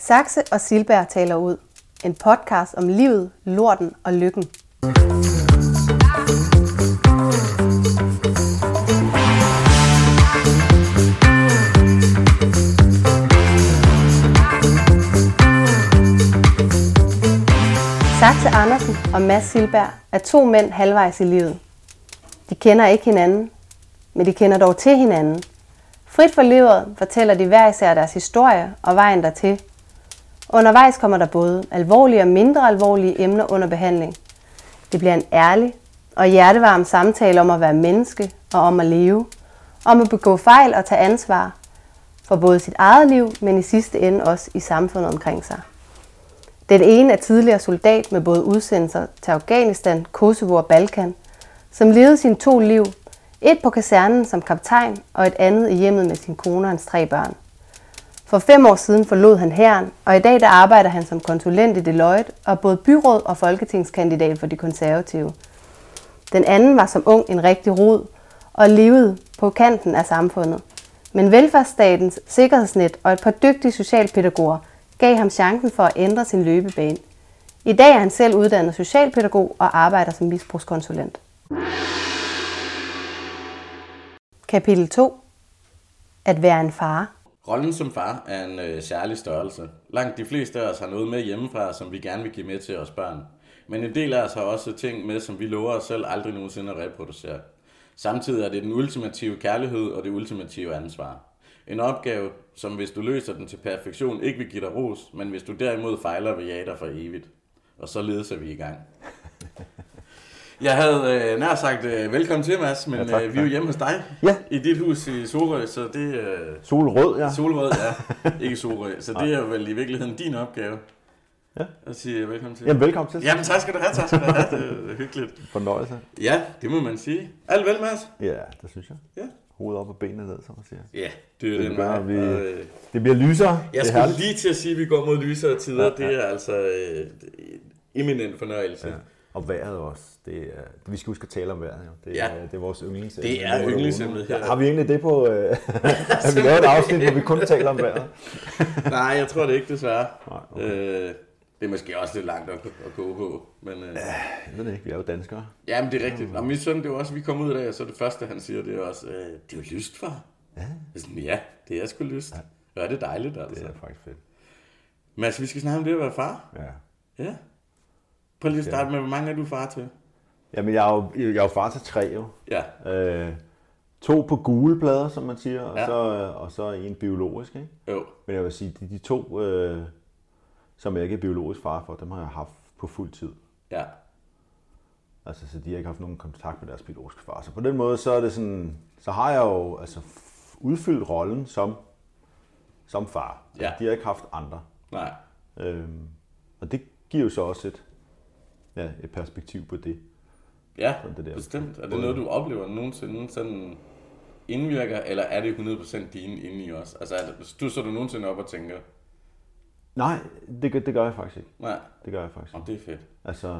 Saxe og Silberg taler ud. En podcast om livet, lorten og lykken. Saxe Andersen og Mads Silberg er to mænd halvvejs i livet. De kender ikke hinanden, men de kender dog til hinanden. Frit for livet fortæller de hver især deres historie og vejen dertil. Undervejs kommer der både alvorlige og mindre alvorlige emner under behandling. Det bliver en ærlig og hjertevarm samtale om at være menneske og om at leve. Om at begå fejl og tage ansvar for både sit eget liv, men i sidste ende også i samfundet omkring sig. Den ene er tidligere soldat med både udsendelser til Afghanistan, Kosovo og Balkan, som levede sine 2 liv. Et på kasernen som kaptajn og et andet i hjemmet med sin kone og hans 3 børn. For 5 år siden forlod han hæren, og i dag der arbejder han som konsulent i Deloitte og er både byråd og folketingskandidat for de konservative. Den anden var som ung en rigtig rod og levede på kanten af samfundet. Men velfærdsstatens sikkerhedsnet og et par dygtige socialpædagoger gav ham chancen for at ændre sin løbebane. I dag er han selv uddannet socialpædagog og arbejder som misbrugskonsulent. Kapitel 2. At være en far. Rollen som far er en særlig størrelse. Langt de fleste af os har noget med hjemmefra, som vi gerne vil give med til os børn. Men en del af os har også ting med, som vi lover os selv aldrig nogensinde at reproducere. Samtidig er det den ultimative kærlighed og det ultimative ansvar. En opgave, som hvis du løser den til perfektion, ikke vil give dig ros, men hvis du derimod fejler, vil jage dig for evigt. Og således er vi i gang. Jeg havde nær sagt velkommen til, Mads, men tak. Vi er jo hjemme hos dig. Ja. I dit hus i Solrød, så det... Solrød, ja. Solrød, ja. Ikke Solrød. Så det er jo vel i virkeligheden din opgave. Ja. At sige velkommen til. Jamen, velkommen til. Jamen, tak skal du have, Det er hyggeligt. Fornøjelse. Ja, det må man sige. Alt vel, Mads? Ja, det synes jeg. Ja. Hovedet op og benene ned, som man siger. Ja, det er den vej. Det bliver lysere. Jeg skulle lige til at sige, at vi går mod lysere tider. Ja. Det er altså eminent fornøjelse. Ja. Og vejret også. Vi skal huske at tale om vejret. Jo. Det er vores yndlingsemne. Det er yndlingsemne her. Har vi egentlig det på... Har vi lavet et afsnit, hvor vi kun taler om vejret? Nej, jeg tror det ikke, desværre. Nej, okay. Det er måske også lidt langt at gå på. Men, jeg ved det ikke, vi er jo danskere. Jamen, det er rigtigt. Og min søn, det er også, vi kommer ud af, og så det første, han siger, det er også, det er jo lyst, far. Ja. Sådan, ja, det er sgu lyst. Ja. Ja, det er dejligt, altså. Det er faktisk fedt. Mads, vi skal snakke om det at være far. Ja. Ja. Prøv lige at starte med, hvor mange er du far til? Jamen, jeg er jo far til 3, jo. Ja. 2 på gule plader, som man siger, og så en biologisk, ikke? Jo. Men jeg vil sige, de 2, som jeg ikke er biologisk far for, dem har jeg haft på fuld tid. Ja. Altså, så de har ikke haft nogen kontakt med deres biologiske far. Så på den måde, så er det sådan, så har jeg jo altså udfyldt rollen som far. Ja. De har ikke haft andre. Nej. Og det giver jo så også et perspektiv på det. Ja, det der. Bestemt. Er det noget, du oplever nogensinde sådan indvirker, eller er det 100% dine inde i os? Altså, så du nogensinde op og tænker? Nej, det gør jeg faktisk ikke. Nej. Det gør jeg faktisk ikke. Det er fedt. Altså,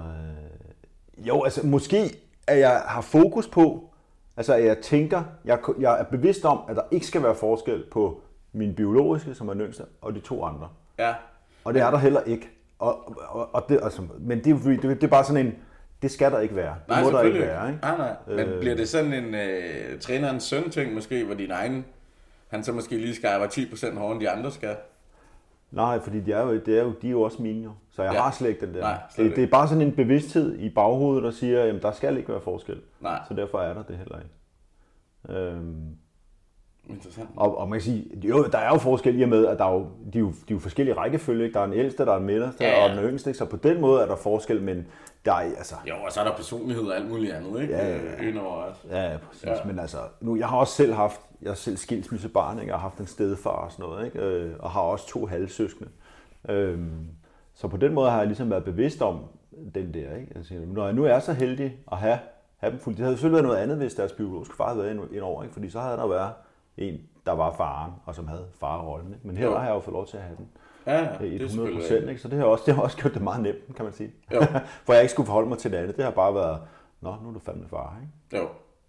måske at jeg har fokus på, altså at jeg tænker, jeg er bevidst om, at der ikke skal være forskel på min biologiske, som er den yngste, og de 2 andre. Ja. Og det er der heller ikke. Og det, altså, men det er bare sådan en, det skal der ikke være. Det nej, må der ikke være, ikke? Nej. Men bliver det sådan en trænerens søn-ting måske, hvor din egen, han så måske lige skal arbejde 10% hårdere end de andre skal? Nej, fordi de er jo også mine jo. Så jeg har slet ikke den der. Nej, det er bare sådan en bevidsthed i baghovedet, der siger, at der skal ikke være forskel. Nej. Så derfor er der det heller ikke. Interessant. Og man kan sige, jo, der er jo forskel i og med, at de er jo forskellige rækkefølge. Ikke? Der er en ældste, der er en midterste, og den yngste. Så på den måde er der forskel, men der er altså... Jo, og så er der personlighed og alt muligt andet, ikke? Ja, præcis. Ja. Men altså, jeg har også selv skilsmissebarn, ikke? Jeg har haft en stedfar og sådan noget, ikke? Og har også 2 halvsøskende. Så på den måde har jeg ligesom været bevidst om den der, ikke? Altså, når jeg nu er så heldig at have dem fuldt. Det havde selvfølgelig været noget andet, hvis deres biologiske far havde været ind over, ikke? Fordi så havde der været en, der var faren, og som havde farrollen. Ikke? Men her har jeg jo fået lov til at have den. Ja, 100%, ikke? Så det har også gjort det meget nemt, kan man sige. For jeg ikke skulle forholde mig til det andet. Det har bare været, nu er du fandme far, ikke? Jo.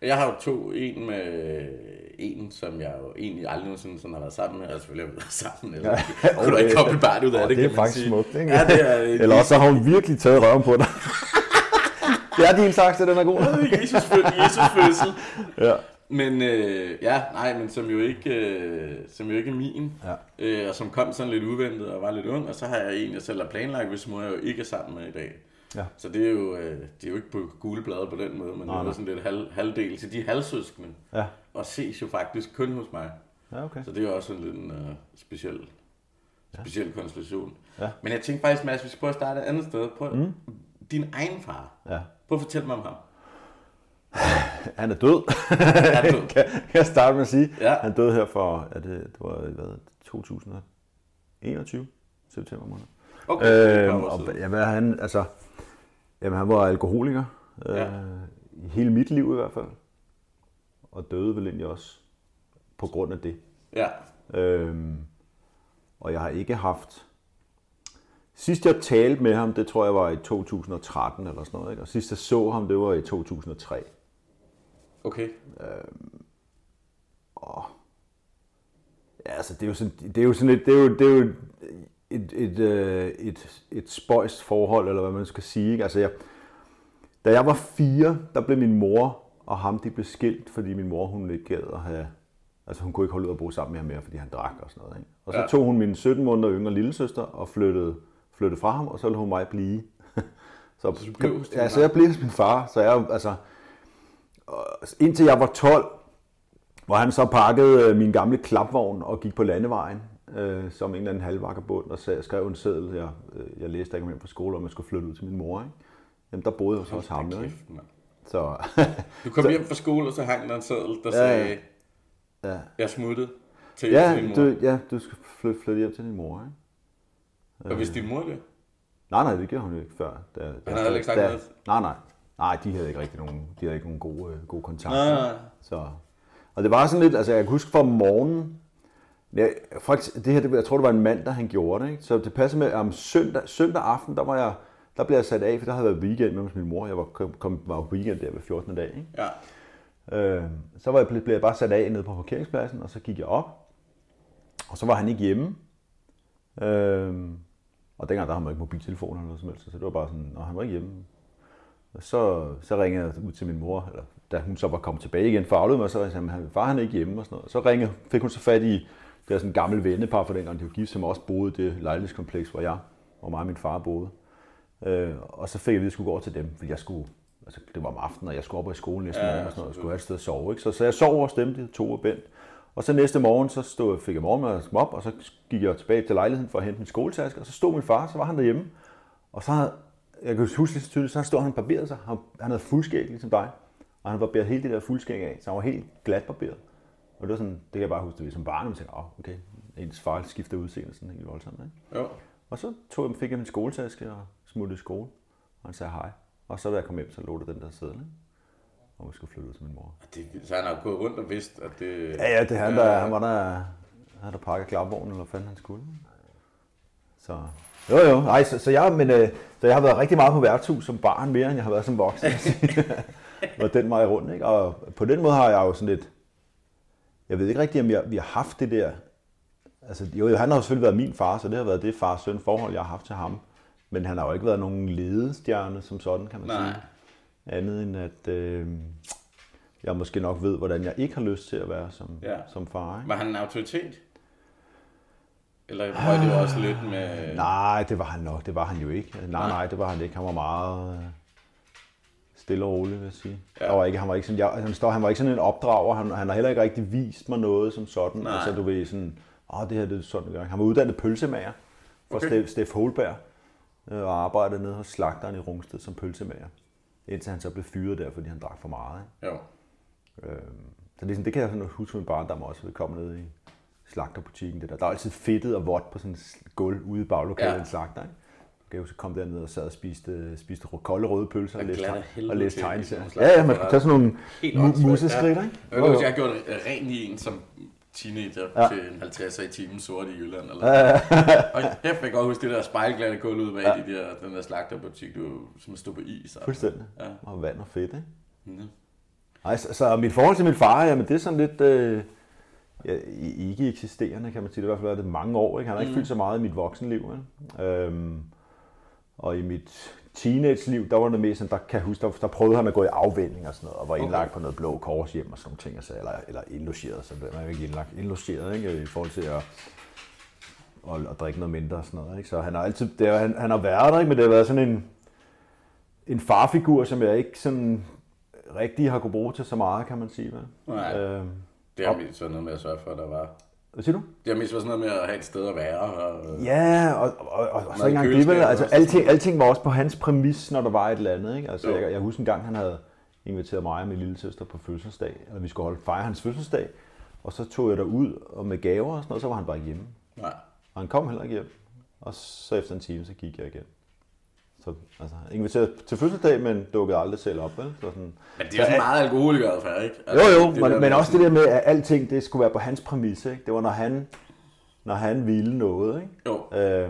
Jeg har jo en med en, som jeg jo egentlig aldrig nogensinde sådan har været sammen med, eller selvfølgelig har været sammen, eller kunne du ikke komme barn ud af det, det er kan man faktisk sige. smukt, ikke? Ja, det er, eller også så har hun virkelig taget røven på dig. Det er din slags, den er god. Jesus fødsel. Ja. Men men som jo ikke er min, og som kom sådan lidt uventet og var lidt ung, og så har jeg en, jeg selv har planlagt, hvis mor jeg jo ikke er sammen med i dag. Ja. Så det er jo ikke på gule blade på den måde, men det er sådan lidt halvdel til de halvsøskende, og ses jo faktisk kun hos mig. Ja, okay. Så det er jo også en lidt speciel konstellation. Ja. Men jeg tænkte faktisk, Mads, vi skal prøve at starte et andet sted. Din egen far. Ja. Prøv at fortælle mig om ham. Han er død. Kan jeg starte med at sige. Ja. Han døde her for, det var 2021, september måned. Okay. Han var alkoholiker. I hele mit liv i hvert fald. Og døde vel egentlig også på grund af det. Ja. Og jeg har ikke haft... Sidst jeg talte med ham, det tror jeg var i 2013 eller sådan noget, ikke? Og sidst jeg så ham, det var i 2003. Okay. Det er jo et spøjst forhold, eller hvad man skal sige, ikke? Altså da jeg var 4, der blev min mor og ham, de blev skilt, fordi min mor, hun ikke gad at have... Altså hun kunne ikke holde ud at bo sammen med ham mere, fordi han drak og sådan noget, ikke? Og så tog hun min 17 måneder yngre lillesøster og flyttede fra ham, og så ville hun mig blive. Så jeg blev hos min far. Så jeg, indtil jeg var 12, hvor han så pakkede min gamle klapvogn og gik på landevejen, som en eller anden halvvagabond, og skrev en seddel, jeg læste ikke hjem fra skole, om jeg skulle flytte ud til min mor, ikke? Jamen, der boede jeg så hos ham, ikke? Så... Du kom hjem fra skole, og så hang der en seddel, der sagde, jeg smuttede til din mor. Du skal flytte hjem til din mor, ikke? Og hvis din mor det? Nej, det gjorde hun jo ikke før. Han havde heller ikke sagt noget? Nej, de havde ikke rigtig nogen gode kontakter. Nej. Så, og det var sådan lidt, altså jeg kan huske fra morgenen, faktisk, jeg tror det var en mandag, han gjorde det, ikke? Så det passede med, om søndag aften, der blev jeg sat af, for der havde været weekend med min mor. Jeg var på weekend der ved 14. dag, ikke? Ja. Så blev jeg bare sat af nede på parkeringspladsen, og så gik jeg op, og så var han ikke hjemme. Og dengang der havde man ikke mobiltelefon eller noget som helst, så det var bare sådan, når han var ikke hjemme. Og så ringede jeg ud til min mor, eller da hun så var kommet tilbage igen for at aflede mig, så sagde jeg, far han er ikke hjemme og sådan noget. Så fik hun så fat i, det var sådan en gammel vennepar fra dengang, de var gift, som også boede i det lejlighedskompleks, hvor mig og min far boede. Og så fik jeg at vide, at jeg skulle gå over til dem, fordi jeg skulle, altså det var om aftenen, og jeg skulle op i skolen næste morgen og sådan noget, og skulle have et sted at sove, ikke? Så jeg sov over dem, de to og Bent. Og så næste morgen, fik jeg morgenmad og op, og så gik jeg tilbage til lejligheden for at hente min skoletaske, og så stod min far, så var han derhjemme. Og så jeg kan huske lige så tydeligt, så stod han barberet sig. Han havde fuldskæg, ligesom dig. Og han barberede hele det der fuldskæg af, så han var helt glat barberet. Og det var sådan, det kan jeg bare huske, det som barn, og tænkte, okay, ens far skifter udseende sådan helt voldsomt, ikke? Jo. Og så fik jeg min skoletaske og smuttede i skole, og han sagde hej. Og så da jeg kom hjem, så lå der den der seddel, ikke? Og vi skulle flytte ud til min mor. Så han har gået rundt og vidst, at det... Ja, det han der, han var der pakket klapvognen, eller hvad fanden han skulle. Så... Jo. Ej, så jeg har været rigtig meget på værtshus som barn, mere end jeg har været som voksen. Og den vej rundt, ikke? Og på den måde har jeg jo sådan lidt... Jeg ved ikke rigtig, om vi har haft det der... Altså, jo, han har jo selvfølgelig været min far, så det har været det far-søn forhold, jeg har haft til ham. Men han har jo ikke været nogen ledestjerne som sådan, kan man sige. Andet end at jeg måske nok ved, hvordan jeg ikke har lyst til at være som far. Ikke? Var han en autoritet? Eller prøvede det også lidt med... Nej, det var han nok. Det var han jo ikke. Nej, det var han ikke. Han var meget stille og rolig, vil jeg sige. Ja. Han var ikke sådan en opdrager. Han har heller ikke rigtig vist mig noget som sådan. Nej. Altså, du ved sådan, det her det er sådan, det gør. Han var uddannet pølsemager fra Steff Holberg og arbejdede nede hos slagteren i Rungsted som pølsemager. Indtil han så blev fyret der, fordi han drak for meget. Ikke? Jo. Så det kan jeg sådan huske med barndom også, vi kom ned i slagterbutikken. Der er altid fedtet og vådt på sådan en gulv ude i baglokalet en slagter. Ikke? Jeg kan jo så komme derned og sad og spiste kolde røde pølser og læste tegneserier. Ja, man skulle tage sådan nogle museskridt, ikke? Jeg har gjort rent i en som teenager til en 50'er i timen sort i Jylland. Eller og jeg fik godt huske det der spejlglatte kul ud bag den der slagterbutik, du som stod på is. Fuldstændig. Ja. Og vand og fedt, ikke? Så mit forhold til min far, jamen det er sådan lidt ikke eksisterende, kan man sige. Det har i hvert fald været det mange år. Ikke? Han har ikke fyldt så meget i mit voksenliv. Og i mit teenage-liv, der var det mest sådan, der kan jeg huske, der prøvede han at gå i afvænning og sådan noget, og var indlagt på noget Blå Kors hjem og sådan nogle ting, eller indlogeret, så blev man ikke indlagt, indlogeret, ikke? I forhold til at drikke noget mindre og sådan noget. Ikke? Så han har altid, han har været der, ikke? Men det har været sådan en farfigur, som jeg ikke sådan rigtig har kunne bruge til så meget, kan man sige. Nej, det har mest været noget med at sørge for, at der var. Hvad siger du? Det har mest været sådan noget med at have et sted at være. Ja, og så engang det vel. Altså, alting var også på hans præmis, når der var et eller andet. Ikke? Altså, jeg husker en gang, han havde inviteret mig og min lille søster på fødselsdag, og vi skulle fejre hans fødselsdag, og så tog jeg derud og med gaver og sådan noget, så var han bare ikke hjemme. Nej. Og han kom heller ikke hjem. Og så efter en time, så gik jeg igen. Så altså, inviteret til fødselsdag, men dukkede aldrig selv op, vel? Så sådan, men det er jo sådan meget alkoholikadfærd, ikke? Altså, jo, men også det der med, at alting, det skulle være på hans præmis, ikke? Det var, når han ville noget, ikke? Jo.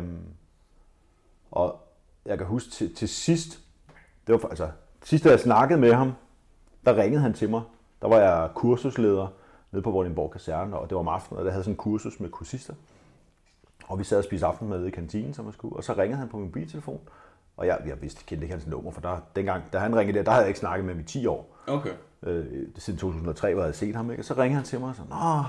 Og jeg kan huske til sidst, det var altså, sidst da jeg snakkede med ham, der ringede han til mig. Der var jeg kursusleder nede på Vordingborg Kaserne, og det var om aftenen, og der havde sådan en kursus med kursister. Og vi sad og spiste aftensmad i kantinen, som jeg skulle, og så ringede han på min mobiltelefon. Og jeg kendte ikke hans nummer, for dengang, da han ringede der havde jeg ikke snakket med ham i 10 år. Okay. Siden 2003 var jeg set ham, ikke? Og så ringede han til mig og sagde, nå,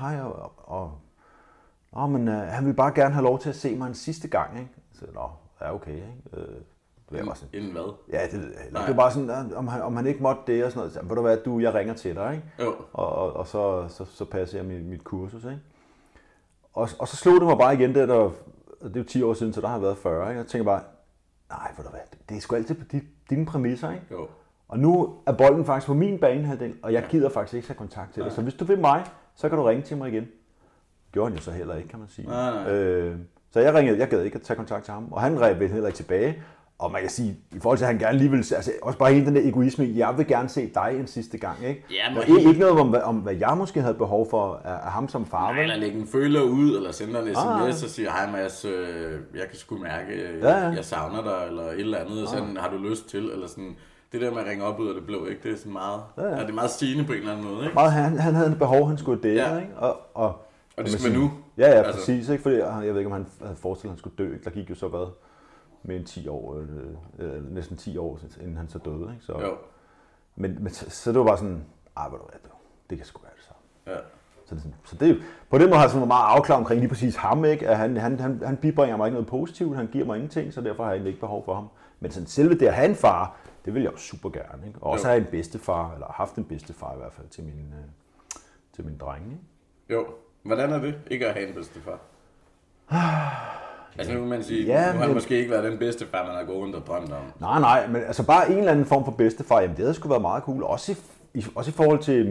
hej, men han ville bare gerne have lov til at se mig en sidste gang, ikke? Så nå, ja, okay, ikke? Inden hvad? Ja, det var bare sådan, om han ikke måtte det og sådan noget. Så, ved du hvad, jeg ringer til dig, ikke? Jo. Og så passer jeg mit kursus, ikke? Og så slog det mig bare igen, det er jo 10 år siden, så der har været 40, ikke? Jeg tænker bare, nej, ved du hvad, det er sgu altid på dine præmisser, ikke? Jo. Og nu er bolden faktisk på min banehalvdel, og jeg gider faktisk ikke have kontakt til dig. Så hvis du vil mig, så kan du ringe til mig igen. Gjorde han jo så heller ikke, kan man sige. Nej. Så jeg gad ikke at tage kontakt til ham, og han rev heller ikke tilbage. Og man kan sige, i forhold til, at han gerne lige vil, altså også bare hele den der egoisme, jeg vil gerne se dig en sidste gang, ikke? Ja, og ikke noget om, hvad jeg måske havde behov for af ham som far. Nej, eller lægge en føler ud, eller sende en sms og sige, hej Mads, jeg kan sgu mærke, jeg savner dig, eller et eller andet, sådan, har du lyst til, eller sådan. Det der med at ringe op ud af det blå, ikke? Det er sådan meget, det er meget stigende på en eller anden måde, ikke? Meget, han havde et behov, han skulle dele, ikke? Og det skal man nu. Ja, præcis, ikke? Fordi jeg ved ikke, om han havde forestillet, at han skulle dø, ikke? Der gik jo så hvad? Med en 10 år, næsten 10 år, inden han så døde, ikke? Så, jo. Men så det var bare sådan, ved du hvad, det kan sgu være det så. Ja. Så det på den måde har jeg sådan meget afklaret omkring lige præcis ham, ikke? At han bibringer mig ikke noget positivt, han giver mig ingenting, så derfor har jeg ikke behov for ham. Men sådan selve det at have en far, det vil jeg jo super gerne, ikke? Og også have en bedstefar, eller haft en bedstefar i hvert fald til min drenge, ikke? Jo. Hvordan er det, ikke at have en bedstefar? Altså nu kan man sige, nu har han måske ikke været den bedste far, man har gået rundt og drømt om. Nej, men altså bare en eller anden form for bedstefar, jamen det havde sgu været meget cool. Også i forhold til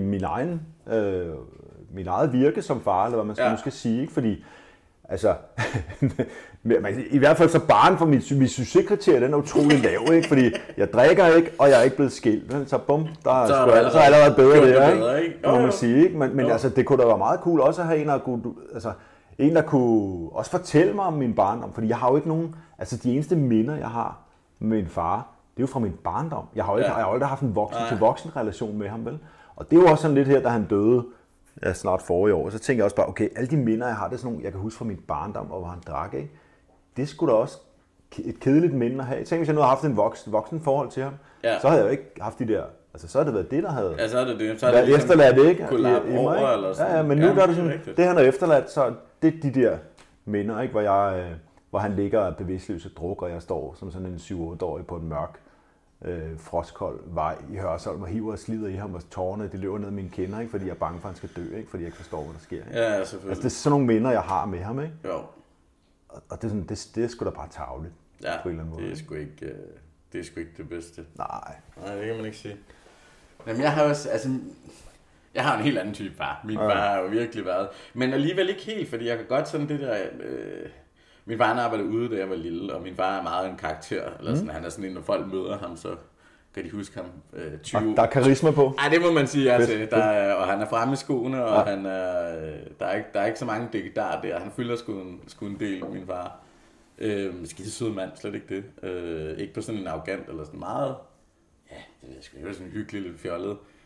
min eget virke som far, eller hvad man skal måske sige, ikke? Fordi, altså, i hvert fald så barn for mit succeskriterie, den er utrolig lav, ikke? Fordi jeg drikker ikke, og jeg er ikke blevet skilt. Så bum, så er allerede bedre der, ikke? Må man sige, ikke? Men altså, det kunne da være meget cool også at have en, der kunne også fortælle mig om min barndom, fordi jeg har jo ikke nogen, altså de eneste minder, jeg har med min far, det er jo fra min barndom. Jeg har jo aldrig haft en voksen-til-voksen relation med ham, vel? Og det er jo også sådan lidt her, da han døde, snart forrige år, så tænker jeg også bare, okay, alle de minder, jeg har, det er sådan nogle, jeg kan huske fra min barndom, og hvor han drak, ikke? Det skulle da også et kedeligt minde at have. Tænk, hvis jeg nu havde haft en voksen forhold til ham, så havde jeg jo ikke haft de der, altså så havde det været det, der havde så er det. Så er det ligesom efterladt, ikke? I mig, eller sådan. Ja, men nu der er det sådan, det han har efterladt, så det er de der minder, ikke? Hvor han ligger bevidstløs og druk, og jeg står som sådan en 7-8-årig på en mørk, frostkold vej i Hørsholm og hiver og slider i ham, og tårerne, det løber ned mine kinder, ikke? Fordi jeg er bange for, at han skal dø, ikke? Fordi jeg ikke forstår, hvad der sker, ikke? Ja, selvfølgelig. Altså, det er sådan nogle minder, jeg har med ham, ikke? Jo. Og det er, sådan, det er sgu da bare tarveligt. Ja, på en eller anden måde. Det er sgu ikke det bedste. Nej, det kan man ikke sige. Jamen, jeg har også, altså, jeg har en helt anden type far. Min far har jo virkelig været, men alligevel ikke helt, fordi jeg kan godt sådan det der, min far arbejdede ude, da jeg var lille, og min far er meget en karakter, eller sådan, han er sådan en, når folk møder ham, så kan de huske ham 20 der er karisma på. Ej, det må man sige, altså, og han er fremme i skoene, og han er, der er ikke så mange dækdarer der, han fylder sgu en del, min far. Skide sød mand, slet ikke det. Ikke på sådan en arrogant, eller sådan meget, ja, det ved jeg sgu, det var sådan hyggelig, lidt fjollet.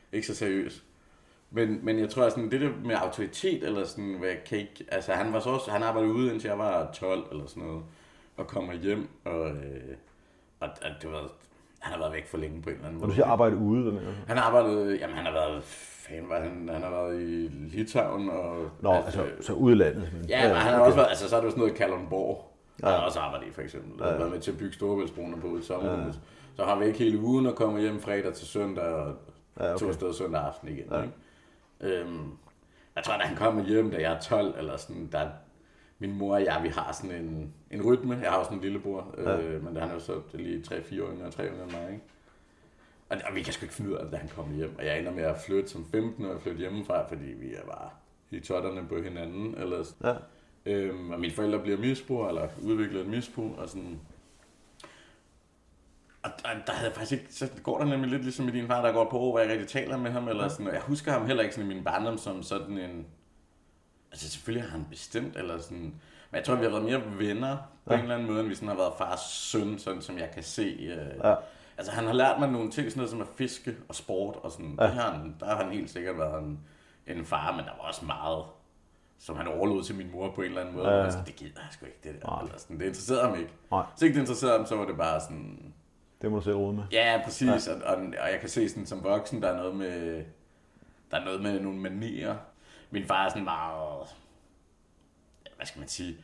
ikke så seriøs. Men jeg tror, sådan, det der med autoritet, eller sådan, hvad kan ikke, altså han arbejdede ude, indtil jeg var 12, eller sådan noget, og kommer hjem, og det var, han har været væk for længe på en eller anden måde. Og du siger arbejde ude, hvad mener du? Han har været, han har været i Litauen, og... Nå, altså så udlandet. Ja, men han har også været, altså så er det jo sådan noget Kalundborg, han har også arbejdet i, for eksempel. Han har været med til at bygge Storebæltsbroen på et sommerhus. Så har vi ikke hele ugen, og kommer hjem fredag til søndag, og tog afsted søndag aften igen, ikke? Jeg tror, da han kommer hjem, da jeg er 12, eller sådan, der min mor og jeg, vi har sådan en rytme. Jeg har også en lillebror, men han er jo så lige 3-4 år yngre og 3 år yngre end mig, ikke? Og vi kan sgu ikke finde ud af det, da han kommer hjem. Og jeg ender med at flytte som 15 år, og flytte hjemmefra, fordi vi er bare i totterne på hinanden. Eller sådan. Og mine forældre bliver misbrug, eller udvikler et misbrug, og sådan... Og der havde faktisk ikke, så går der nemlig lidt ligesom med din far, der går på år, hvor jeg rigtig taler med ham, eller sådan, og jeg husker ham heller ikke sådan i min barndom som sådan en, altså selvfølgelig har han bestemt, eller sådan, men jeg tror, vi har været mere venner på en eller anden måde, end vi sådan har været fars søn, sådan som jeg kan se. Altså han har lært mig nogle ting, sådan noget som at fiske og sport, og sådan, der har han helt sikkert været en far, men der var også meget, som han overlod til min mor på en eller anden måde, og sådan, det gider jeg sgu ikke, det der, eller sådan, det interesserede ham ikke. Så ikke det interesserede ham, så var det bare sådan... Det må du selv rode med. Ja, præcis. Og jeg kan se sådan som voksen, der er noget med nogle manier. Min far er sådan meget, hvad skal man sige?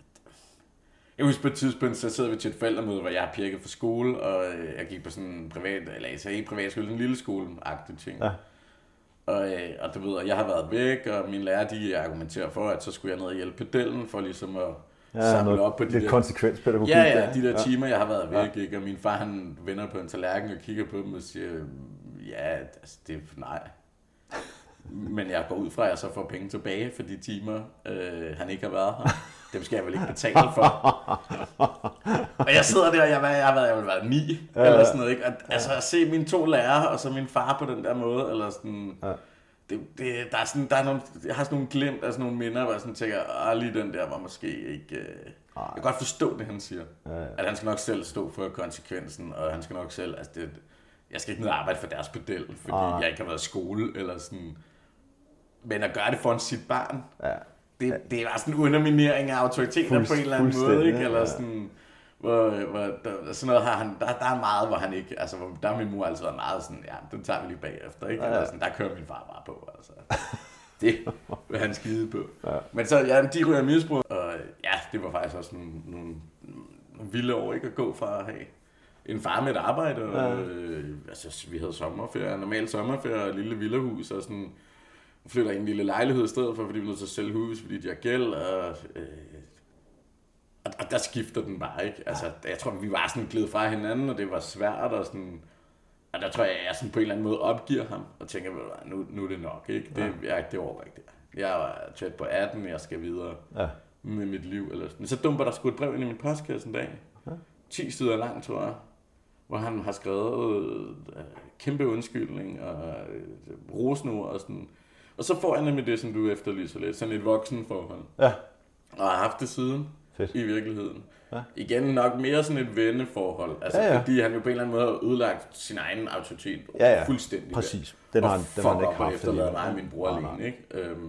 Jeg husker på et tidspunkt, så sidder vi til et forældremøde, hvor jeg har pirket for skole, og jeg gik på sådan en privatskole, en lille skole-agtig ting. Ja. Og du ved, jeg har været væk, og mine lærer, de argumenterer for, at så skulle jeg ned og hjælpe pedellen, for ligesom at samle op på de der... konsekvenspædagogik. Ja, de der timer, jeg har været væk, ikke? Og min far, han vender på en tallerken og kigger på dem og siger, ja, altså, det er nej. Men jeg går ud fra, at jeg så får penge tilbage for de timer, han ikke har været her. Dem skal jeg vel ikke betale for. Og jeg sidder der, og jeg har været 9, eller sådan noget, ikke? Og, altså at se mine 2 lærere, og så min far på den der måde, eller sådan... Der er nogle, jeg har sådan nogle glimt af sådan nogle minder, hvor jeg sådan tænker, lige den der var måske ikke... Jeg kan godt forstå det, han siger. At han skal nok selv stå for konsekvensen, og han skal nok selv... Altså jeg skal ikke ned og arbejde for deres pedel, fordi jeg ikke har været i skole, eller sådan... Men at gøre det foran sit barn, det er bare sådan en underminering af autoriteter på en eller anden måde, ikke? Eller sådan... sådan noget har han, der er meget, hvor han ikke, altså der har min mor altid været meget sådan, ja, den tager vi lige bagefter, ikke? Eller sådan, der kører min far bare på, altså. Det vil han skide på. Men så, ja, de ryger misbrug, og ja, det var faktisk også nogle vilde år, ikke? At gå fra at have en far med et arbejde, og altså, vi havde sommerferie, normal sommerferie, og lille villahus, og sådan, flytter i en lille lejlighed i stedet for, fordi vi nødt til at sælge hus, fordi de har gæld, og der skifter den bare, ikke? Altså, jeg tror, vi var sådan glædet fra hinanden, og det var svært, og sådan... Og der tror jeg sådan på en eller anden måde opgiver ham, og tænker, nu er det nok, ikke? Det overgår ikke det. Jeg er tæt på 18, jeg skal videre med mit liv, eller sådan. Så dumper der sgu et brev ind i min postkasse en dag. 10 sider lang, tror jeg, hvor han har skrevet kæmpe undskyldning, og rosnord, og sådan. Og så får jeg nemlig det, som du efterlyser lidt, sådan et voksenforhold. Og har haft det siden. Fedt. I virkeligheden. Igen nok mere sådan et venneforhold, altså fordi han jo på en eller anden måde har ødelagt sin egen autoritet fuldstændig. Præcis. Den har han ikke haft. Efterladet mig og min bror alene, ikke?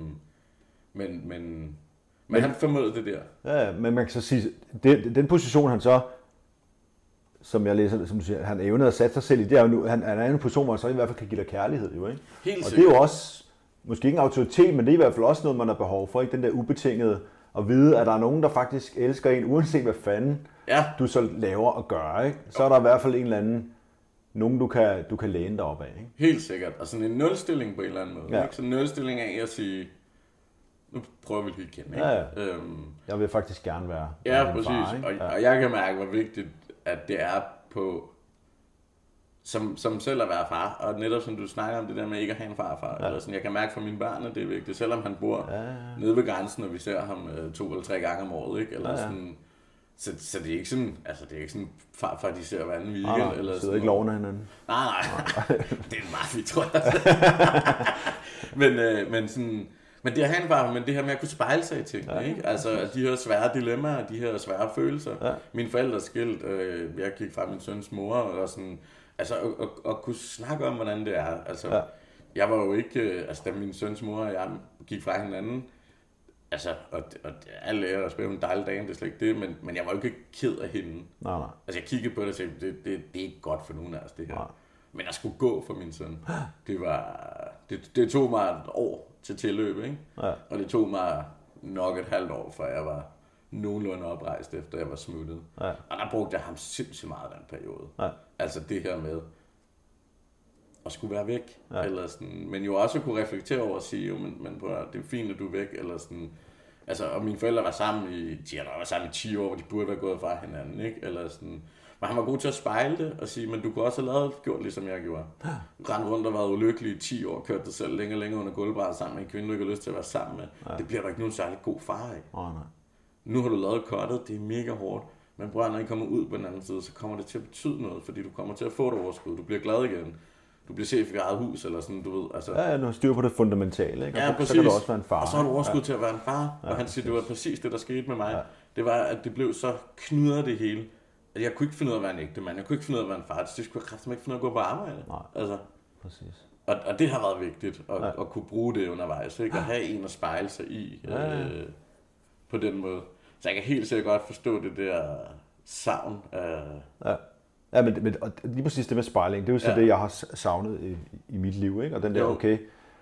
Men han formåede det der. Ja, men man kan så sige, den position han så, som jeg læser, som du siger, han evnede at sætte sig selv i, det er jo nu, han er en position, hvor han så i hvert fald kan give dig kærlighed, jo, ikke? Helt og det er jo også, måske ikke en autoritet, men det er i hvert fald også noget, man har behov for, ikke? Den der ubetingede at vide, at der er nogen, der faktisk elsker en, uanset hvad fanden du så laver og gør, ikke? Så er der i hvert fald en eller anden, nogen du kan læne dig op af, ikke? Helt sikkert. Og sådan en nulstilling på en eller anden måde, ikke? Så en nulstilling af at sige, nu prøver vi lige igen, ikke? Jeg vil faktisk gerne være præcis. Far, og jeg kan mærke, hvor vigtigt, at det er på, som selv at være far, og netop som du snakker om det der med ikke at have en farfar, eller sådan, jeg kan mærke for mine børn, at det er vigtigt, selvom han bor nede ved grænsen, og vi ser ham 2 eller 3 gange om året, ikke? Eller sådan, så det er ikke sådan, altså det er ikke sådan farfar, de ser hver anden weekend, eller sådan. Sidder ikke loven af hinanden. Nej. Det er meget fint, tror jeg. men sådan, men det at have en farfar, men det her med at kunne spejle sig i tingene, ikke? Altså de her svære dilemmaer, de her svære følelser. Mine forældre skilt, jeg gik fra min søns mor, og sådan, altså at kunne snakke om, hvordan det er, altså jeg var jo ikke, altså da min søns mor og jeg gik fra hinanden, altså, og alle ære og spille en dejlig dag, det er slet ikke det, men jeg var jo ikke ked af hende. Nej. Altså jeg kiggede på det og tænkte, det er ikke godt for nogen af os, det her. Nej. Men jeg skulle gå for min søn. Det tog mig et år til tilløb, ikke? Ja. Og det tog mig nok et halvt år, før jeg var nogenlunde oprejst, efter jeg var smuttet. Ja. Og der brugte jeg ham sindssygt meget den periode. Ja. Altså det her med at skulle være væk, Ja. eller sådan, men jo også at kunne reflektere over og sige, jo, men prøv at, det er fint, at du er væk, eller sådan. Altså, og mine forældre var sammen i 10 år, hvor de burde være gået fra hinanden, ikke? Eller sådan. Men han var god til at spejle det og sige, men du kunne også have gjort ligesom jeg gjorde. Rende rundt og været ulykkelig i 10 år, kørt dig selv længere under gulvbrættet sammen med en kvinde, du ikke har lyst til at være sammen med. Ja. Det bliver der ikke nogen særlig god far af. Nej. Nu har du lavet cuttet, det er mega hårdt. Men bror, når I kommer ud på den anden side, så kommer det til at betyde noget, fordi du kommer til at få et overskud. Du bliver glad igen. Du bliver chef i eget hus, eller sådan, du ved. Altså. Ja, du har styr på det fundamentale, ikke? Og ja, så kan du også være en far. Og så har du overskud til at være en far. Og han siger, det var præcis det, der skete med mig. Ja. Det var, at det blev så knudret det hele. At jeg kunne ikke finde ud af at være en ægte mand. Jeg kunne ikke finde ud af at være en far. Det skulle jeg kraftigt ikke finde ud af at gå på arbejde. Nej, altså. Præcis. Og det har været vigtigt, at kunne bruge det undervejs. Ikke? At have en at spejle sig i på den måde. Så jeg kan helt sikkert godt forstå det der savn af... Ja, men og lige præcis det med spejling, det er jo så det, jeg har savnet i mit liv, ikke? Og den der, okay,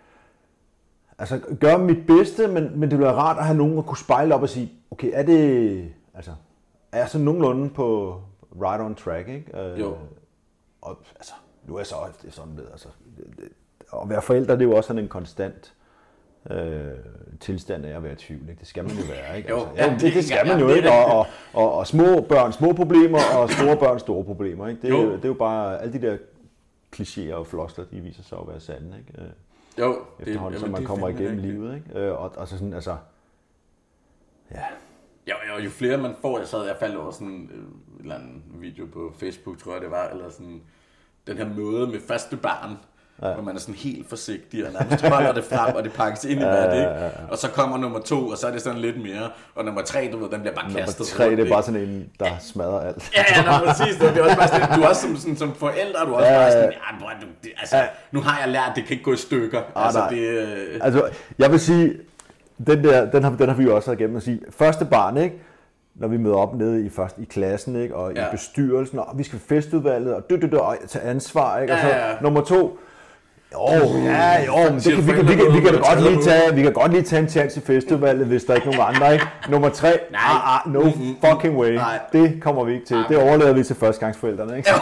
altså gør mit bedste, men det bliver rart at have nogen at kunne spejle op og sige, okay, er jeg så nogenlunde på right on track, ikke? Jo. Og altså, nu er jeg så sådan ved, altså, at være forældre, det er jo også sådan en konstant tilstand af at være i tvivl, ikke? Det skal man jo være, ikke? Jo, altså, det skal man jo, ikke? Og små børn, små problemer, og store børn, store problemer, ikke? Det er jo bare, alle de der klichéer og floskler, de viser sig at være sande, ikke? Jo. Efterhånden, som man kommer igennem livet, ikke? Og så sådan, altså, ja. Jo flere man får, jeg faldt over sådan en eller anden video på Facebook, tror jeg det var, eller sådan, den her møde med første barn, hvor man er sådan helt forsigtig, og nærmest holder det frem, og det pakkes ind i hvad ikke? Og så kommer nummer 2, og så er det sådan lidt mere, og nummer 3, du ved, den bliver bare kastet. Nummer 3, det er bare sådan en, der smadrer alt. Præcis, det er også bare sådan, du er også som forældre, du er også bare sådan, nu har jeg lært, det kan ikke gå i stykker. Altså, jeg vil sige, den har vi jo også været igennem at sige, første barn, ikke? Når vi møder op nede i klassen, ikke? Og i bestyrelsen, og vi skal festudvalget, og tage ansvar, ikke? Og så nummer 2, vi kan godt lige tage en chance i festivalet, hvis der ikke er nogen andre, ikke? Nummer 3, no fucking way. Det kommer vi ikke til. Det overlader vi til førstegangsforældrene, ikke?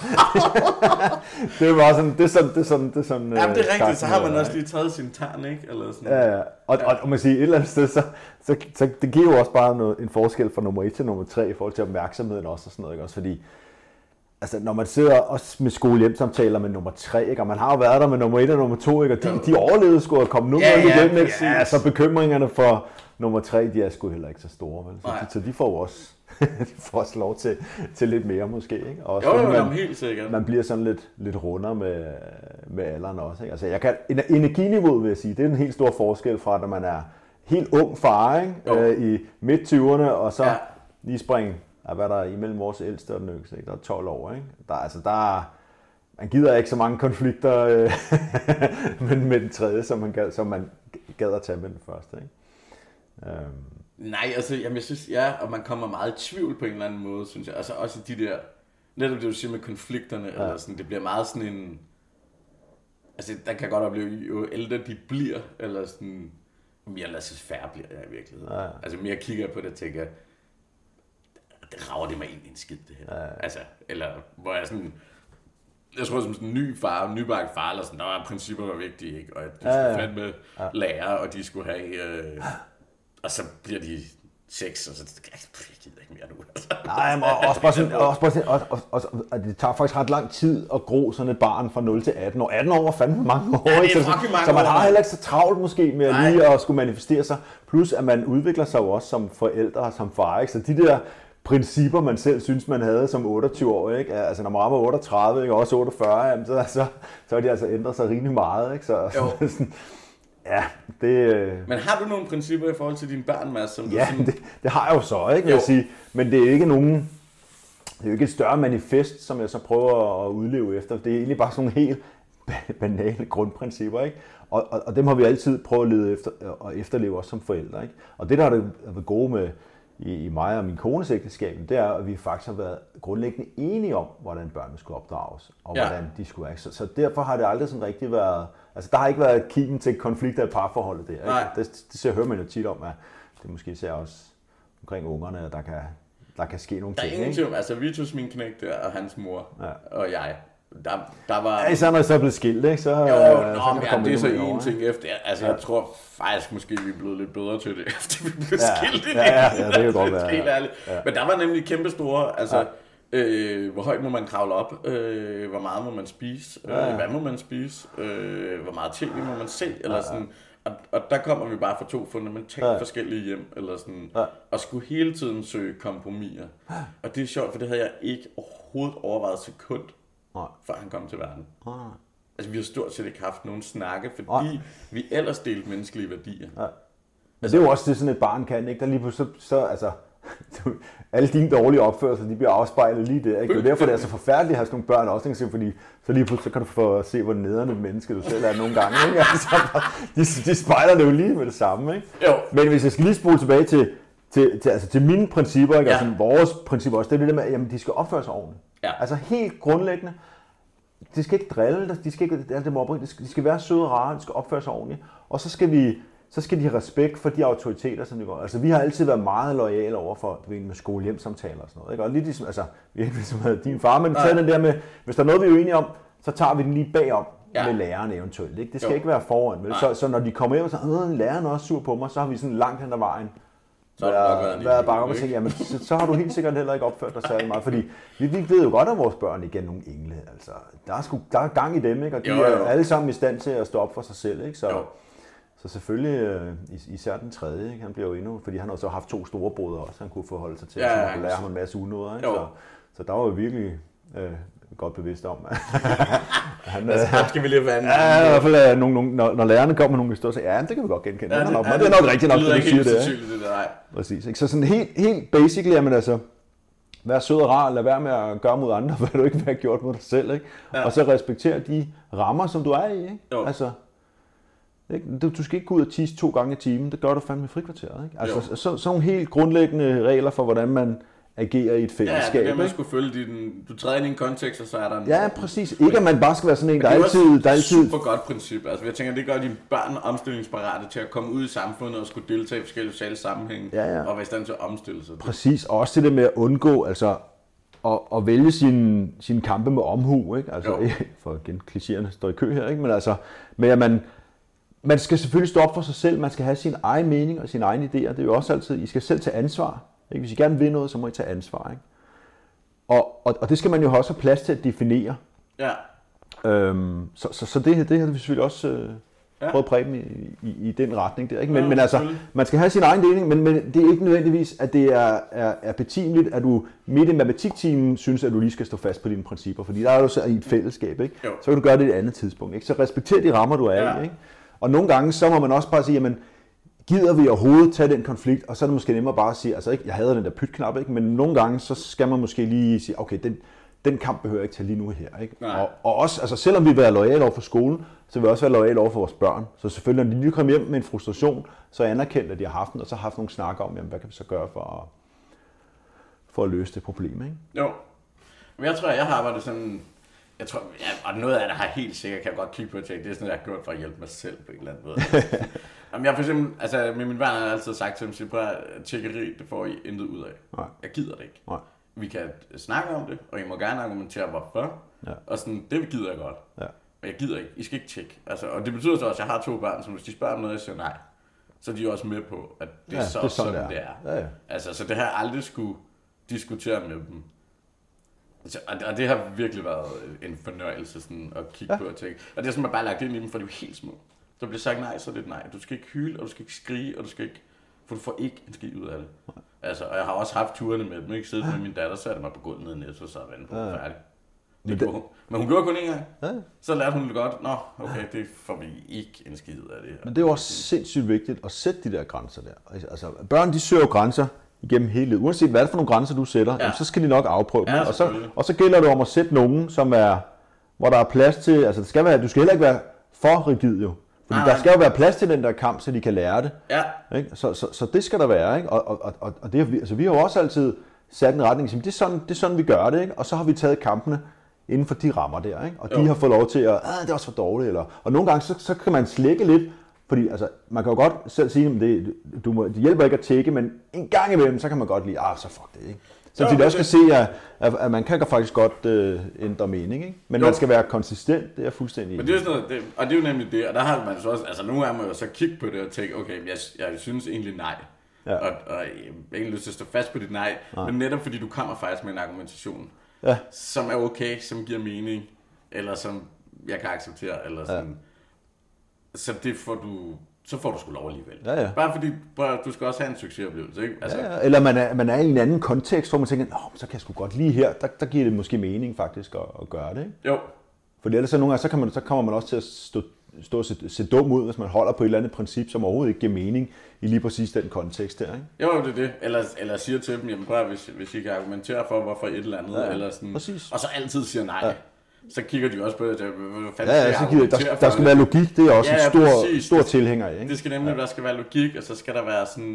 Det var sådan, det er sådan. Jamen det er rigtigt, så har man også lige taget sin tern, ikke? Eller sådan. Ja. Og man siger et eller andet sted, så det giver jo også bare en forskel fra nummer 1 til nummer 3 i forhold til opmærksomheden også og sådan noget, ikke? Også fordi altså, når man sidder også med skolehjemsamtaler med nummer 3, ikke? Og man har jo været der med nummer 1 og nummer 2, ikke? Og de overlevede sgu at komme nogenlunde igennem, ikke? Ja, altså bekymringerne for nummer 3, de er sgu heller ikke så store, vel? Så de får også lov til lidt mere måske, ikke? Og også, helt sikkert. Man bliver sådan lidt rundere med alderen også, ikke? Altså, energiniveauet, vil jeg sige, det er en helt stor forskel fra, når man er helt ung far, ikke? I midt-20'erne, og så lige springe. Hvad er der imellem vores ældste og den yngste? Der er 12 år, ikke? Man gider ikke så mange konflikter med den tredje, som man gad at tage med den første, ikke? Nej, altså, jeg synes, og man kommer meget i tvivl på en eller anden måde, synes jeg. Altså også de der, netop det du siger med konflikterne, eller sådan, det bliver meget sådan en, altså der kan godt opleve, jo ældre de bliver, eller sådan, mere laissez-faire bliver jeg i virkeligheden. Ja. Altså mere kigger jeg på det og tænker, det rager det mig egentlig en skid, det her. Ja. Altså, eller hvor jeg sådan, jeg tror som sådan en nybagt far, eller sådan, der var principper, der var vigtige, ikke? Og at de skulle fandme lære, og de skulle have, og så bliver de 6, og så jeg gider ikke mere nu. Altså. Nej, men og det tager faktisk ret lang tid at gro sådan et barn fra 0 til 18 år. 18 år var fandme mange år, ja, ikke? Så man har heller ikke så travlt måske med lige at skulle manifestere sig. Plus at man udvikler sig jo også som forældre og som far, ikke? Så de der principper, man selv synes, man havde som 28 år, ikke? Altså når man var 38, ikke? Og også 48, jamen, så har de altså ændret sig rimelig meget, ikke? Så sådan, ja, det... Men har du nogle principper i forhold til dine børn, Mads? Som ja, sådan... det har jeg jo så, ikke? Vil jeg sige. Men det er ikke nogen... Det er jo ikke et større manifest, som jeg så prøver at udleve efter. Det er egentlig bare sådan nogle helt banale grundprincipper, ikke? Og dem har vi altid prøvet at lede efter og efterleve også som forældre, ikke? Og det, der er det gode med i mig og min kones ægteskab, det er, at vi faktisk har været grundlæggende enige om, hvordan børnene skulle opdrages, og hvordan de skulle være. Så derfor har det aldrig sådan rigtig været, altså der har ikke været kimen til konflikter i parforholdet der, ikke? Det hører man jo tit om, at det måske især også omkring ungerne, at der kan ske nogle ting. Der er ingen tvivl, altså Vitus, min knægt der, og hans mor og jeg, der var... Ja, især når jeg så er blevet skilt, ikke? Så det er så en ting efter. Altså, jeg tror faktisk måske, vi er blevet lidt bedre til det, efter vi blev skilt. Ja, det kan godt være. Helt ærligt. Ja. Men der var nemlig kæmpe store, altså, hvor højt må man kravle op, hvor meget må man spise, hvad må man spise, hvor meget tv må man se, eller sådan. Og der kommer vi bare fra to fundamentalt forskellige hjem, eller sådan, og skulle hele tiden søge kompromiser. Og det er sjovt, for det havde jeg ikke overhovedet overvejet sekund, før han kom til verden. Altså, vi har stort set ikke haft nogen snakke, fordi vi ellers delte menneskelige værdier. Men det er jo også det, sådan et barn kan, ikke? Der lige pludselig, så altså, alle dine dårlige opførsler, de bliver afspejlet lige der, ikke? Det er derfor, det er så forfærdeligt at have sådan nogle børn også, ikke? Fordi så lige pludselig kan du få se, hvor nederne menneske du selv er nogle gange, ikke? Altså, de spejler det jo lige med det samme, ikke? Jo. Men hvis jeg skal lige spole tilbage til mine principper, ikke? Altså vores principper også, det er det der med, at de skal opføre sig ordentligt. Ja. Altså helt grundlæggende, de skal ikke drille, de skal være søde og rare, de skal opføre sig ordentligt, og så skal de have respekt for de autoriteter, som de går. Altså, vi har altid været meget loyale over for med skole-hjem-samtaler og sådan noget, ikke? Og lige ligesom, altså, vi er ikke ligesom din far, men tager den der med, hvis der er noget, vi er uenige om, så tager vi den lige bagom med læreren eventuelt, ikke? Det skal ikke være foran, vel? Så når de kommer hjem og så læreren er også sur på mig, så har vi sådan langt hen ad vejen været bange om at tænke, jamen, så har du helt sikkert heller ikke opført dig særlig meget, fordi vi ved jo godt, at vores børn igen nogle engle, altså, der er gang i dem, ikke? Og de er alle sammen i stand til at stå op for sig selv, ikke? Så selvfølgelig, især den tredje, ikke? Han bliver jo endnu, fordi han har så haft 2 store brødre også, han kunne forholde sig til, så man kunne lære ham en masse unåder, ikke? Så der var jo virkelig godt bevidst om, at han skal vi lige være. Ja, i hvert fald, når lærerne kommer med nogle historier, så det kan vi godt genkende. Det er nok rigtigt nok, det siger det. Præcis, ikke? Så sådan helt basically, jamen altså, vær sød og rar, lad være med at gøre mod andre, hvad du ikke vil have gjort mod dig selv, ikke? Og så respektere de rammer, som du er i, ikke? Altså, du skal ikke gå ud og tisse 2 gange i timen, det gør du fandme i frikvarteret, ikke? Altså, sådan nogle helt grundlæggende regler for, hvordan man agerer i et fællesskab. Ja, det er, man skulle følge du træder ind i en kontekst, og så er der en... Ja, præcis. Ikke at man bare skal være sådan en, der altid... Det er også et super godt princip. Altså, jeg tænker, det gør dine børn omstillingsparate til at komme ud i samfundet og skulle deltage i forskellige sociale sammenhænge, og være i stand til at omstille sig. Præcis, og også det der med at undgå, altså, at vælge sine kampe med omhu, ikke? Altså, for igen, klichéerne står i kø her, ikke? Men altså, med at man skal selvfølgelig stå op for sig selv, man skal have sin egen mening og sine egne idéer. Det er jo også altid, I skal selv tage ansvar. Ikke? Hvis I gerne vil noget, så må I tage ansvar. Ikke? Og det skal man jo også have plads til at definere. Ja. Så det har vi selvfølgelig også prøvet at præge dem i den retning der. Ikke? Men altså, man skal have sin egen deling, men det er ikke nødvendigvis, at det er betimeligt, at du midt i matematiktimen synes, at du lige skal stå fast på dine principper. Fordi der er jo så i et fællesskab, ikke? Så kan du gøre det et andet tidspunkt. Ikke? Så respekter de rammer, du er i. Ikke? Og nogle gange, så må man også bare sige, jamen, gider vi overhovedet tage den konflikt, og så er det måske nemmere bare at sige, altså ikke, jeg hader den der pytknap, ikke, men nogle gange, så skal man måske lige sige, okay, den kamp behøver jeg ikke tage lige nu her, ikke? Og også, altså selvom vi vil være loyale over for skolen, så vil vi også være loyale over for vores børn. Så selvfølgelig, når de lige kommer hjem med en frustration, så er anerkendt, at de har haft den, og så har haft nogle snakker om, jamen, hvad kan vi så gøre for at løse det problem, ikke? Jo. Men jeg tror, jeg har arbejdet sådan... Jeg tror, og noget af det har helt sikkert, kan jeg godt kigge på at tænke, det er sådan, jeg har gjort for at hjælpe mig selv på en eller anden måde. Jamen, jeg for eksempel, altså med min børn har jeg altid sagt til dem, at tjekkeri, det får I intet ud af. Nej. Jeg gider det ikke. Nej. Vi kan snakke om det, og I må gerne argumentere hvorfor. Ja. Og sådan, det gider jeg godt. Ja. Men jeg gider ikke. I skal ikke tjekke. Altså, og det betyder så også, at jeg har 2 børn, som hvis de spørger om noget, jeg siger nej, så er de også med på, at det er sådan det er. Ja. Altså, så det har jeg aldrig skulle diskutere med dem. Og det har virkelig været en fornøjelse sådan, at kigge på og tænke. Og det er sådan, man bare lagt ind i dem, for de er jo helt små. Så bliver sagt nej, så er det nej. Du skal ikke hyle, og du skal ikke skrige, og du skal ikke... For du får ikke en skid ud af det. Altså, og jeg har også haft turene med dem, ikke? Siddet med min datter, satte mig på gulvet nede i Netto, så var den færdig. Men hun gjorde kun én gang. Ja. Så lærte hun det godt. Nå, okay, det får vi ikke en skid ud af det her. Men det er jo også sindssygt vigtigt at sætte de der grænser der. Altså, børn, de søger jo grænser igennem hele livet. Uanset hvad det for nogle grænser, du sætter, jamen, så skal de nok afprøve dem. Ja, og så gælder det om at sætte nogen, som er hvor der er plads til, altså du skal heller ikke være for rigid jo. Fordi der skal jo være plads til den der kamp, så de kan lære det. Ja. Ikke? Så det skal der være, ikke? Og det, altså, vi har jo også altid sat en retning, det er sådan vi gør det, ikke? Og så har vi taget kampene inden for de rammer der, ikke? Og de har fået lov til at, det er også for dårligt, eller... Og nogle gange, så kan man slække lidt, fordi altså, man kan jo godt selv sige, at det hjælper ikke at tække, men en gang imellem, så kan man godt lide, så fuck det, ikke? Så de også kan se, at man kan faktisk godt ændre mening, ikke? Men man skal være konsistent, det er fuldstændig... Men det er sådan noget, og det er jo nemlig det, og der har man så også, altså nogle gange må jeg så kigge på det og tænke, okay, jeg synes egentlig nej. Ja. Og jeg har ikke lyst til at stå fast på dit nej, men netop fordi du kommer faktisk med en argumentation, som er okay, som giver mening, eller som jeg kan acceptere, eller sådan. Så det får du... Så får du sgu lov alligevel. Ja. Bare fordi, du skal også have en succesoplevelse, ikke? Altså... Ja, eller man er i en anden kontekst, hvor man tænker, så kan jeg sgu godt lige her, der giver det måske mening faktisk at gøre det, ikke? Jo. Fordi ellers nogle gange, så kommer man også til at stå og se dum ud, hvis man holder på et eller andet princip, som overhovedet ikke giver mening i lige præcis den kontekst der, ikke? Jo, det er det. Eller siger til dem, jamen prøv hvis I kan argumentere for, hvorfor et eller andet, eller sådan. Præcis. Og så altid siger nej. Ja. Så kigger de også på det, der skal være logik, det er også en stor tilhænger af, ikke? Det skal nemlig, der skal være logik, og så skal der være sådan,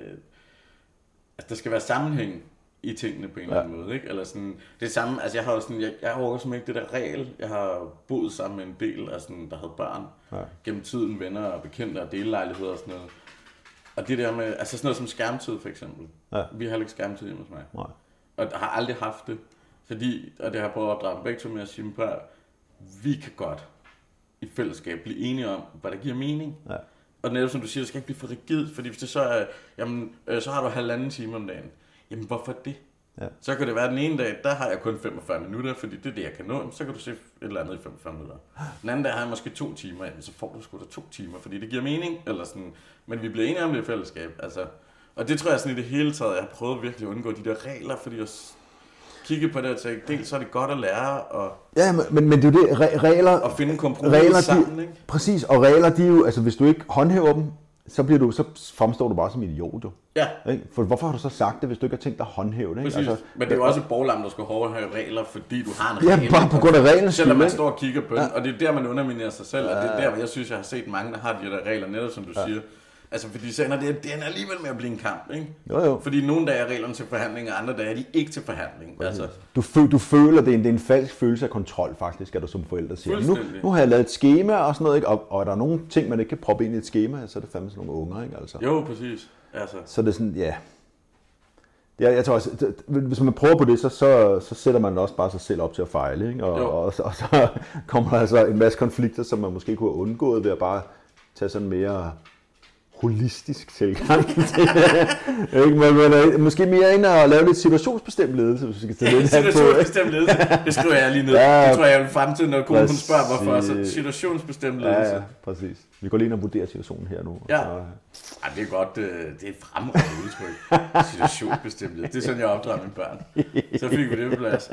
der skal være sammenhæng i tingene på en eller anden måde, ikke? Eller sådan, det samme, altså jeg har jo sådan, jeg overgår simpelthen ikke det der regel, jeg har boet sammen med en del af sådan, der havde børn, gennem tiden, venner og bekendte og delelejligheder og sådan noget. Og det der med, altså sådan noget som skærmtid for eksempel, vi har heller ikke skærmtid hjemme hos mig, og har aldrig haft det. Fordi, og det har jeg prøvet at opdrage begge to med at sige, vi kan godt i fællesskab blive enige om, hvad der giver mening. Ja. Og netop som du siger, det skal ikke blive for rigid, fordi hvis det så er, jamen, så har du 1,5 time om dagen. Jamen, hvorfor det? Ja. Så kan det være, den ene dag, der har jeg kun 45 minutter, fordi det er det, jeg kan nå. Så kan du se et eller andet i 45 minutter. Den anden dag har jeg måske 2 timer, jamen, så får du sgu da 2 timer, fordi det giver mening. Eller sådan. Men vi bliver enige om det i fællesskab. Altså. Og det tror jeg sådan i det hele taget, jeg har prøvet virkelig at undgå de der regler, fordi jeg kigge på det og tænke, dels så er det godt at lære og men det er jo det, regler og finde en kompromis sammen, ikke? Præcis, og regler, de er jo, altså hvis du ikke håndhæver dem, så fremstår du bare som idiot, jo. Ja. For hvorfor har du så sagt det, hvis du ikke har tænkt dig at håndhæve det, ikke? Altså, men det er jo også et borglam, der skal have regler, fordi du har en regel. Ja, bare på grund af reglen. Selvom man står og kigger på den, og det er der, man underminerer sig selv, og det er der, hvor jeg synes, jeg har set mange, der har de der regler, netop som du siger. Altså, fordi så ender det er alligevel med at blive en kamp, ikke? Jo. Fordi nogle dage er reglerne til forhandling, og andre dage er de ikke til forhandling. Altså. Du føler, det er en falsk følelse af kontrol, faktisk, at du som forældre siger. Nu har jeg lavet et schema og sådan noget, ikke? Og er der nogle ting, man ikke kan proppe ind i et schema, så er det fandme sådan nogle unger, ikke? Altså. Jo, præcis. Altså. Så det er sådan, jeg tror også, hvis man prøver på det, så sætter man også bare sig selv op til at fejle, ikke? Og så kommer der altså en masse konflikter, som man måske kunne have undgået ved at bare tage sådan mere holistisk tilgang til det. Måske mere ind og lave lidt situationsbestemt ledelse, hvis vi skal tage lidt situationsbestemt ledelse, det skriver jeg lige ned. Det tror jeg vil frem til, når konen spørger, hvorfor. Så situationsbestemt ledelse. Ja, præcis. Vi går lige ind og vurderer situationen her nu. Ja. Det er godt. Det er et fremragende udtryk. Situationsbestemt ledelse. Det er sådan, jeg opdrager mine børn. Så fik vi det på plads.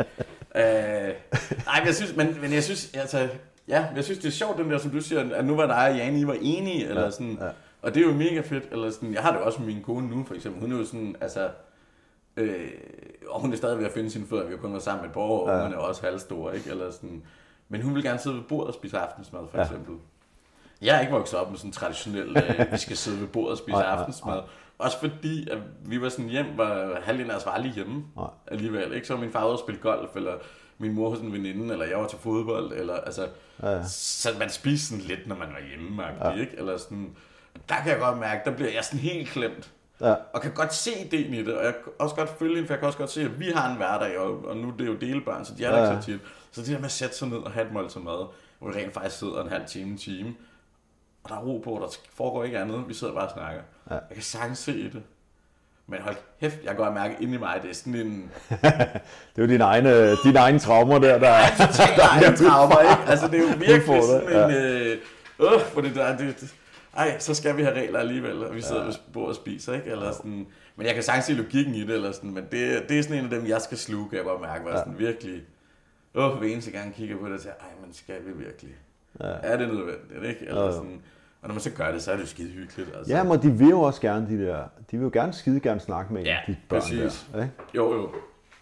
Men jeg synes, altså, jeg synes, det er sjovt, den der, som du siger, at nu var dig og Jane, I var enige, eller sådan. Ja. Og det er jo mega fedt, eller sådan, jeg har det også med min kone nu, for eksempel, hun er jo sådan, altså, og hun er stadig ved at finde sine fødder, vi har kun været sammen med et par år, og hun er også halvstor, ikke, eller sådan, men hun vil gerne sidde ved bordet og spise aftensmad, for eksempel. Jeg er ikke vokset op med sådan traditionelt, vi skal sidde ved bordet og spise aftensmad, også fordi, at vi var sådan hjem, hvor halvdelen af os var aldrig hjemme, alligevel, ikke, så min far ude at spille golf, eller min mor hos en veninde, eller jeg var til fodbold, eller altså, så man spiste sådan lidt, når man var hjemme, ikke, eller sådan. Der kan jeg godt mærke, der bliver jeg sådan helt klemt. Ja. Og kan godt se ideen i det, og jeg kan også godt følge hende, for jeg kan også godt se, at vi har en hverdag, og nu det er jo delebørn, så de er der ikke så tit. Så det der med at sætte sig ned og have et måltid mad, hvor vi rent faktisk sidder en halv time, og der er ro på, der foregår ikke andet, vi sidder bare og snakker. Ja. Jeg kan sagtens se det. Men hold kæft, jeg kan godt mærke inde i mig, det er sådan en... det er jo dine egne traumer der er totalt egne traumer, ikke? Altså det er jo virkelig sådan en... så skal vi have regler alligevel, og vi sidder ved bordet og spiser, ikke? Eller sådan, men jeg kan sagtens se logikken i det, eller sådan, men det er sådan en af dem, jeg skal sluge, kan jeg bare mærke, var sådan virkelig, hver eneste gang jeg kigger på det, og siger, men skal vi virkelig? Er det nødvendigt, ikke? Eller sådan, og når man så gør det, så er det jo skide hyggeligt. Altså. Ja, men de vil jo også gerne de vil jo gerne skide gerne snakke med de børn præcis. Der, ikke? Jo.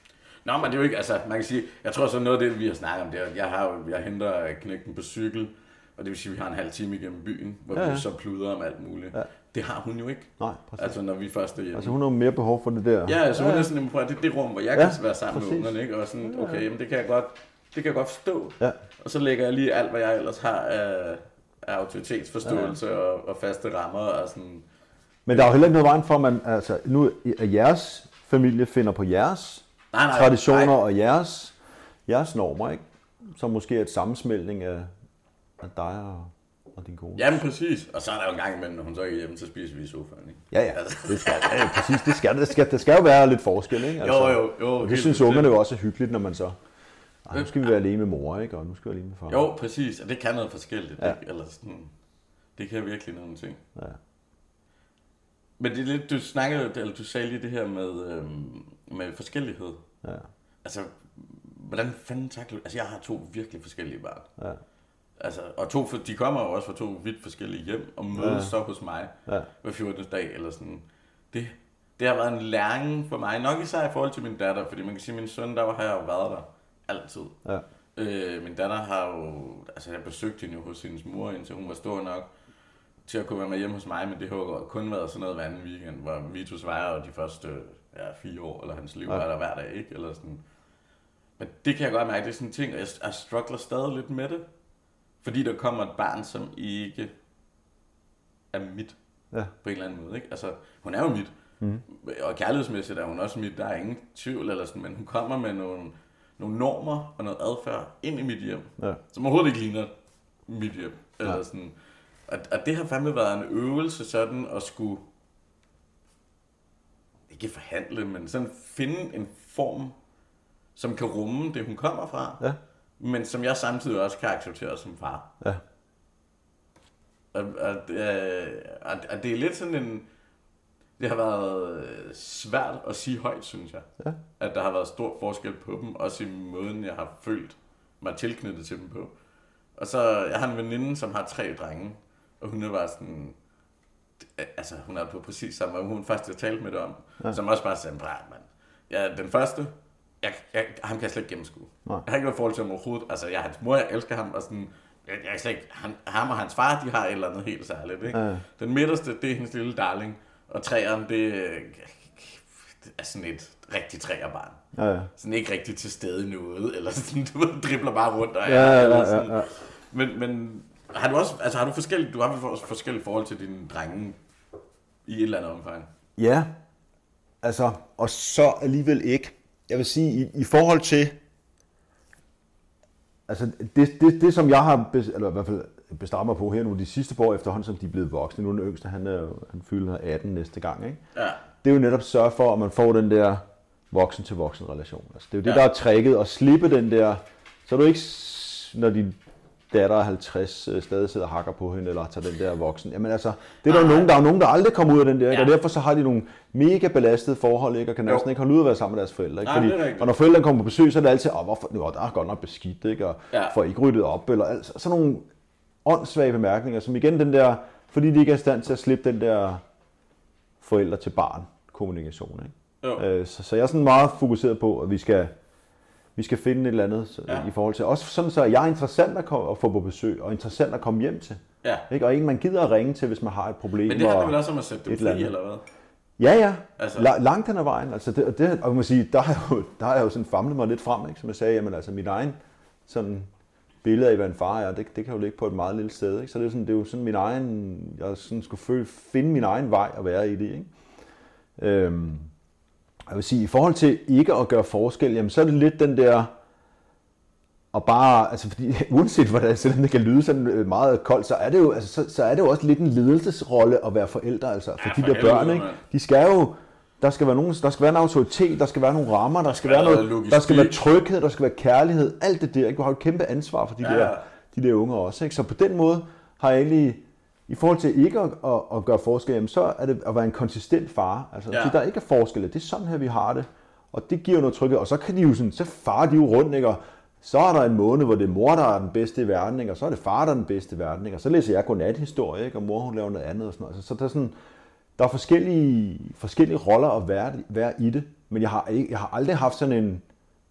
Nå, men det er jo ikke, altså man kan sige, jeg tror så noget af det, vi har snakket om, det er, jeg henter knægten på cykel, og det vil sige, at vi har en halv time igennem byen, hvor vi så pluder om alt muligt. Ja. Det har hun jo ikke. Nej, præcis. Altså når vi først er hjemme. Altså hun har mere behov for det der. Ja, altså hun er sådan, prøv, det er det rum, hvor jeg kan være sammen med ungerne, ikke? Og sådan, okay, jamen, det kan jeg godt forstå. Ja. Og så lægger jeg lige alt, hvad jeg ellers har af autoritetsforståelse og faste rammer og sådan. Men der er jo heller ikke noget vejen for, at man, altså nu at jeres familie finder på jeres traditioner og jeres normer, ikke? Som måske er et sammensmeltning af dig og din kone. Jamen præcis. Og så er der jo en gang imellem, når hun så er hjemme, så spiser vi i sofaen, ikke? Ja. Det skal, præcis. Det skal jo være lidt forskel, ikke? Altså, jo. Og det synes ungerne jo også er hyggeligt, når man så... nu skal vi være alene med mor, ikke? Og nu skal vi være alene med far. Jo, præcis. Og det kan noget forskelligt, ikke? Eller sådan, det kan virkelig nogle ting. Ja. Men det er lidt, du sagde lige det her med forskellighed. Ja. Altså, hvordan fanden takler du? Altså, jeg har 2 virkelig forskellige børn. Ja. Altså, og de kommer jo også fra 2 vidt forskellige hjem og mødes så hos mig hver 14. dag eller sådan. Det har været en læring for mig, nok især i forhold til min datter, fordi man kan sige, at min søn, har jeg jo været der altid. Ja. Min datter har jo, altså jeg besøgte hende jo hos hendes mor, indtil hun var stor nok til at kunne være med hjemme hos mig, men det har jo kun været sådan noget hver anden weekend, hvor Vitus var og de første 4 år, eller hans liv var der hver dag, ikke? Eller sådan. Men det kan jeg godt mærke, det er sådan en ting, og jeg struggler stadig lidt med det. Fordi der kommer et barn, som ikke er mit på en eller anden måde, ikke? Altså, hun er jo mit, og kærlighedsmæssigt er hun også mit, der er ingen tvivl, eller sådan, men hun kommer med nogle normer og noget adfærd ind i mit hjem, som overhovedet ikke ligner mit hjem, eller sådan. Og det har fandme været en øvelse sådan at skulle, ikke forhandle, men sådan finde en form, som kan rumme det, hun kommer fra, men som jeg samtidig også kan acceptere som far. Ja. Og det er lidt sådan en... Det har været svært at sige højt, synes jeg. Ja. At der har været stor forskel på dem, også i måden, jeg har følt mig tilknyttet til dem på. Og så, jeg har en veninde, som har 3 drenge, og hun er bare sådan... Altså, hun er på præcis samme måde, hun faktisk har talt med det om. Som også bare sagde, den første... ham kan jeg slet ikke gennemskue. Jeg har ikke noget forhold til ham overhovedet. Altså, jeg er hans mor, jeg elsker ham, og sådan, jeg slet ikke, ham og hans far, de har et eller andet helt særligt, ikke? Ja. Den midterste, det er hendes lille darling, og 3'eren, det er sådan et rigtig 3'erbarn. Ja. Sådan ikke rigtig til stede i noget, eller sådan, du dribler bare rundt, og ja. Men har du også, altså har du forskellige forhold til dine drenge i et eller andet omfang? Ja, altså, og så alligevel ikke. Jeg vil sige, i forhold til, altså det som jeg har, eller i hvert fald bestemt mig på her nu, de sidste par år efterhånden, som de er blevet voksne, nu er den yngste, han fylder 18 næste gang, ikke? Ja. Det er jo netop at sørge for, at man får den der voksen-til-voksen relation. Altså, det er jo det, der er tricket, at slippe den der, så er du ikke, når din datter er 50, stadig sidder og hakker på hende, eller tager den der voksen. Jamen altså, det er der er nogen, der aldrig kommer ud af den der, og derfor så har de nogle mega belastede forhold, ikke? Og kan næsten ikke holde ud at være sammen med deres forældre, ikke? Fordi, og når forældrene kommer på besøg, så er det altid, hvorfor, der er godt nok beskidt, ikke? Og får ikke ryddet op, eller altså, sådan nogle åndssvage bemærkninger, som igen den der, fordi de ikke er i stand til at slippe den der forældre til barn kommunikation, ikke? Så jeg er sådan meget fokuseret på, at vi skal finde et eller andet i forhold til, også sådan så jeg er interessant at få på besøg, og interessant at komme hjem til. Ja. Ikke? Og ikke man gider at ringe til, hvis man har et problem. Men det handler vel også om at sætte dem fri, eller hvad? Ja. Altså. Langt hen ad vejen. Altså det, og man må sige, der har jeg jo sådan famlet mig lidt frem, ikke? Som jeg sagde, jamen altså mit egen sådan billede af, hvad en far er, det kan jo ligge på et meget lille sted, ikke? Så det er jo sådan min egen, jeg sådan skulle finde min egen vej at være i det, ikke? Jeg vil sige, i forhold til ikke at gøre forskel, jamen så er det lidt den der, og bare, altså fordi uanset hvordan, selvom det kan lyde sådan meget koldt, så er det jo, altså, så er det jo også lidt en ledelsesrolle at være forældre, altså for de der børn, ikke? De skal jo, der skal være en autoritet, der skal være nogle rammer, der skal være noget, der skal være tryghed, der skal være kærlighed, alt det der, ikke? Du har jo et kæmpe ansvar for de der unger også, ikke? Så på den måde har jeg egentlig, i forhold til ikke at gøre forskel, jamen, så er det at være en konsistent far. Altså, der ikke er forskel. Det er sådan her, vi har det. Og det giver noget tryghed. Og så kan de jo sådan, så farer de jo rundt, ikke? Og så er der en måned, hvor det er mor, der er den bedste i verden, ikke? Og så er det far, der er den bedste i verden, ikke? Og så læser jeg godnathistorie, ikke? Og mor, hun laver noget andet og sådan noget. Så der er sådan, der er forskellige roller at være i det. Men jeg har aldrig haft sådan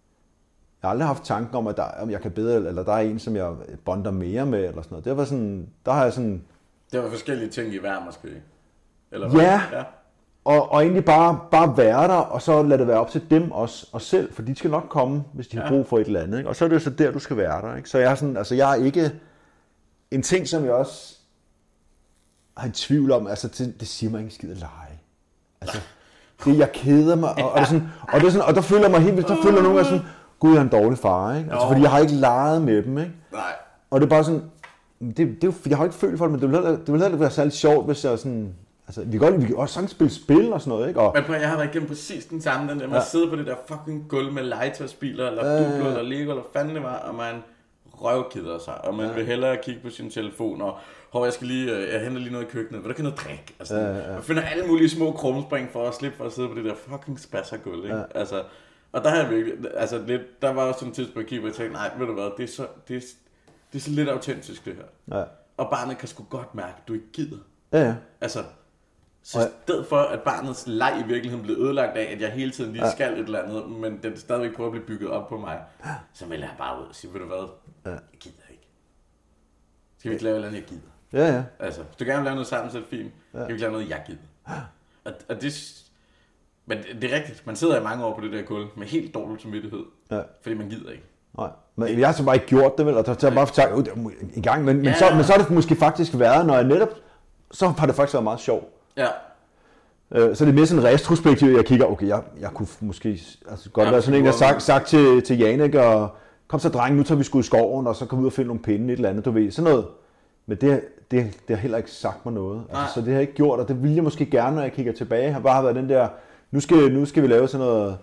Jeg har aldrig haft tanken om, om jeg kan bedre, eller der er en, som jeg bonder mere med, eller sådan noget. Det var sådan, der har jeg sådan... Det var forskellige ting i hver, måske? Eller ja. Og egentlig bare være der, og så lade det være op til dem også, og selv, for de skal nok komme, hvis de har brug for et eller andet. Ikke? Og så er det jo så der, du skal være der. Ikke? Så jeg er sådan, altså jeg er ikke... En ting, som jeg også har en tvivl om, altså det siger mig ikke skid at lege. Altså, det jeg keder mig, og det er sådan, og der føler jeg mig helt, der føler nogen af sådan, gud, jeg er en dårlig far, ikke? Altså, fordi jeg har ikke leget med dem, ikke? Nej. Og det er bare sådan, det er jo, jeg har ikke følt for det, men det ville heller være særlig sjovt, hvis jeg sådan, altså, vi kan også sådan spille og sådan noget, ikke? Og, men jeg har været igennem præcis den samme, den der med at sidde på det der fucking gulv med legetøjsbiler, eller Duplo, eller Lego, eller fanden det var, og man røvkeder sig, og man vil hellere kigge på sin telefon, og jeg henter lige noget i køkkenet, vil du ikke noget drik? Altså, jeg finder alle mulige små krumspring for at slippe for at sidde på det der fucking spassergulv, ikke? Altså, og der har jeg virkelig, altså lidt, der var også sådan et tidspunkt, hvor jeg tænkte, nej, ved du hvad, det er så lidt autentisk det her. Ja. Og barnet kan sgu godt mærke, at du ikke gider. Ja. Altså, så i stedet for, at barnets leg i virkeligheden blev ødelagt af, at jeg hele tiden lige skal et eller andet, men den stadigvæk prøver at blive bygget op på mig, så vælger jeg bare ud og siger, ved du hvad, jeg gider ikke. Skal vi ikke lave noget, jeg gider? Ja. Altså, hvis du gerne vil lave noget sammen, så er det fint. Skal vi ikke lave noget, jeg gider? Og det... Men det er rigtigt, man sidder i mange år på det der gulv med helt dårlig samvittighed, fordi man gider ikke. Nej, men jeg har så bare ikke gjort det, vel, og så har bare sagt en gang, men så har det måske faktisk været, når jeg netop, så har det faktisk været meget sjovt. Ja. Så det er mere sådan retrospektivt, jeg kigger, okay, jeg kunne måske altså godt være sådan en, der har sagt til Janek, og kom så dreng, nu tager vi sgu i skoven, og så kommer vi ud og finde nogle pinde, et eller andet, du ved, sådan noget. Men det har heller ikke sagt mig noget, altså, så det har jeg ikke gjort, og det ville jeg måske gerne, når jeg kigger tilbage, har bare været den der, nu skal vi lave sådan noget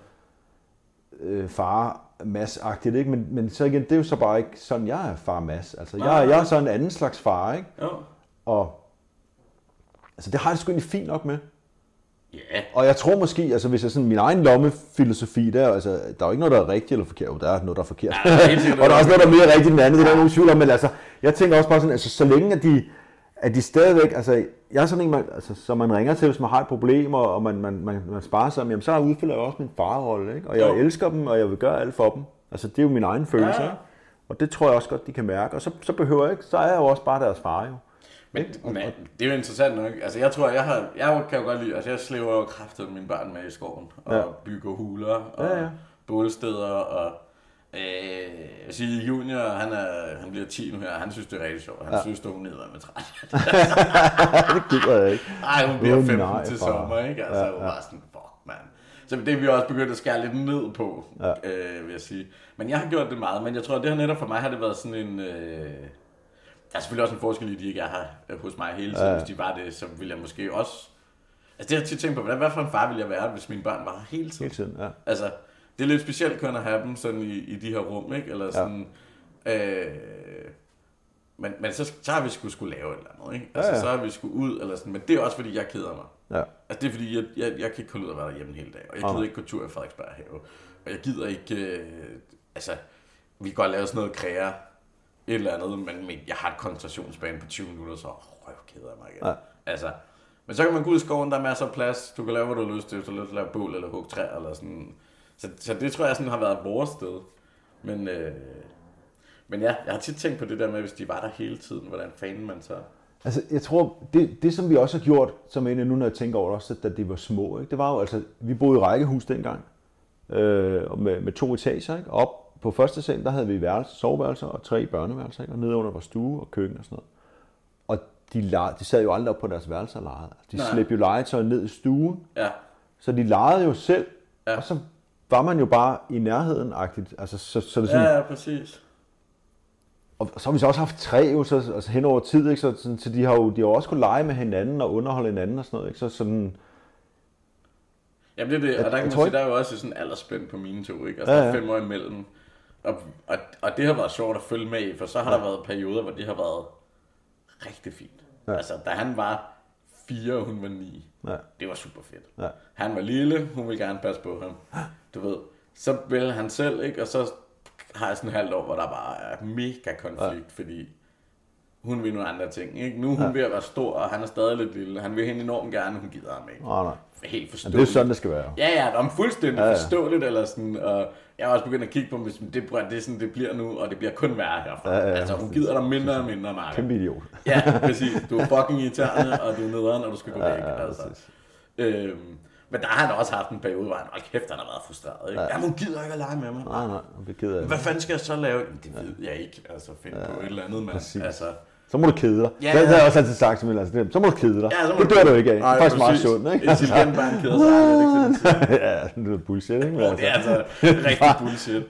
far-mas-agtigt, ikke? Men så igen, det er jo så bare ikke sådan, jeg er far-mas. Altså, jeg er så en anden slags far, ikke? Jo. Og altså, det har jeg sgu egentlig fint nok med. Ja. Yeah. Og jeg tror måske, altså hvis jeg sådan min egen lommefilosofi der, altså der er jo ikke noget, der er rigtigt eller forkert. Jo, der er noget, der er forkert. Ja, og der er også noget, der er mere rigtigt end det andet, det er der nogen tvivl om. Men altså, jeg tænker også bare sådan, altså så længe at de stadigvæk, altså jeg er sådan en, altså, så man ringer til, hvis man har et problem, og man sparer sig, jamen så udfylder jeg også min farrolle, ikke? Og jeg elsker dem, og jeg vil gøre alt for dem. Altså det er jo min egen følelse, ikke? Og det tror jeg også godt, de kan mærke. Og så behøver jeg ikke, så er jeg jo også bare deres far, jo. Men det er jo interessant nok. Altså jeg tror, jeg kan jo godt lide, altså jeg slæver jo kraftigt mine børn med i skoven, og bygger huler, og bålsteder, og jeg siger, Junior, han bliver 10 nu her, han synes det er rigtig sjovt, han synes det er ned med træt. Det gider jeg ikke. Ej, hun bliver 15 til sommer, ikke? Altså hun var sådan, fuck man. Så det er vi også begyndt at skære lidt ned på, vil jeg sige. Men jeg har gjort det meget, men jeg tror, at det her netop for mig har det været sådan en... Der er selvfølgelig også en forskel i, at de ikke er her hos mig hele tiden. Hvis de var det, så ville jeg måske også... Altså det har jeg tit tænkt på, hvad for en far ville jeg være, hvis mine børn var her hele tiden? Hele tiden, ja. Altså, det er lidt specielt kun at have dem sådan i de her rum, ikke? Eller sådan... Men så har vi skulle lave et eller andet, ikke? Altså så har vi skulle ud, eller sådan. Men det er også fordi, jeg keder mig. Ja. Altså det er fordi, jeg kan ikke holde ud at være derhjemme hele dag. Og jeg gider ikke gå tur i Frederiksberg have. Og jeg gider ikke... altså, vi kan godt lave sådan noget krære, et eller andet, men jeg har et koncentrationsbane på 20 minutter, så keder jeg mig igen. Ja. Altså, men så kan man gå ud i skoven, der er masser af plads, du kan lave, hvad du har lyst til, hvis du har lyst til at lave bål eller hugge træer, eller sådan. Så det tror jeg sådan har været vores sted. Men ja, jeg har tit tænkt på det der med, hvis de var der hele tiden, hvordan fanden man så... Altså, jeg tror, det som vi også har gjort, som egentlig nu, når jeg tænker over det også, da de var små, ikke? Det var jo, altså, vi boede i rækkehus dengang, med 2 etager, ikke? Op på første seng, der havde vi soveværelser og 3 børneværelser, ikke? Og nede under var stue og køkken og sådan noget. Og de sad jo aldrig op på deres værelser og legede. De slæbte jo legetøj ned i stuen, så de legede jo selv, og så var man jo bare i nærheden-agtigt. Altså, så det sådan, ja, præcis. Og så har vi så også haft 3 jo, altså hen over tid, ikke? Så de har jo også kunnet lege med hinanden og underholde hinanden og sådan noget, ikke? Så sådan... Jamen det er det, og der kan man sige, der er jo også sådan aldersspænd på mine 2, ikke? Altså der er 5 år imellem. Og det har været sjovt at følge med i, for så har der været perioder, hvor det har været rigtig fint. Ja. Altså da han var 4, og hun var 9, det var super fedt. Ja. Han var lille, hun ville gerne passe på ham. Du ved, så vil han selv, ikke? Og så har jeg sådan et halvt år, hvor der bare er mega konflikt, fordi hun vil nogle andre ting. Ikke? Nu er hun ved at være stor, og han er stadig lidt lille. Han vil hende enormt gerne, hun gider ham ikke. Nej. Helt forståeligt. Men det er sådan, det skal være. Ja, det er fuldstændig forståeligt, eller sådan, og jeg har også begyndt at kigge på, hvis det er sådan, det bliver nu, og det bliver kun værre herfra. Altså, hun gider dig mindre og mindre, Mark. Kæmpe idiot. Ja, præcis. Du er fucking irriterende, og du er nederen, og du skal gå væk. Altså. Men der har han også haft en periode, hvor han, kæft, han har været frustreret. Ikke? Jamen, hun gider ikke at lege med mig. Nej, hun bliver ked af det. Hvad fanden skal jeg så lave? Det ved jeg ikke. Altså, finde på et eller andet, men altså... Så må du kede dig. Det har jeg også altid sagt til mig. Altså, så må du kede dig. Det dør du ikke af. Det er faktisk meget sundt, ikke? Intelligent barn keder sig aldrig. Ja, det er bullshit, ikke? Det er altså rigtig bullshit.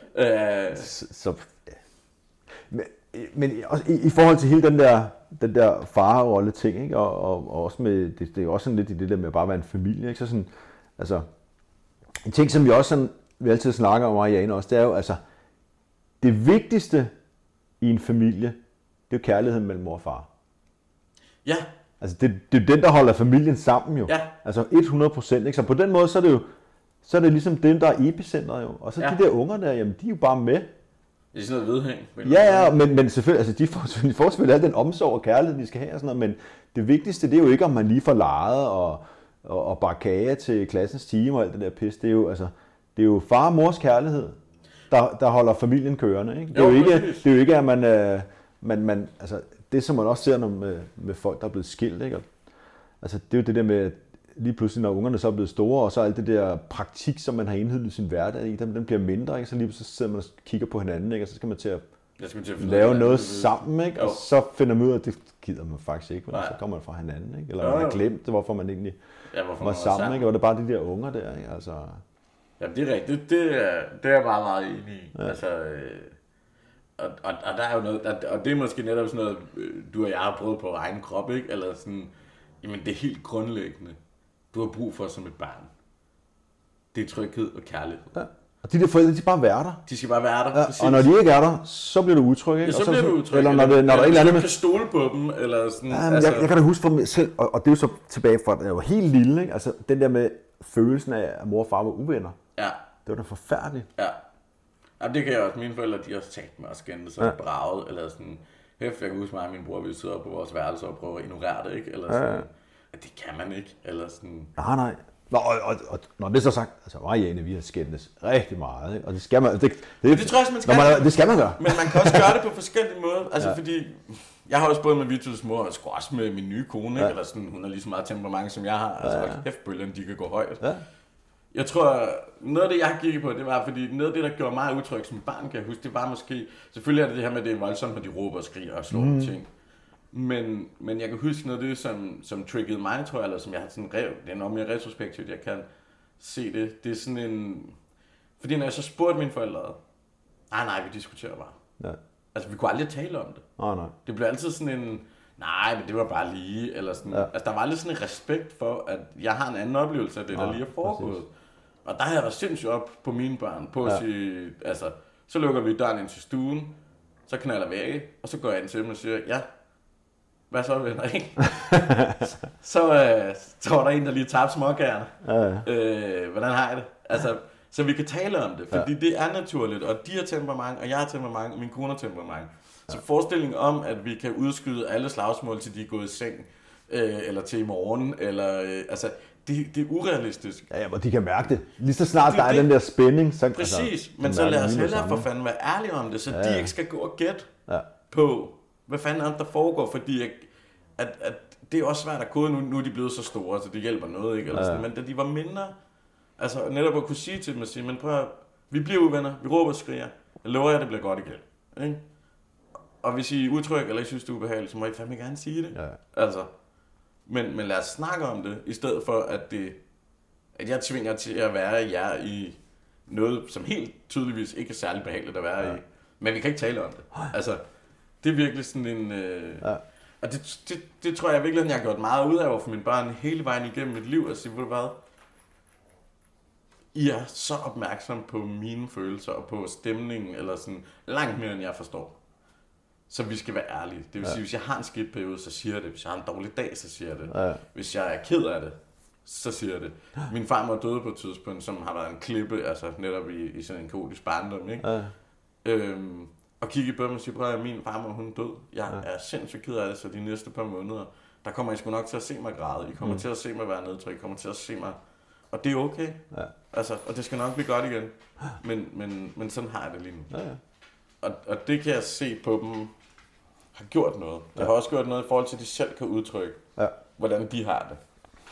Men også i forhold til hele den der farerolle ting, ikke? Og også med, det er jo også sådan lidt i det der med at bare være en familie, ikke? Så sådan, altså, en ting, som vi også sådan, vi altid snakker om, Marianne også, det er jo, altså, det vigtigste i en familie, det er jo kærligheden mellem mor og far. Ja. Altså, det er den, der holder familien sammen jo. Ja. Altså 100%, ikke? Så på den måde, så er det ligesom dem, der er epicentret jo. Og så de der unger der, jamen, de er jo bare med. Det er sådan noget vedhæng. Ja, men selvfølgelig, altså, de får selvfølgelig al den omsorg og kærlighed, de skal have og sådan noget, men det vigtigste, det er jo ikke, om man lige får leget og bare kage til klassens time og alt det der pis. Det er jo far og mors kærlighed, der holder familien kørende, ikke? Det er jo ikke, at man altså, det som man også ser med folk, der er blevet skilt, ikke? Altså, det er jo det der med, at lige pludselig, når ungerne så er blevet store, og så alt det der praktik, som man har indhyldet i sin hverdag i, den bliver mindre, ikke? Så lige så sidder man og kigger på hinanden, ikke? Og så skal man til at lave noget sammen, ikke? Og så finder man ud af, at det gider man faktisk ikke, men så kommer man fra hinanden, ikke? Eller man har glemt det, hvorfor man egentlig var sammen, ikke? Og det er bare de der unger der, ikke? Altså... Jamen, det er rigtigt. Det er jeg meget, meget enig i. Ja. Altså, og der er jo noget, og det er måske netop sådan noget, du og jeg har prøvet på egen krop, ikke? Eller sådan, jamen det er helt grundlæggende. Du har brug for som et barn. Det er tryghed og kærlighed. Ja. Og de der forældre, de skal bare være der. De skal bare være der, ja, og når de ikke er der, så bliver du utryg, ikke? Ja, så bliver du utryg. Eller når der er et eller andet... Du kan stole på dem, eller sådan... Ja, altså... jeg kan da huske for mig selv, og det er jo så tilbage fra, at jeg var helt lille, ikke? Altså den der med følelsen af, at mor og far var uvenner. Ja. Det var da forfærdeligt. Ja. Jamen, det kan jeg også. Mine forældre, de har også talt mig og skændet sig braget, eller sådan... Jeg kan huske mig og min bror, vi sidder på vores værelse og prøver at ignorere det, ikke? Eller sådan... Ja, det kan man ikke, eller sådan... Nej. Nå, og når det er så sagt, altså Marianne, vi har skændes rigtig meget, ikke? Og det skal man... Det tror jeg, man skal. Det skal man gøre. Men man kan også gøre det på forskellige måder. Altså fordi... Jeg har også både med Vitus mor, og sgu også med min nye kone, ikke? Eller sådan, hun har lige så meget temperament, som jeg har. Altså, hæftbølgerne, de kan gå højt. Ja. Jeg tror, noget af det, jeg kiggede på, det var, fordi noget af det, der gjorde mig utryg som barn, kan jeg huske, det var måske... Selvfølgelig er det det her med, det er voldsomt, når de råber og skriger og slår ting. Men jeg kan huske noget af det, som triggede mig, tror jeg, eller som jeg har sådan det er noget mere retrospektivt, jeg kan se det. Det er sådan en... Fordi når jeg så spurgte mine forældre, nej, vi diskuterer bare. Ja. Altså, vi kunne aldrig tale om det. Nej. Det blev altid sådan en, nej, men det var bare lige, eller sådan. Ja. Altså, der var aldrig sådan en respekt for, at jeg har en anden oplevelse af det, der lige er foregået. Præcis. Og der har jeg været sindssygt op på mine børn, på at sige, altså, så lukker vi døren ind til stuen, så knalder vi af, og så går jeg ind til dem og siger, ja, hvad så, venner, ikke? så var der en, der lige tabte småkærne. Hvordan har jeg det? Altså, så vi kan tale om det, fordi det er naturligt, og de har temperament, og jeg har temperament, og min kone har temperament. Så forestillingen om, at vi kan udskyde alle slagsmål, til de er gået i seng, eller til i morgen, eller, altså, det er urealistisk. Ja, og de kan mærke det. Lige så snart der er den der spænding. Så, præcis, altså, men så lad os hellere for fanden være ærlige om det, så de ikke skal gå og gætte på, hvad fanden er der foregår, fordi at det er også svært at kode, nu er de blevet så store, så det hjælper noget, ikke? Eller sådan, men da de var mindre, altså netop at kunne sige til dem, at sige, men prøv at, vi bliver uvenner, vi råber og skriger, jeg lover jer, det bliver godt igen, ikke? Og hvis I er utryg, eller I synes, det er ubehageligt, så må I fandme gerne sige det, altså. Men lad os snakke om det, i stedet for, at jeg tvinger til at være jer i noget, som helt tydeligvis ikke er særlig behageligt at være i, men vi kan ikke tale om det, altså. Det er virkelig sådan en... Og det tror jeg virkelig, jeg har gjort meget ud af for mine børn hele vejen igennem mit liv. Altså, ved du hvad? I er så opmærksom på mine følelser og på stemningen, eller sådan langt mere, end jeg forstår. Så vi skal være ærlige. Det vil sige, hvis jeg har en skidt periode, så siger jeg det. Hvis jeg har en dårlig dag, så siger jeg det. Hvis jeg er ked af det, så siger jeg det. Min far var døde på et tidspunkt, som har været en klippe, altså netop i sådan en kaotisk barndom, ikke? og kigge på dem og sige, prøv at min farmor, hun er død. Jeg er sindssygt ked af det, så de næste par måneder, der kommer I sgu nok til at se mig græde. I kommer til at se mig være nedtryk. I kommer til at se mig. Og det er okay. Ja. Altså, og det skal nok blive godt igen. Men sådan har jeg det lige nu. Ja. Og det kan jeg se på dem har gjort noget. Det har også gjort noget i forhold til, at de selv kan udtrykke, hvordan de har det.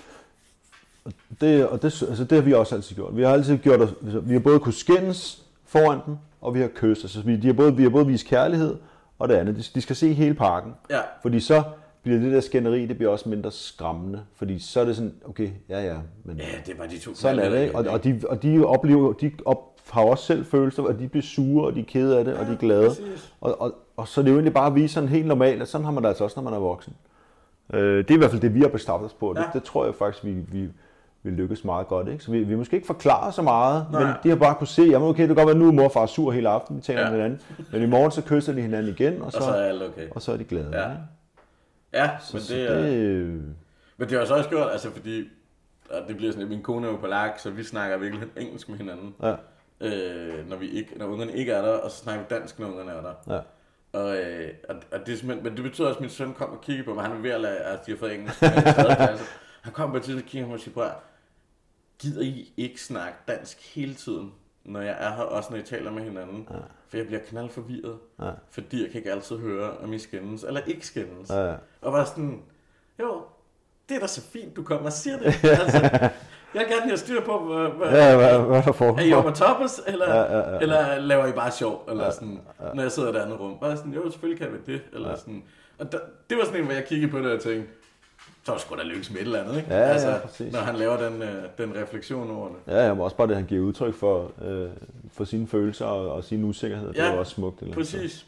Det har vi også altid gjort. Vi har altid gjort, vi har både kunnet skændes foran dem, og vi har kysset. Altså, vi har både vist kærlighed, og det andet. De skal se hele pakken. Ja. Fordi så bliver det der skænderi, det bliver også mindre skræmmende. Fordi så er det sådan, okay, men ja, det er bare de to. Sådan er det, ikke? Og de oplever, har også selv følelser, at de bliver sure, og de er kede af det, og de er glade. Og så er det jo egentlig bare at vise sådan helt normalt, at sådan har man det altså også, når man er voksen. Det er i hvert fald det, vi har bestræbt os på. Det tror jeg faktisk, vi lykkes meget godt. Ikke? Så vi måske ikke forklare så meget, men de har bare kunne se, jamen okay, det kan godt være, nu er mor og far sur hele aften, vi taler med hinanden. Men i morgen så kysser de hinanden igen, og så er alt okay. Og så er de glade. Ja, ja, men men det har så også gjort, altså fordi, og det bliver sådan, at min kone er jo polak, så vi snakker virkelig engelsk med hinanden. Ja. Når ungerne ikke er der, og så snakker vi dansk, når ungerne er der. Ja. Og det er simpelthen, men det betyder også, at min søn kom og kiggede på mig, han er ved at lade, at de har fået engelsk. Han kom på et tidspunkt og kiggede på mig og siger, bror, gider I ikke snakke dansk hele tiden, når jeg er her, også når I taler med hinanden? Ja. For jeg bliver knaldforvirret, fordi jeg kan ikke altid høre, om I skændes, eller ikke skændes. Ja. Og var sådan, jo, det er da så fint, du kommer og siger det. Altså, jeg vil gerne have styr på, hvad der foregår. Er I oppe toppes, eller laver I bare sjov, eller sådan, når jeg sidder i et andet rum. Bare sådan, jo, selvfølgelig kan vi det, eller sådan. Og det var sådan en, hvor jeg kiggede på det og tænkte, så skulle der lykkes med et eller andet, ikke? Når han laver den refleksion over det. Ja, også bare det, han giver udtryk for sine følelser og sine usikkerheder. Det er også smukt. Eller præcis.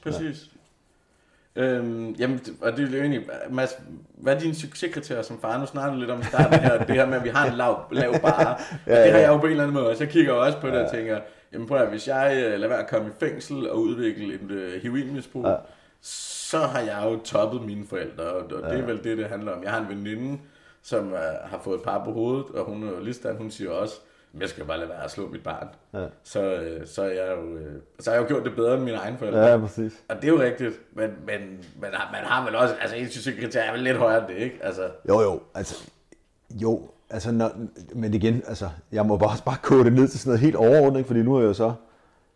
Jamen, og det er jo egentlig, Mads, hvad er dine succeskriterier som far? Nu snakker du lidt om starten her, det her med, at vi har en lav bare. Det har jeg jo på en eller anden måde også. Jeg kigger også på det og tænker, jamen prøv at, hvis jeg lader være at komme i fængsel og udvikle et heroinmisbrug, så har jeg jo toppet mine forældre, og det er vel det handler om. Jeg har en veninde, som har fået et par på hovedet, og hun er jo ligestand, hun siger også, jeg skal bare lade være at slå mit barn. Ja. Så har jeg jo gjort det bedre end mine egne forældre. Ja, præcis. Og det er jo rigtigt, men man har vel også, altså et succeskriterier er vel lidt højere end det, ikke? Altså. Jo, men igen, altså, jeg må bare kode det ned til sådan noget helt overordnet, fordi nu er jeg jo så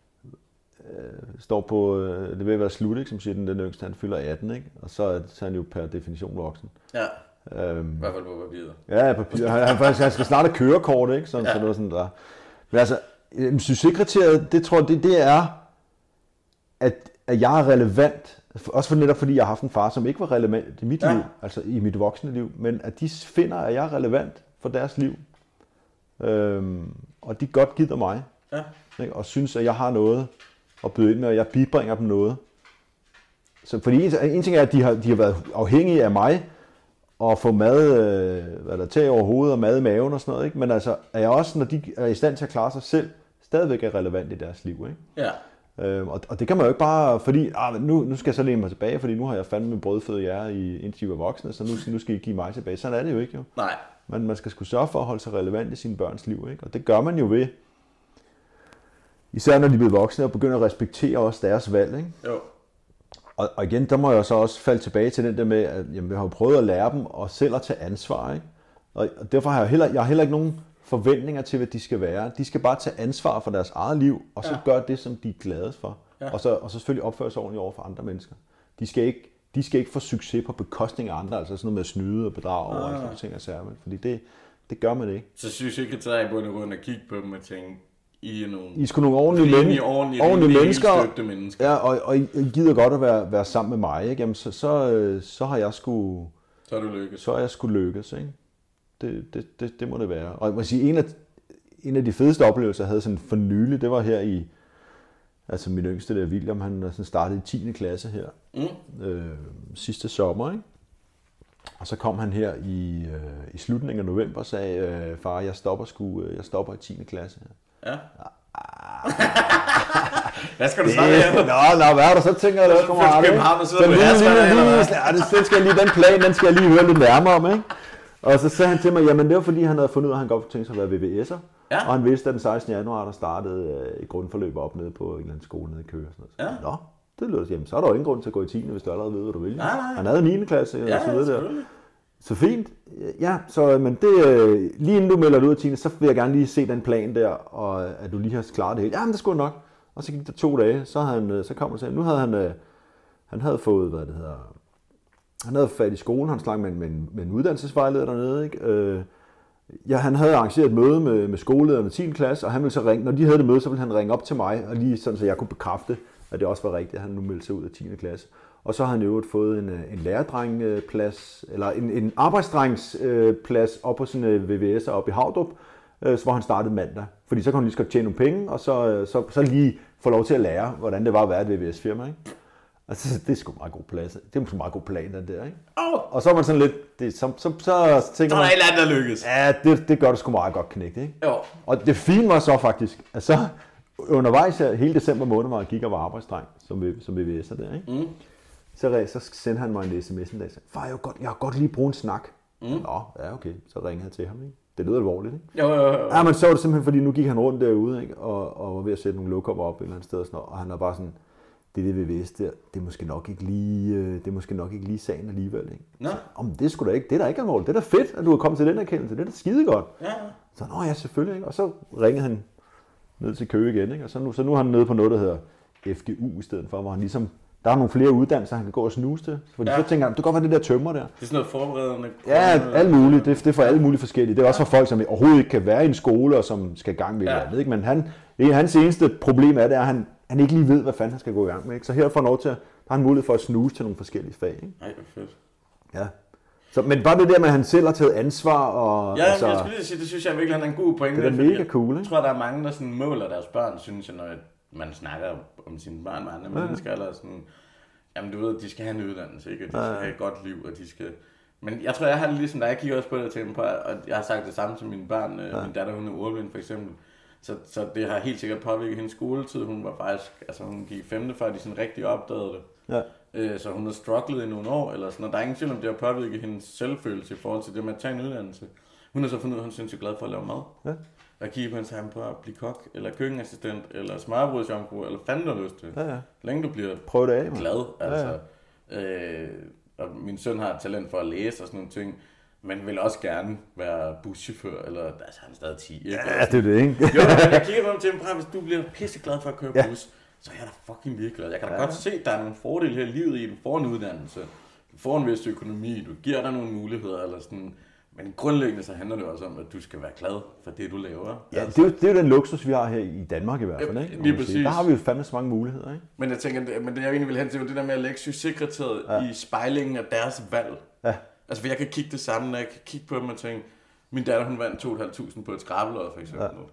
står på, det vil være slut, ikke, som siger den yngste, han fylder 18, ikke? Og så er han jo per definition voksen. Ja. I hvert fald på papiret. Ja, papiret. Han skal snart have kørekort, ikke? Så noget sådan der. Men altså, succeskriteriet, det tror jeg, det er, at jeg er relevant, også netop fordi jeg har haft en far, som ikke var relevant i mit liv, altså i mit voksne liv, men at de finder, at jeg er relevant for deres liv. Og de godt gider mig. Ja. Ikke? Og synes, at jeg har noget at byde ind med, og jeg bibringer dem noget. Så fordi en ting er, at de har været afhængige af mig, og få mad, tag over hovedet og mad i maven og sådan noget, ikke? Men altså, er jeg også, når de er i stand til at klare sig selv, stadigvæk er relevant i deres liv, ikke? Ja. Og det kan man jo ikke bare, fordi, nu skal jeg så læne mig tilbage, fordi nu har jeg fandme brødfødt jer indtil I var voksne, så nu skal I give mig tilbage. Sådan er det jo ikke, jo. Nej. Men man skal sgu sørge for at holde sig relevant i sine børns liv, ikke? Og det gør man jo ved, især når de bliver voksne og begynder at respektere også deres valg, ikke? Jo. Og igen, der må jeg så også falde tilbage til den der med, at jeg har prøvet at lære dem og selv at tage ansvar, ikke? Og derfor har jeg heller ikke nogen forventninger til, hvad de skal være. De skal bare tage ansvar for deres eget liv, og så gøre det, som de er glade for. Ja. Og så selvfølgelig opføre sig ordentligt over for andre mennesker. De skal ikke få succes på bekostning af andre, altså sådan noget med at snyde og bedrage og sådan ting og særligt, fordi det gør man ikke. Så synes jeg ikke, at tage i bund og grund og kigge på dem og tænke, I er nogle ordentlige mennesker. Ja, og I gider godt at være sammen med mig, ikke? Jamen, så har jeg sgu... Så har du lykkes. Så har jeg sgu lykkes, ikke? Det må det være. Og jeg må sige, en af de fedeste oplevelser, jeg havde sådan for nylig, det var her i... Altså min yngste der, William, han sådan startede i 10. klasse her. Sidste sommer, ikke? Og så kom han her i slutningen af november og sagde, far, jeg stopper i 10. klasse her. Ja. Hvad skal du snakke her? Nå, hvad er der så, tænker jeg, der kommer aldrig. Den plan, den skal jeg lige høre lidt nærmere om, ikke? Og så sagde han til mig, jamen det var fordi, han havde fundet ud af, at han godt tænkte sig at være VVS'er. Ja. Og han vidste, at den 16. januar, der startede et grundforløb op nede på en eller anden skole nede i Køge. Og sådan noget. Ja. Nå, Det lød, jamen, så er der jo ingen grund til at gå i 10. hvis du allerede ved, hvad du vil. Nej. Han havde 9. klasse og så videre der. Så fint. Ja, men det, lige inden du melder dig ud af 10. så vil jeg gerne lige se den plan der, og at du lige har klaret det hele. Jamen, det skulle nok. Og så gik der 2 dage, så kom han til, nu havde han havde fået, han havde fat i skolen, han snakkede med en uddannelsesvejleder dernede, ikke? Han havde arrangeret et møde med skolelederne i 10. klasse, og han ville så ringe, når de havde det møde, så ville han ringe op til mig, og lige sådan, så jeg kunne bekræfte, at det også var rigtigt, at han nu meldte sig ud af 10. klasse. Og så har han jo fået en lærerdrengplads, eller en arbejdsdrengsplads op på sådan en VVS op i Havdrup, hvor han startede mandag. Fordi så kunne han lige skal tjene nogle penge, og så lige få lov til at lære, hvordan det var at være et VVS-firma, ikke? Altså, det er sgu meget god plads. Det er sgu meget god plan, den der, ikke? Og så er man sådan lidt... Så tænker man... Der er et eller andet, der lykkes. Ja, det gør det sgu meget godt knægt, ikke? Jo. Og det fine var så faktisk, at så undervejs her, hele december måned, hvor jeg gik og var arbejdsdreng, som VVS'er der, ikke? Så sendte han mig en sms en dag og sagde, far, jeg har godt lige brugt en snak. Nå, ja, okay. Så ringede jeg til ham, ikke? Det lyder alvorligt, ikke? Jo. Ja, men så var det simpelthen, fordi nu gik han rundt derude, ikke? Og var ved at sætte nogle lokummer op et eller andet sted og sådan noget. Og han var bare sådan, det VVS der, det er måske nok ikke lige sagen alligevel, ikke? Nå. Det er sgu da ikke, det er da ikke alvorligt. Det er da fedt, at du er kommet til den erkendelse. Det er da skide godt. Ja. Så ja, selvfølgelig, ikke? Og så ringede han ned til Køge igen, ikke? Og så nu er han nede på noget, der hedder FGU i stedet for, hvor han ligesom, der er nogle flere uddannelser, han kan gå og snuse til. Fordi så tænker han, det kan godt være det der tømmer der. Det er sådan noget forberedende. Ja, alt muligt. Det er for alle mulige forskellige. Det er også for folk, som overhovedet ikke kan være i en skole, og som skal i gang med et eller andet, ikke? Men hans eneste problem er, at han ikke lige ved, hvad fanden han skal gå i gang med, ikke? Så her får han lov til, der har han mulighed for at snuse til nogle forskellige fag, ikke? Nej, hvor fedt. Ja. Så, men bare det der med, at han selv har taget ansvar og... Ja, altså, jeg skulle lige sige, det synes jeg virkelig, han er en god pointe. Det er mega cool, ikke? Jeg tror, der er mange, der sådan måler deres børn, synes jeg, når man snakker om sine børn med andre mennesker, eller sådan... Jamen du ved, de skal have en uddannelse, ikke? Og de skal have et godt liv, og de skal... Men jeg tror, jeg har det ligesom dig, jeg kigger også på det og tænker på, og jeg har sagt det samme til mine børn. Min datter, hun er ordblind for eksempel. Så det har helt sikkert påvirket hendes skoletid. Hun var faktisk, altså hun gik 5. før de sådan rigtig opdagede det. Ja. Så hun har strugglet i nogle år, eller sådan, og der er ingen tvivl om, det har påvirket hendes selvfølelse i forhold til det med at tage en uddannelse. Hun har så fundet ud af, at hun synes, jeg er glad for at lave mad. Ja. Og kigge på hendes ham på at blive kok, eller køkkenassistent, eller smørbrødsjomfru, eller fanden du har lyst til. Ja. Længe du bliver glad, altså. Ja. Og min søn har et talent for at læse og sådan nogle ting, men vil også gerne være buschauffør, eller altså han er stadig 10, ikke? Ja, det er det, ikke? Jo, men jeg kigger på ham til ham, hvis du bliver pisseglad for at køre bus, så er jeg da fucking virkelig glad. Jeg kan da godt se, at der er nogle fordele her i livet i, du får en uddannelse, du får en vis økonomi, du giver dig nogle muligheder, eller sådan. Men grundlæggende så handler det også om, at du skal være glad for det, du laver. Ja, det er jo den luksus, vi har her i Danmark i hvert fald, ikke? Lige præcis. Der har vi jo fandme så mange muligheder, ikke? Men jeg tænker, men det jeg egentlig vil hen til, det der med at lægge succeskriteriet i spejlingen af deres valg. Ja. Altså, for jeg kan kigge det samme, når jeg kan kigge på dem og tænke, min datter, hun vandt 2.500 på et skrabelod, for eksempel. Ja.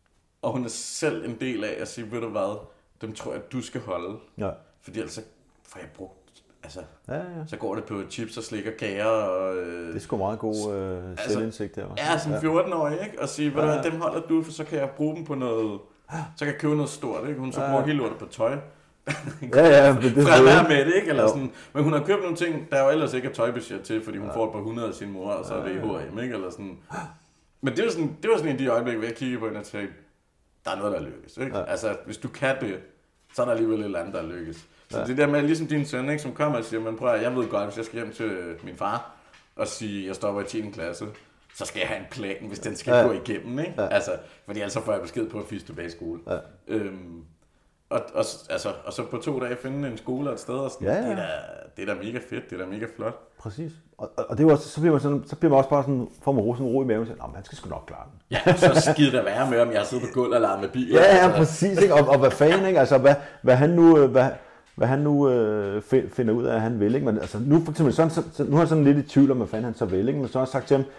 Og hun er selv en del af at sige, ved du hvad, dem tror jeg, at du skal holde. Ja. Fordi ellers får jeg brugt. Altså, så går det på chips og slik og kager. Og, det er sgu meget god selvindsigt der. Ja, som 14-årig, ikke? Og sige, ved du hvad, dem holder du, for så kan jeg bruge dem på noget, så kan jeg købe noget stort, ikke? Hun så bruger hele lortet på tøj. Men det fra at være med det, ikke? Eller sådan. Men hun har købt nogle ting, der jo ellers ikke er tøjbudget til, fordi hun får et par 100 af sin mor, og så er det i H&M, ikke? Eller sådan. Men det var sådan en af de øjeblikke, hvor jeg kiggede på hende og tænkte, der er noget, der lykkes, ikke? Altså, hvis du kan det, så er der alligevel et eller andet, der lykkes. Så det der med, ligesom din søn, ikke, som kommer og siger, men prøv at, jeg ved godt, hvis jeg skal hjem til min far og sige, at jeg stopper i 10. klasse, så skal jeg have en plan, hvis den skal gå igennem, ikke? Altså, fordi ellers får jeg besked på at fiske tilbage i skole. Og så på 2 dage finde en skole og et sted, og sådan, det er da mega fedt, det er da mega flot. Præcis. Og det er også, så bliver man også bare sådan, får man sådan ro i maven og siger, han skal sgu nok klare den. Ja, så skidt der være med, om jeg sidder på gulvet og lader med biler. Ja, præcis, ikke? Og hvad fanden, ikke? Altså, hvad han nu finder ud af, at han vil, ikke? Men altså, nu for eksempel, nu er han sådan lidt i tvivl om, hvad fanden han så vil, ikke? Men så har jeg sagt til ham,